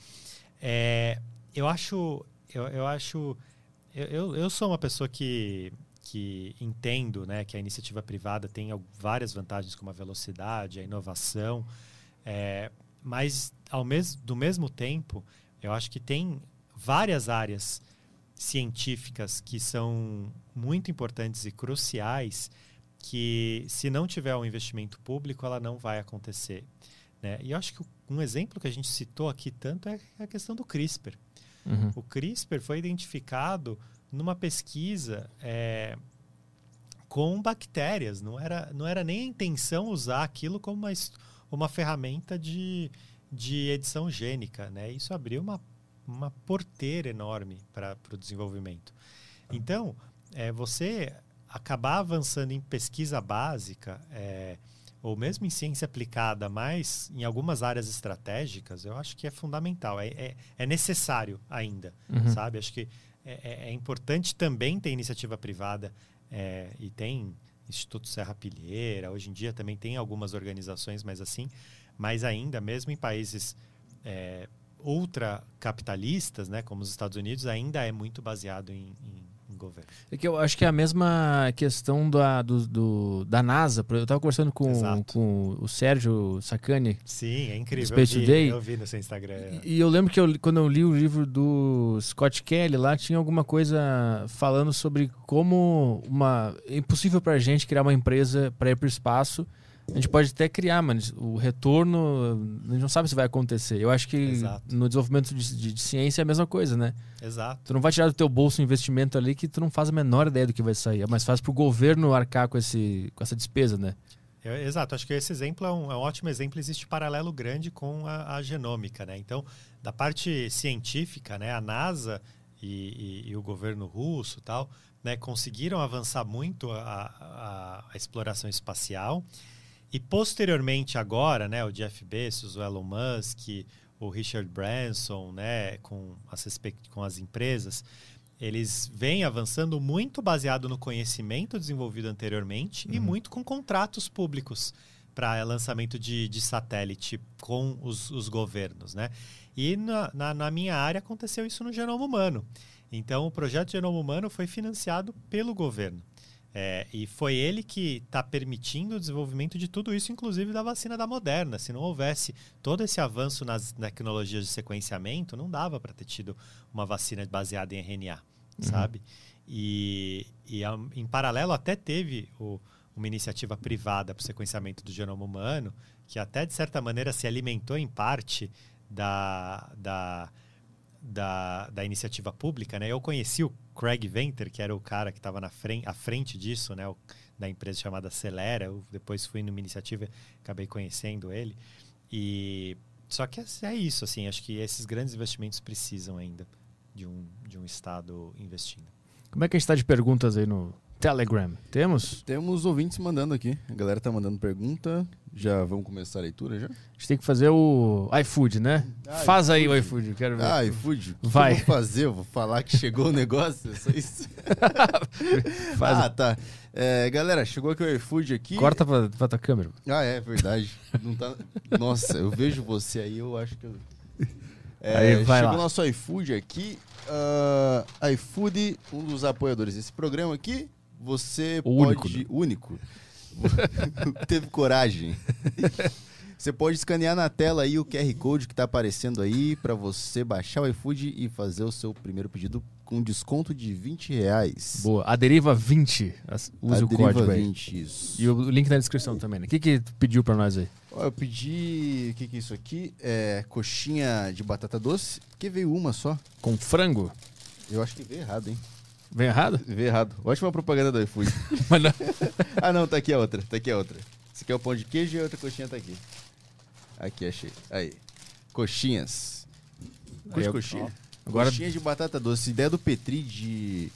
Eu sou uma pessoa que entendo, né, que a iniciativa privada tem várias vantagens, como a velocidade, a inovação, mas do mesmo tempo eu acho que tem várias áreas científicas que são muito importantes e cruciais que, se não tiver um investimento público, ela não vai acontecer, né? E eu acho que um exemplo que a gente citou aqui tanto é a questão do CRISPR. Uhum. O CRISPR foi identificado numa pesquisa com bactérias. Não era nem a intenção usar aquilo como uma ferramenta de edição gênica, né? Isso abriu uma porteira enorme para o desenvolvimento. Então, você acabar avançando em pesquisa básica, ou mesmo em ciência aplicada, mas em algumas áreas estratégicas, eu acho que é fundamental, é necessário ainda, sabe? Acho que é importante também ter iniciativa privada, e tem Instituto Serra-Pilheira, hoje em dia também tem algumas organizações, mas ainda, mesmo em países ultracapitalistas, né, como os Estados Unidos, ainda é muito baseado em governo. É que eu acho que é a mesma questão da NASA. Eu estava conversando com o Sérgio Sacani. Sim, é incrível. Space Today. Eu vi no seu Instagram. E eu lembro que quando eu li o livro do Scott Kelly, lá tinha alguma coisa falando sobre como é impossível para a gente criar uma empresa para ir para o espaço. A gente pode até criar, mas o retorno, a gente não sabe se vai acontecer. Eu acho que no desenvolvimento de ciência é a mesma coisa, né? Exato. Tu não vai tirar do teu bolso um investimento ali que tu não faz a menor ideia do que vai sair. É mais fácil para o governo arcar com essa despesa, né? Exato. Acho que esse exemplo é um ótimo exemplo. Existe paralelo grande com a genômica, né? Então, da parte científica, né, a NASA e o governo russo, tal, né, conseguiram avançar muito a exploração espacial. E posteriormente agora, né, o Jeff Bezos, o Elon Musk, o Richard Branson, né, com as empresas, eles vêm avançando muito baseado no conhecimento desenvolvido anteriormente e muito com contratos públicos para lançamento de satélite com os governos, né? E na minha área aconteceu isso no Genoma Humano. Então, o projeto Genoma Humano foi financiado pelo governo. E foi ele que está permitindo o desenvolvimento de tudo isso, inclusive da vacina da Moderna. Se não houvesse todo esse avanço nas tecnologias de sequenciamento, não dava para ter tido uma vacina baseada em RNA, sabe? E em paralelo até teve uma iniciativa privada para o sequenciamento do genoma humano, que até de certa maneira se alimentou em parte da iniciativa pública, né? Eu conheci o Craig Venter, que era o cara que estava à frente disso, né? Da empresa chamada Celera. Eu depois fui numa iniciativa e acabei conhecendo ele. Só que é isso, assim, acho que esses grandes investimentos precisam ainda de um Estado investindo. Como é que a gente está de perguntas aí no Telegram? Temos? Temos ouvintes mandando aqui. A galera tá mandando pergunta. Já vamos começar a leitura já? A gente tem que fazer o iFood, né? Faz aí o iFood, quero ver. iFood? Vai. O que eu vou fazer? Eu vou falar que chegou o negócio? É só isso? Tá. Galera, chegou aqui o iFood aqui. Corta pra tua câmera. É verdade. Não tá... Nossa, eu vejo você aí, eu acho que eu... Aí, vai chegou lá. o nosso iFood aqui. iFood, um dos apoiadores desse programa aqui. Você pode... Único. Teve coragem. Você pode escanear na tela aí o QR Code que está aparecendo aí para você baixar o iFood e fazer o seu primeiro pedido com desconto de R$20. Boa. A Deriva 20. Use o código aí. 20, isso. E o link na descrição também, né? O que tu pediu para nós aí? Eu pedi... O que é isso aqui? Coxinha de batata doce. Porque veio uma só. Com frango? Eu acho que veio errado, hein? Vem errado? Veio errado. Ótima propaganda do iFood. Mas não. Não, tá aqui a outra. Esse aqui é o pão de queijo e a outra coxinha tá aqui. Aqui, achei. Aí. Coxinhas. Coxinha? Agora... Coxinha de batata doce. Ideia do Petri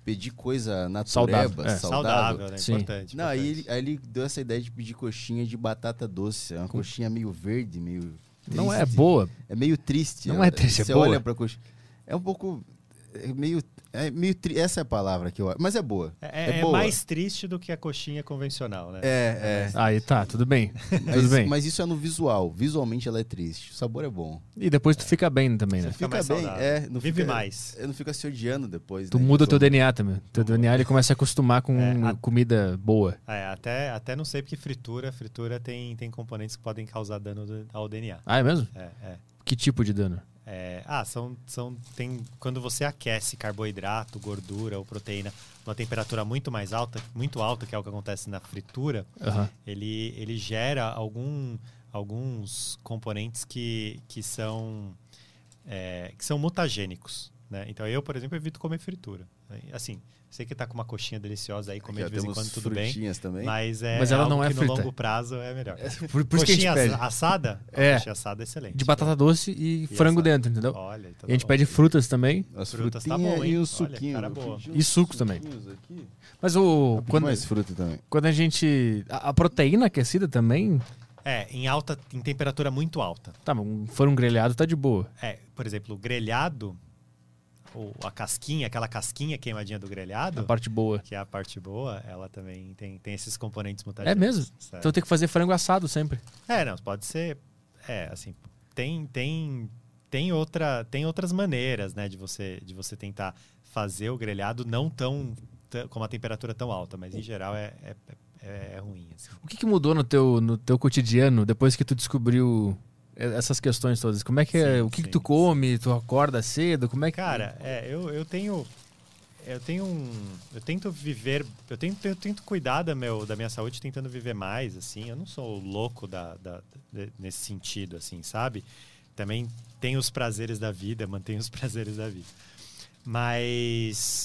pedir coisa natureba, saudável, né? Sim. Importante. Não, aí ele deu essa ideia de pedir coxinha de batata doce. É uma coxinha meio verde, meio triste. Não é boa. É meio triste. Não é triste, Você é boa. olha pra coxinha. É um pouco... essa é a palavra que eu acho. Mas é boa. É boa. mais triste do que a coxinha convencional, né? Aí tá, tudo bem. Mas isso é no visual. Visualmente ela é triste. O sabor é bom. E depois tu fica bem também, né? Você fica mais bem. saudável. Não Vive fica, mais. Não fica se odiando depois. Tu né? muda o teu DNA também. Teu DNA ele começa a acostumar com comida boa. Até não sei porque fritura tem componentes que podem causar dano ao DNA. Ah, é mesmo? É. Que tipo de dano? Tem quando você aquece carboidrato, gordura ou proteína numa temperatura muito mais alta, muito alta, que é o que acontece na fritura, ele gera alguns componentes que são mutagênicos, né? Então eu, por exemplo, evito comer fritura. Assim, sei que tá com uma coxinha deliciosa aí, comer de vez em quando tudo bem. Também. Mas ela não é que frita. No longo prazo é melhor. Por isso que a gente pede. Assada? Coxinha assada é excelente. De batata doce e frango assada. Dentro, entendeu? Olha, então E a gente pede frutas também. As frutas tá frutinhas bom, hein? e os suquinhos. Olha, cara boa. E sucos também. Mas mais fruta também. Quando a gente... A proteína aquecida também... em temperatura muito alta. Tá, mas um grelhado tá de boa. Por exemplo, o grelhado, ou aquela casquinha queimadinha do grelhado, A parte boa. que é a parte boa, ela também tem esses componentes É mutagênicos. mesmo? Certo. Então tem que fazer frango assado sempre. Não, pode ser... assim, tem outras maneiras, né, de você tentar fazer o grelhado não com uma temperatura tão alta, mas em geral é ruim. Assim. O que mudou no teu cotidiano depois que tu descobriu essas questões todas? Como é que é? O que tu come? Tu acorda cedo? Como é que... Cara, eu tento cuidar da minha saúde, tentando viver mais, assim. Eu não sou louco nesse sentido, assim, sabe? Também tenho os prazeres da vida, mantenho os prazeres da vida. Mas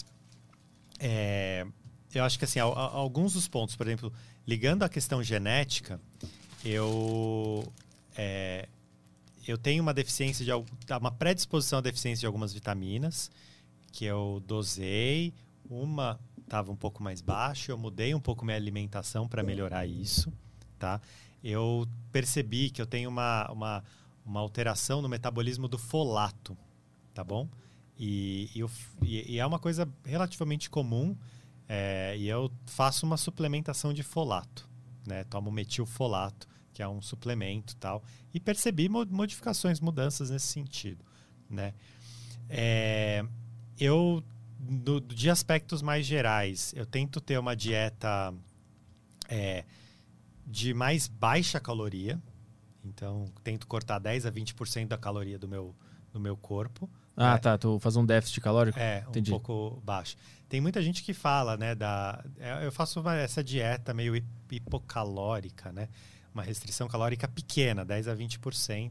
eu acho que, assim, alguns dos pontos, por exemplo, ligando à questão genética, eu tenho uma deficiência uma predisposição à deficiência de algumas vitaminas, que eu dosei, uma estava um pouco mais baixa, eu mudei um pouco minha alimentação para melhorar isso, tá? Eu percebi que eu tenho uma alteração no metabolismo do folato, tá bom? E é uma coisa relativamente comum, e eu faço uma suplementação de folato, né? Tomo metilfolato, que é um suplemento e tal, e percebi mudanças nesse sentido, né? De aspectos mais gerais, eu tento ter uma dieta de mais baixa caloria, então tento cortar 10 a 20% da caloria do meu corpo. Tá, tu faz um déficit calórico? Entendi. Um pouco baixo. Tem muita gente que fala, né, eu faço essa dieta meio hipocalórica, né? Uma restrição calórica pequena, 10 a 20%.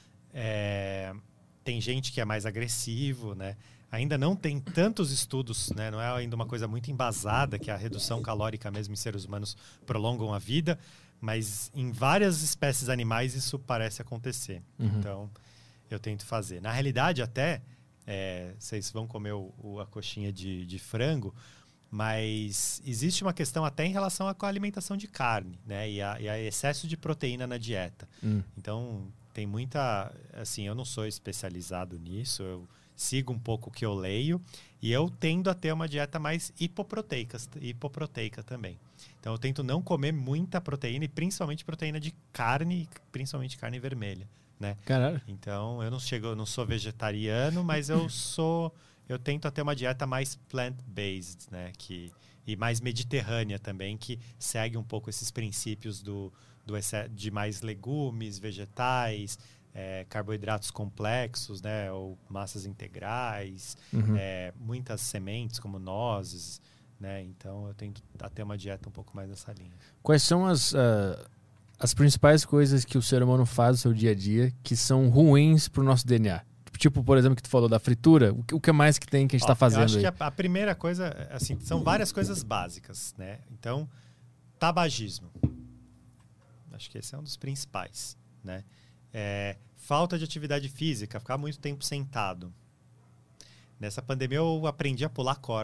Tem gente que é mais agressivo, né? Ainda não tem tantos estudos, né? Não é ainda uma coisa muito embasada, que a redução calórica mesmo em seres humanos prolongam a vida, mas em várias espécies animais isso parece acontecer. Uhum. Então, eu tento fazer. Na realidade, até, vocês vão comer a coxinha de frango, mas existe uma questão até em relação com a alimentação de carne, né? E a excesso de proteína na dieta. Então, tem muita... Assim, eu não sou especializado nisso, eu sigo um pouco o que eu leio, e eu tendo a ter uma dieta mais hipopproteica também. Então, eu tento não comer muita proteína, e principalmente proteína de carne, principalmente carne vermelha, né? Caralho. Então, eu não sou vegetariano, mas eu tento ter uma dieta mais plant-based, né? E mais mediterrânea também, que segue um pouco esses princípios de mais legumes, vegetais, carboidratos complexos, né? Ou massas integrais, muitas sementes como nozes, né? Então eu tento ter uma dieta um pouco mais nessa linha. Quais são as principais coisas que o ser humano faz no seu dia a dia que são ruins pro nosso DNA? Tipo, por exemplo, que tu falou da fritura, o que mais que tem que a gente tá fazendo? Eu acho aí? que a primeira coisa, assim, são várias coisas básicas, né? Então, tabagismo. Acho que esse é um dos principais, né? Falta de atividade física, ficar muito tempo sentado. Nessa pandemia eu aprendi a pular corda.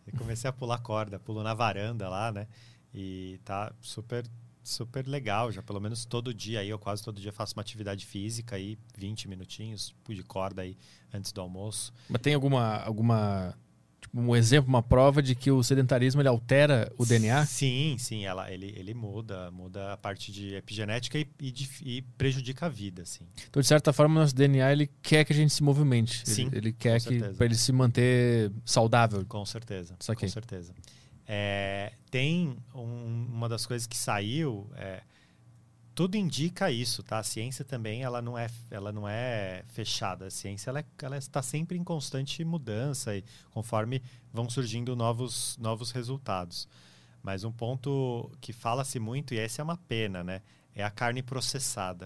Eu comecei a pular corda, pulo na varanda lá, né? E tá super legal, já pelo menos todo dia aí, eu quase todo dia faço uma atividade física aí, 20 minutinhos de corda aí antes do almoço. Mas tem alguma tipo, um exemplo, uma prova de que o sedentarismo ele altera o DNA? Sim, ele muda a parte de epigenética e prejudica a vida, assim. Então, de certa forma, o nosso DNA ele quer que a gente se movimente. Sim, ele quer que para ele se manter saudável. Com certeza, Saquei. com certeza. Tem uma das coisas que saiu, tudo indica isso, tá? A ciência também ela não é fechada. A ciência ela está sempre em constante mudança e conforme vão surgindo novos resultados. Mas um ponto que fala-se muito, e essa é uma pena, né? É a carne processada.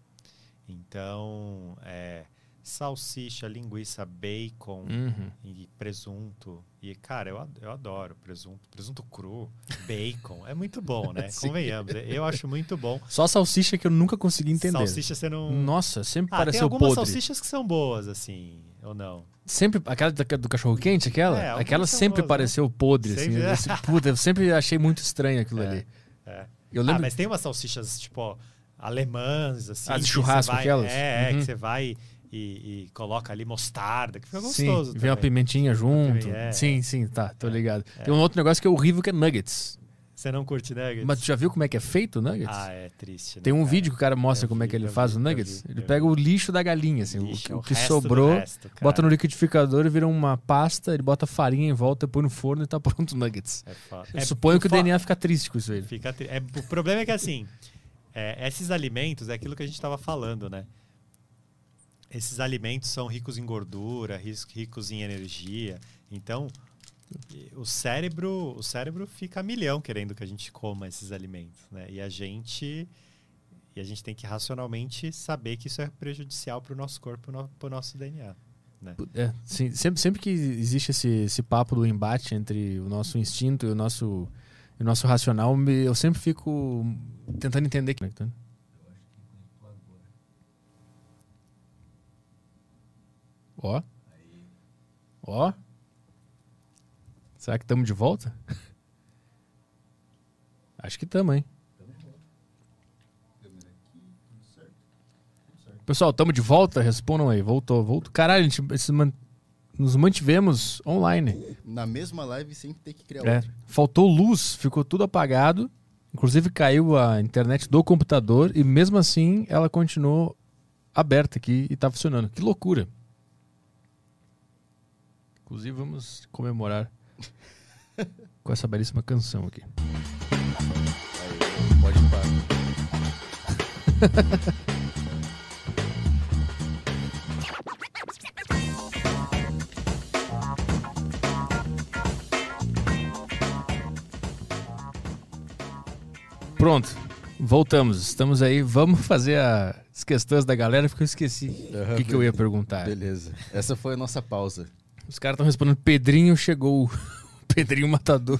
Então, salsicha, linguiça, bacon e presunto. E, cara, eu adoro presunto cru, bacon. É muito bom, né? Convenhamos. Eu acho muito bom. Só salsicha que eu nunca consegui entender. Salsicha você não... Nossa, sempre pareceu tem algumas podre. salsichas que são boas, assim, ou não? Sempre, aquela do cachorro-quente, aquela? Aquela sempre pareceu podre, sempre, assim. Puta, eu sempre achei muito estranho aquilo ali. Eu lembro... mas tem umas salsichas, tipo, alemãs, assim. De churrasco, aquelas? Que você vai... E coloca ali mostarda, que fica gostoso. Sim, vem uma pimentinha junto. Sim, tá, tô ligado. Tem um outro negócio que é horrível, que é nuggets. Você não curte nuggets? Mas tu já viu como é que é feito o nuggets? É triste. Né, tem um vídeo que o cara mostra como é que ele faz o nuggets. Ele pega o lixo da galinha, assim, o que sobrou, bota no liquidificador e vira uma pasta, ele bota farinha em volta, põe no forno e tá pronto o nuggets. Eu suponho que o DNA fica triste com isso aí. O problema é que, assim, esses alimentos, é aquilo que a gente tava falando, né? Esses alimentos são ricos em gordura, ricos em energia. Então, o cérebro fica a milhão querendo que a gente coma esses alimentos, né? E a gente tem que racionalmente saber que isso é prejudicial para o nosso corpo, para o nosso DNA. Né? Sim, sempre que existe esse papo do embate entre o nosso instinto e o nosso racional, eu sempre fico tentando entender. Ó. Será que estamos de volta? Acho que estamos, hein? Pessoal, estamos de volta? Respondam aí. Voltou. Caralho, a gente nos mantivemos online. Na mesma live sem ter que criar outra. Faltou luz, ficou tudo apagado. Inclusive caiu a internet do computador e mesmo assim ela continuou aberta aqui e está funcionando. Que loucura. Inclusive, vamos comemorar com essa belíssima canção aqui. Aí, pode parar. Pronto, voltamos. Estamos aí. Vamos fazer as questões da galera, porque eu esqueci o que eu ia perguntar. Beleza. Essa foi a nossa pausa. Os caras estão respondendo, Pedrinho chegou. Pedrinho Matador.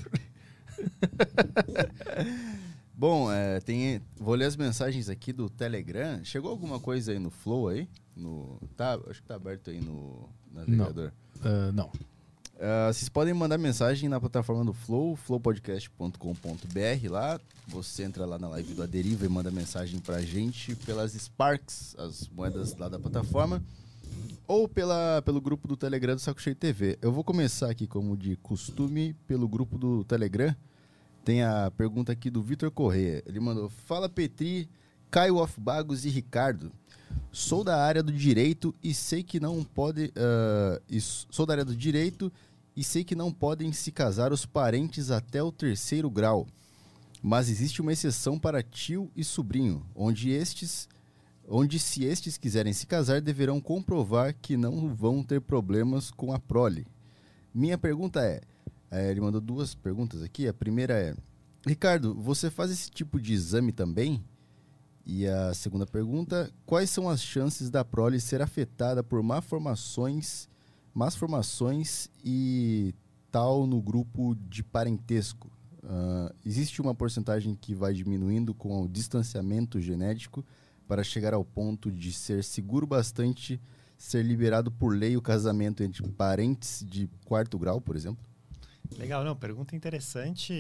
Bom, vou ler as mensagens aqui do Telegram. Chegou alguma coisa aí no Flow aí? Acho que tá aberto aí no navegador. Não. Vocês podem mandar mensagem na plataforma do Flow, flowpodcast.com.br. Lá, você entra lá na live do Aderiva e manda mensagem pra gente pelas Sparks, as moedas lá da plataforma, ou pelo grupo do Telegram do Saco Cheio TV. Eu vou começar aqui, como de costume, pelo grupo do Telegram. Tem a pergunta aqui do Vitor Corrêa. Ele mandou: fala Petri, Caio of Bagos e Ricardo. Sou da área do direito e sei que não pode. Sou da área do direito e sei que não podem se casar os parentes até o 3º grau. Mas existe uma exceção para tio e sobrinho, onde se estes quiserem se casar, deverão comprovar que não vão ter problemas com a prole. Minha pergunta ele mandou 2 perguntas aqui. A primeira é: Ricardo, você faz esse tipo de exame também? E a segunda pergunta: quais são as chances da prole ser afetada por más formações e tal no grupo de parentesco? Existe uma porcentagem que vai diminuindo com o distanciamento genético para chegar ao ponto de ser seguro bastante ser liberado por lei o casamento entre parentes de 4º grau, por exemplo? Legal, não, pergunta interessante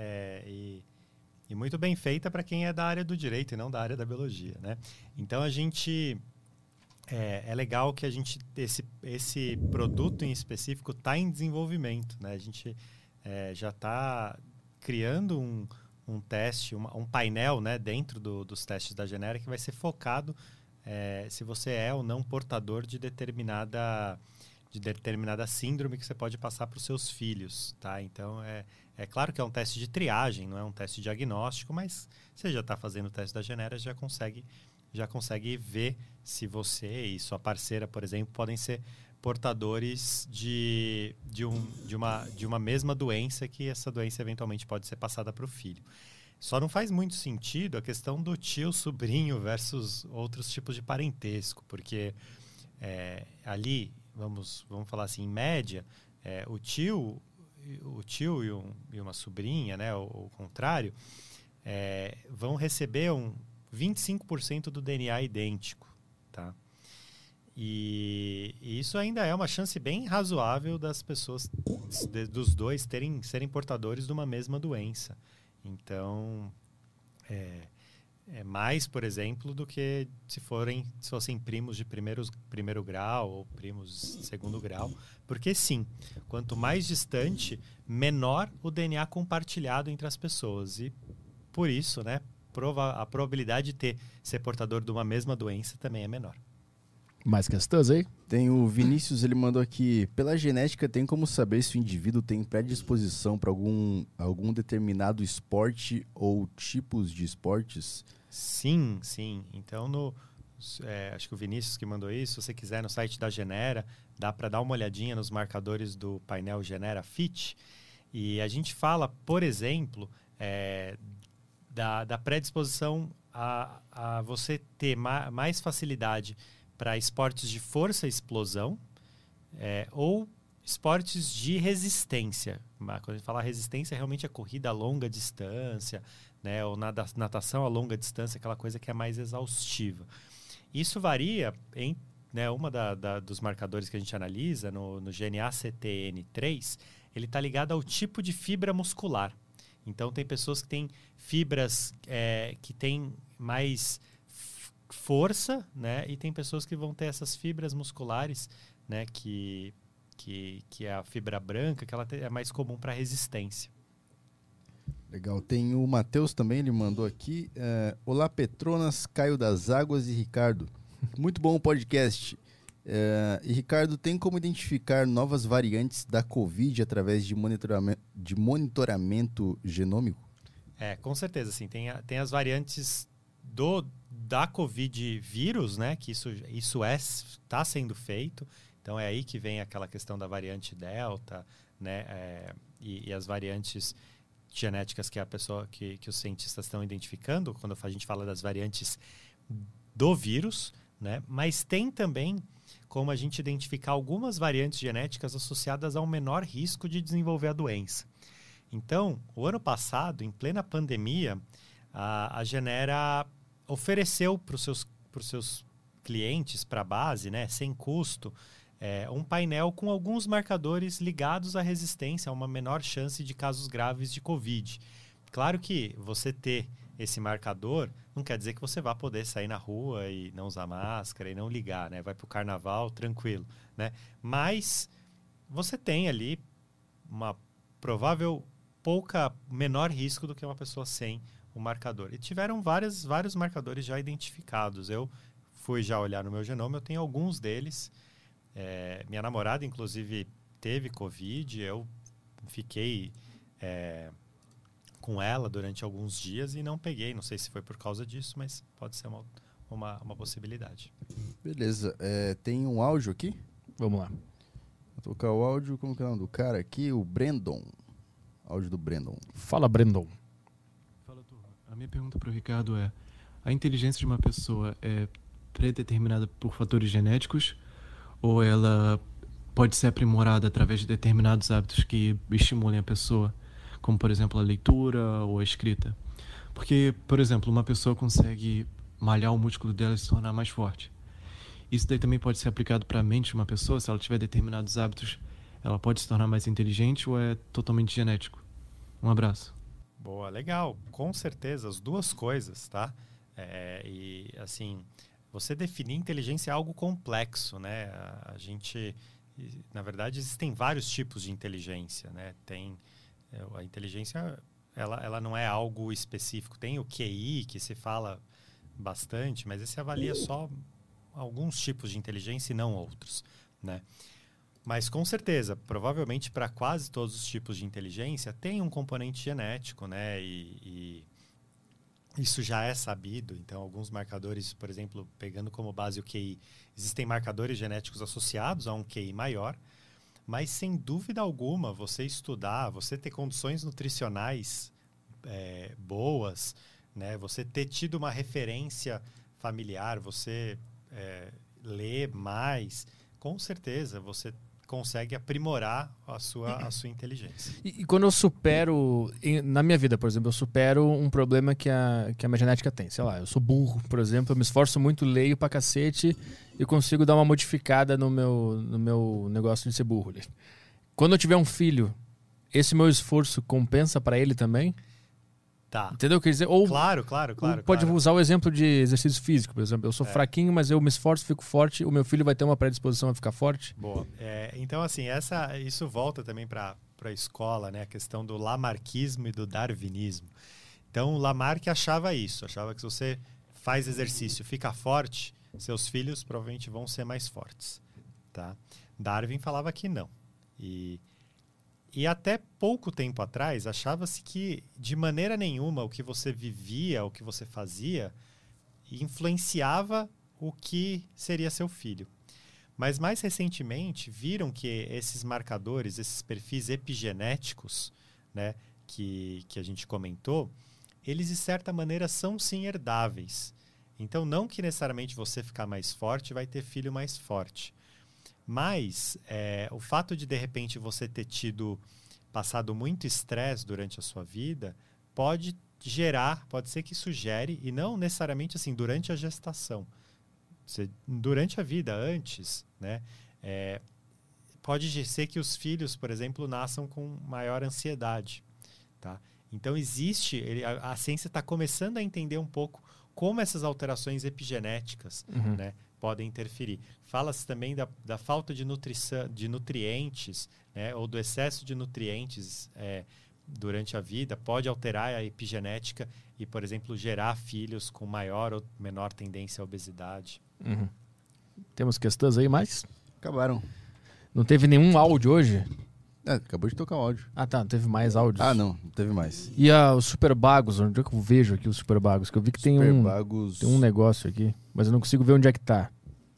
e muito bem feita para quem é da área do direito e não da área da biologia, né? Então, a gente... É legal que a gente... Esse produto em específico está em desenvolvimento, né? A gente já está criando um teste, um painel, né, dentro dos testes da Genera que vai ser focado se você é ou não portador de determinada síndrome que você pode passar para os seus filhos, tá? Então, é claro que é um teste de triagem, não é um teste diagnóstico, mas você já está fazendo o teste da Genera, já consegue ver se você e sua parceira, por exemplo, podem ser portadores de uma mesma doença, que essa doença eventualmente pode ser passada para o filho. Só não faz muito sentido a questão do tio, sobrinho versus outros tipos de parentesco, porque ali, vamos falar assim, em média, o tio e uma sobrinha, né, ou o contrário, vão receber 25% do DNA idêntico, tá? E isso ainda é uma chance bem razoável das pessoas, dos dois, serem portadores de uma mesma doença. Então, é mais, por exemplo, do que se fossem primos de primeiro grau ou primos de segundo grau. Porque, sim, quanto mais distante, menor o DNA compartilhado entre as pessoas. E, por isso, né, a probabilidade de ser portador de uma mesma doença também é menor. Mais questões aí? Tem o Vinícius, ele mandou aqui: pela genética, tem como saber se o indivíduo tem predisposição para algum determinado esporte ou tipos de esportes? Sim. Então, acho que o Vinícius que mandou isso. Se você quiser, no site da Genera, dá para dar uma olhadinha nos marcadores do painel Genera Fit. E a gente fala, por exemplo, da predisposição a você ter mais facilidade para esportes de força e explosão ou esportes de resistência. Quando a gente fala resistência, realmente é corrida a longa distância, né, ou natação a longa distância, aquela coisa que é mais exaustiva. Isso varia em... Né, uma dos marcadores que a gente analisa, no GNA-CTN3, ele está ligado ao tipo de fibra muscular. Então, tem pessoas que têm fibras que têm mais força, né? E tem pessoas que vão ter essas fibras musculares, né? Que é a fibra branca, que ela é mais comum para resistência. Legal. Tem o Matheus também, ele mandou aqui: olá, Petronas, Caio das Águas e Ricardo. Muito bom o podcast. E Ricardo, tem como identificar novas variantes da Covid através de monitoramento genômico? Com certeza, sim. Tem as variantes da Covid vírus, né? Que isso está sendo feito. Então, é aí que vem aquela questão da variante Delta, né? E as variantes genéticas que que os cientistas estão identificando, quando a gente fala das variantes do vírus, né? Mas tem também como a gente identificar algumas variantes genéticas associadas a um menor risco de desenvolver a doença. Então, o ano passado, em plena pandemia, a Genera ofereceu para os seus clientes, para a base, né, sem custo, um painel com alguns marcadores ligados à resistência, a uma menor chance de casos graves de Covid. Claro que você ter esse marcador não quer dizer que você vai poder sair na rua e não usar máscara e não ligar, né? Vai para o carnaval tranquilo, né? Mas você tem ali uma provável menor risco do que uma pessoa sem o marcador. E tiveram vários marcadores já identificados. Eu fui já olhar no meu genoma, eu tenho alguns deles. Minha namorada, inclusive, teve Covid, eu fiquei com ela durante alguns dias e não peguei. Não sei se foi por causa disso, mas pode ser uma possibilidade. Beleza. Tem um áudio aqui? Vamos lá. Vou tocar o áudio. Como que é o nome do cara aqui? O Brandon. Áudio do Brandon. Fala, Brandon. Fala, turma. A minha pergunta para o Ricardo é: a inteligência de uma pessoa é predeterminada por fatores genéticos ou ela pode ser aprimorada através de determinados hábitos que estimulem a pessoa, como, por exemplo, a leitura ou a escrita? Porque, por exemplo, uma pessoa consegue malhar o músculo dela e se tornar mais forte. Isso daí também pode ser aplicado para a mente de uma pessoa. Se ela tiver determinados hábitos, ela pode se tornar mais inteligente ou é totalmente genético? Um abraço. Boa, legal. Com certeza, as duas coisas, tá? E, assim, você definir inteligência é algo complexo, né? A gente, na verdade, existem vários tipos de inteligência, né? A inteligência, ela não é algo específico. Tem o QI, que se fala bastante, mas esse avalia só alguns tipos de inteligência e não outros, né? Mas, com certeza, provavelmente para quase todos os tipos de inteligência tem um componente genético, né? E isso já é sabido. Então, alguns marcadores, por exemplo, pegando como base o QI, existem marcadores genéticos associados a um QI maior, mas, sem dúvida alguma, você estudar, você ter condições nutricionais boas, né? Você ter tido uma referência familiar, você ler mais, com certeza você consegue aprimorar a sua inteligência. E quando eu supero, na minha vida, por exemplo, eu supero um problema que a minha genética tem. Sei lá, eu sou burro, por exemplo, eu me esforço muito, leio pra cacete e consigo dar uma modificada no meu negócio de ser burro. Quando eu tiver um filho, esse meu esforço compensa pra ele também? Tá. Entendeu o que eu quer dizer? Ou Claro. Pode usar o exemplo de exercício físico, por exemplo. Eu sou fraquinho, mas eu me esforço, fico forte. O meu filho vai ter uma predisposição a ficar forte? Boa. Então, assim, isso volta também para a escola, né? A questão do lamarquismo e do darwinismo. Então, o Lamarck achava isso. Achava que se você faz exercício e fica forte, seus filhos provavelmente vão ser mais fortes. Tá? Darwin falava que não. E até pouco tempo atrás, achava-se que, de maneira nenhuma, o que você vivia, o que você fazia, influenciava o que seria seu filho. Mas, mais recentemente, viram que esses marcadores, esses perfis epigenéticos, né, que a gente comentou, eles, de certa maneira, são sim herdáveis. Então, não que necessariamente você ficar mais forte vai ter filho mais forte. Mas o fato de repente, você ter passado muito estresse durante a sua vida, pode ser que isso gere, e não necessariamente assim, durante a gestação. Durante a vida, antes, né? Pode ser que os filhos, por exemplo, nasçam com maior ansiedade. Tá? Então, a ciência está começando a entender um pouco como essas alterações epigenéticas, né, podem interferir. Fala-se também da falta de nutrientes, né, ou do excesso de nutrientes durante a vida, pode alterar a epigenética e, por exemplo, gerar filhos com maior ou menor tendência à obesidade. Temos questões aí mais? Acabaram. Não teve nenhum áudio hoje? Acabou de tocar o áudio. Ah, tá. Não teve mais áudios. Ah, não teve mais. E os Super Bagos? Onde é que eu vejo aqui os Super Bagos? Que eu vi que tem um negócio aqui, mas eu não consigo ver onde é que tá.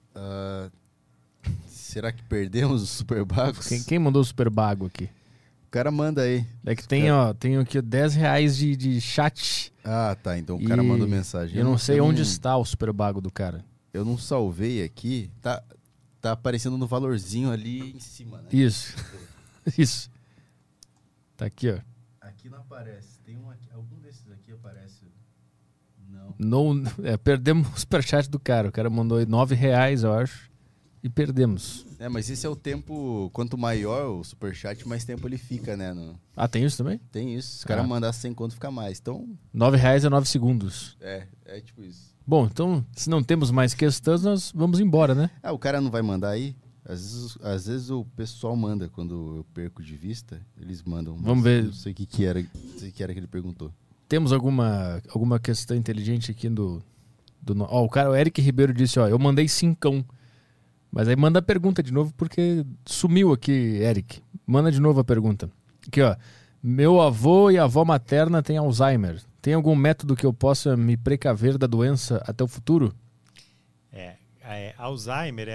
Será que perdemos os Super Bagos? Quem mandou o Super Bago aqui? O cara manda aí. É que tem aqui R$10 de chat. Ah, tá. Então o cara mandou mensagem. Eu não sei onde está o Super Bago do cara. Eu não salvei aqui. Tá aparecendo no valorzinho ali em cima, né? Isso. Isso. Tá aqui, ó. Aqui não aparece. Tem algum desses aqui aparece. Não. Perdemos o superchat do cara. O cara mandou R$9, eu acho. E perdemos. Mas esse é o tempo. Quanto maior o superchat, mais tempo ele fica, né? Tem isso também? Tem isso. Se o cara mandar 100 conto, fica mais. Então. R$9 é 9 segundos. É tipo isso. Bom, então, se não temos mais questões, nós vamos embora, né? O cara não vai mandar aí? Às vezes o pessoal manda, quando eu perco de vista, eles mandam. Vamos ver. Não sei o que era que ele perguntou. Temos alguma questão inteligente aqui o Eric Ribeiro disse, eu mandei 5. Mas aí manda a pergunta de novo, porque sumiu aqui, Eric. Manda de novo a pergunta. Aqui, meu avô e avó materna têm Alzheimer. Tem algum método que eu possa me precaver da doença até o futuro? Alzheimer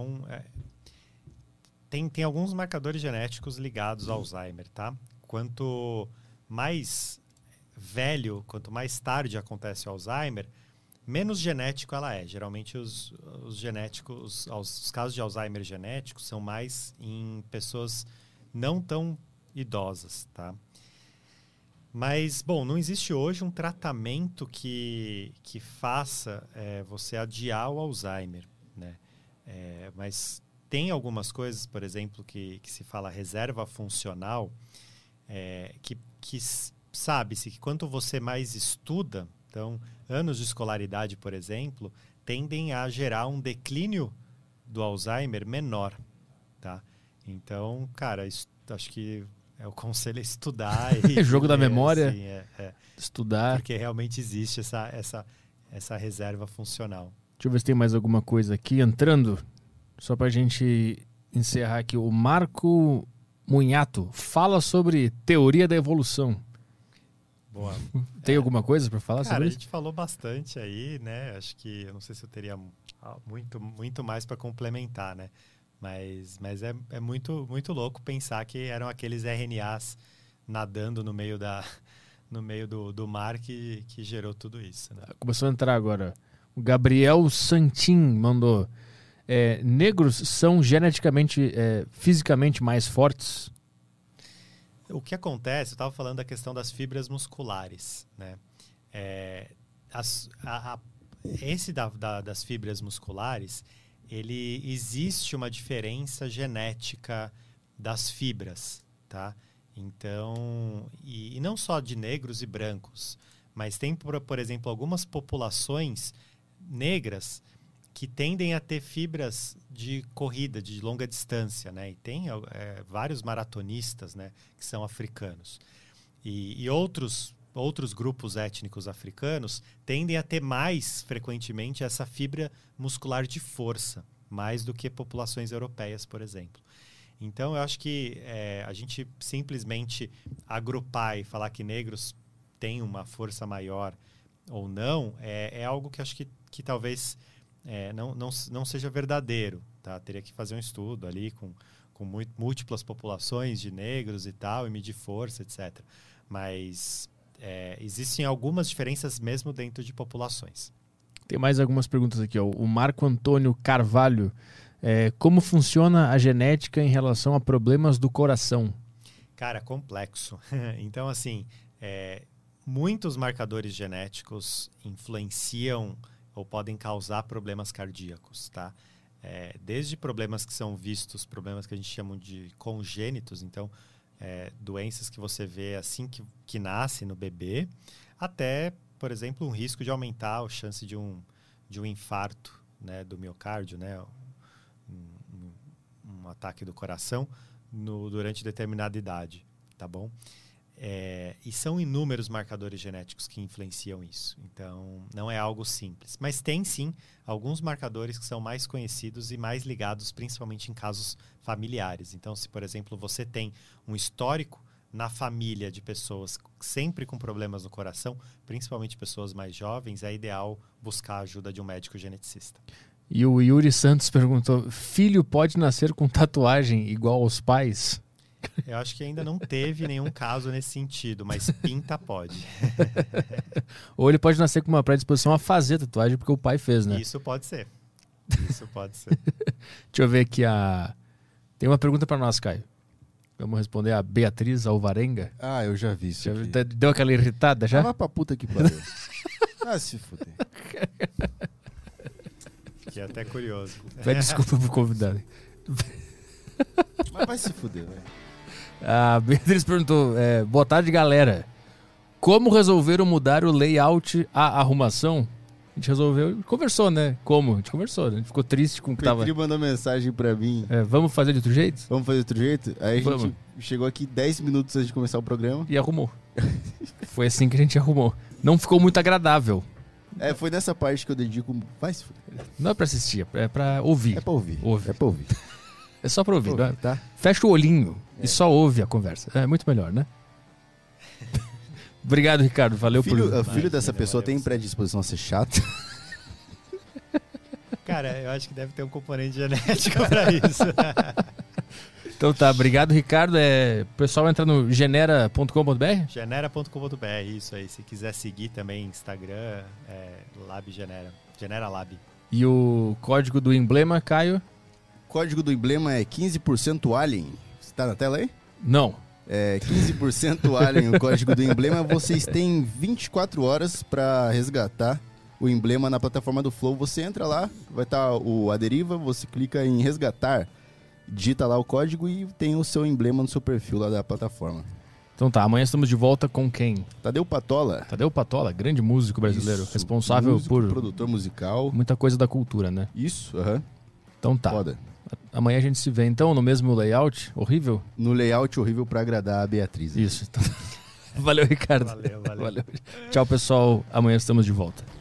tem alguns marcadores genéticos ligados ao Alzheimer, tá? Quanto mais velho, quanto mais tarde acontece o Alzheimer, menos genético ela é. Geralmente os casos de Alzheimer genéticos são mais em pessoas não tão idosas, tá? Mas, bom, não existe hoje um tratamento que faça você adiar o Alzheimer, né? Mas tem algumas coisas, por exemplo, que se fala reserva funcional, que sabe-se que quanto você mais estuda, então, anos de escolaridade, por exemplo, tendem a gerar um declínio do Alzheimer menor, tá? Então, cara, acho que o conselho é estudar. Jogo da memória, assim, estudar. Porque realmente existe essa reserva funcional. Deixa eu ver se tem mais alguma coisa aqui entrando. Só pra gente encerrar aqui. O Marco Munhato fala sobre teoria da evolução. Boa. Tem alguma coisa para falar sobre isso? A gente falou bastante aí, né? Acho que, eu não sei se eu teria muito mais para complementar, né? Mas é muito, muito louco pensar que eram aqueles RNAs nadando no meio do mar que gerou tudo isso, né? Começou a entrar agora. O Gabriel Santin mandou: negros são geneticamente, fisicamente mais fortes? O que acontece, eu estava falando da questão das fibras musculares, né? Esse das fibras musculares, existe uma diferença genética das fibras, tá? Então, e não só de negros e brancos, mas tem, por exemplo, algumas populações negras que tendem a ter fibras de corrida, de longa distância, né? E tem vários maratonistas, né, que são africanos. E outros grupos étnicos africanos tendem a ter mais frequentemente essa fibra muscular de força, mais do que populações europeias, por exemplo. Então, eu acho que a gente simplesmente agrupar e falar que negros têm uma força maior ou não, é algo que acho que talvez não seja verdadeiro, tá? Teria que fazer um estudo ali com múltiplas populações de negros e tal, e medir força, etc. Mas existem algumas diferenças mesmo dentro de populações. Tem mais algumas perguntas aqui, ó. O Marco Antônio Carvalho: como funciona a genética em relação a problemas do coração? Cara, complexo. Então, assim, muitos marcadores genéticos influenciam ou podem causar problemas cardíacos, tá? Desde problemas que são vistos, problemas que a gente chama de congênitos, então, doenças que você vê assim que nasce no bebê, até, por exemplo, um risco de aumentar a chance de um infarto, né, do miocárdio, né, um ataque do coração durante determinada idade, tá bom? E são inúmeros marcadores genéticos que influenciam isso. Então, não é algo simples. Mas tem, sim, alguns marcadores que são mais conhecidos e mais ligados, principalmente em casos familiares. Então, se, por exemplo, você tem um histórico na família de pessoas sempre com problemas no coração, principalmente pessoas mais jovens, é ideal buscar a ajuda de um médico geneticista. E o Yuri Santos perguntou: filho pode nascer com tatuagem igual aos pais? Eu acho que ainda não teve nenhum caso nesse sentido, mas pinta pode. Ou ele pode nascer com uma predisposição a fazer tatuagem porque o pai fez, né? Isso pode ser. Isso pode ser. Deixa eu ver aqui Tem uma pergunta para nós, Caio. Vamos responder a Beatriz Alvarenga. Ah, eu já vi isso aqui. Deu aquela irritada já? Vai pra puta que pariu. Se fuder. Fiquei até curioso. Pede desculpa pro convidado. Mas vai se fuder, velho. A Beatriz perguntou: boa tarde, galera. Como resolveram mudar o layout, a arrumação? A gente resolveu, conversou, né? Como? A gente conversou, a gente ficou triste com o que tava... Petri mandou mensagem pra mim. Vamos fazer de outro jeito? Vamos fazer de outro jeito? Aí a gente chegou aqui 10 minutos antes de começar o programa. E arrumou. Foi assim que a gente arrumou. Não ficou muito agradável. Foi nessa parte que eu dedico... Vai se fuder. Não é pra assistir, é pra ouvir. É pra ouvir. É pra ouvir. É só pra ouvir, né? Tá? Fecha o olhinho e só ouve a conversa. É muito melhor, né? Obrigado, Ricardo. Valeu por... O filho dessa pessoa tem predisposição a ser chato? Cara, eu acho que deve ter um componente genético pra isso. Então tá, obrigado, Ricardo. O pessoal entra no genera.com.br? Genera.com.br, isso aí. Se quiser seguir também Instagram, Lab Genera. Genera Lab. E o código do emblema, Caio? O código do emblema é 15% Alien. Você tá na tela aí? Não. 15% Alien, o código do emblema. Vocês têm 24 horas para resgatar o emblema na plataforma do Flow. Você entra lá, vai estar a deriva, você clica em resgatar. digita lá o código e tem o seu emblema no seu perfil lá da plataforma. Então tá, amanhã estamos de volta com quem? Tadeu Patola. Tadeu Patola, grande músico brasileiro, Isso, responsável músico, por produtor musical. muita coisa da cultura, né? Isso, aham. Então tá. Foda. Amanhã a gente se vê então no mesmo layout horrível? No layout horrível pra agradar a Beatriz. Isso. Valeu, Ricardo. Valeu. Tchau, pessoal. Amanhã estamos de volta.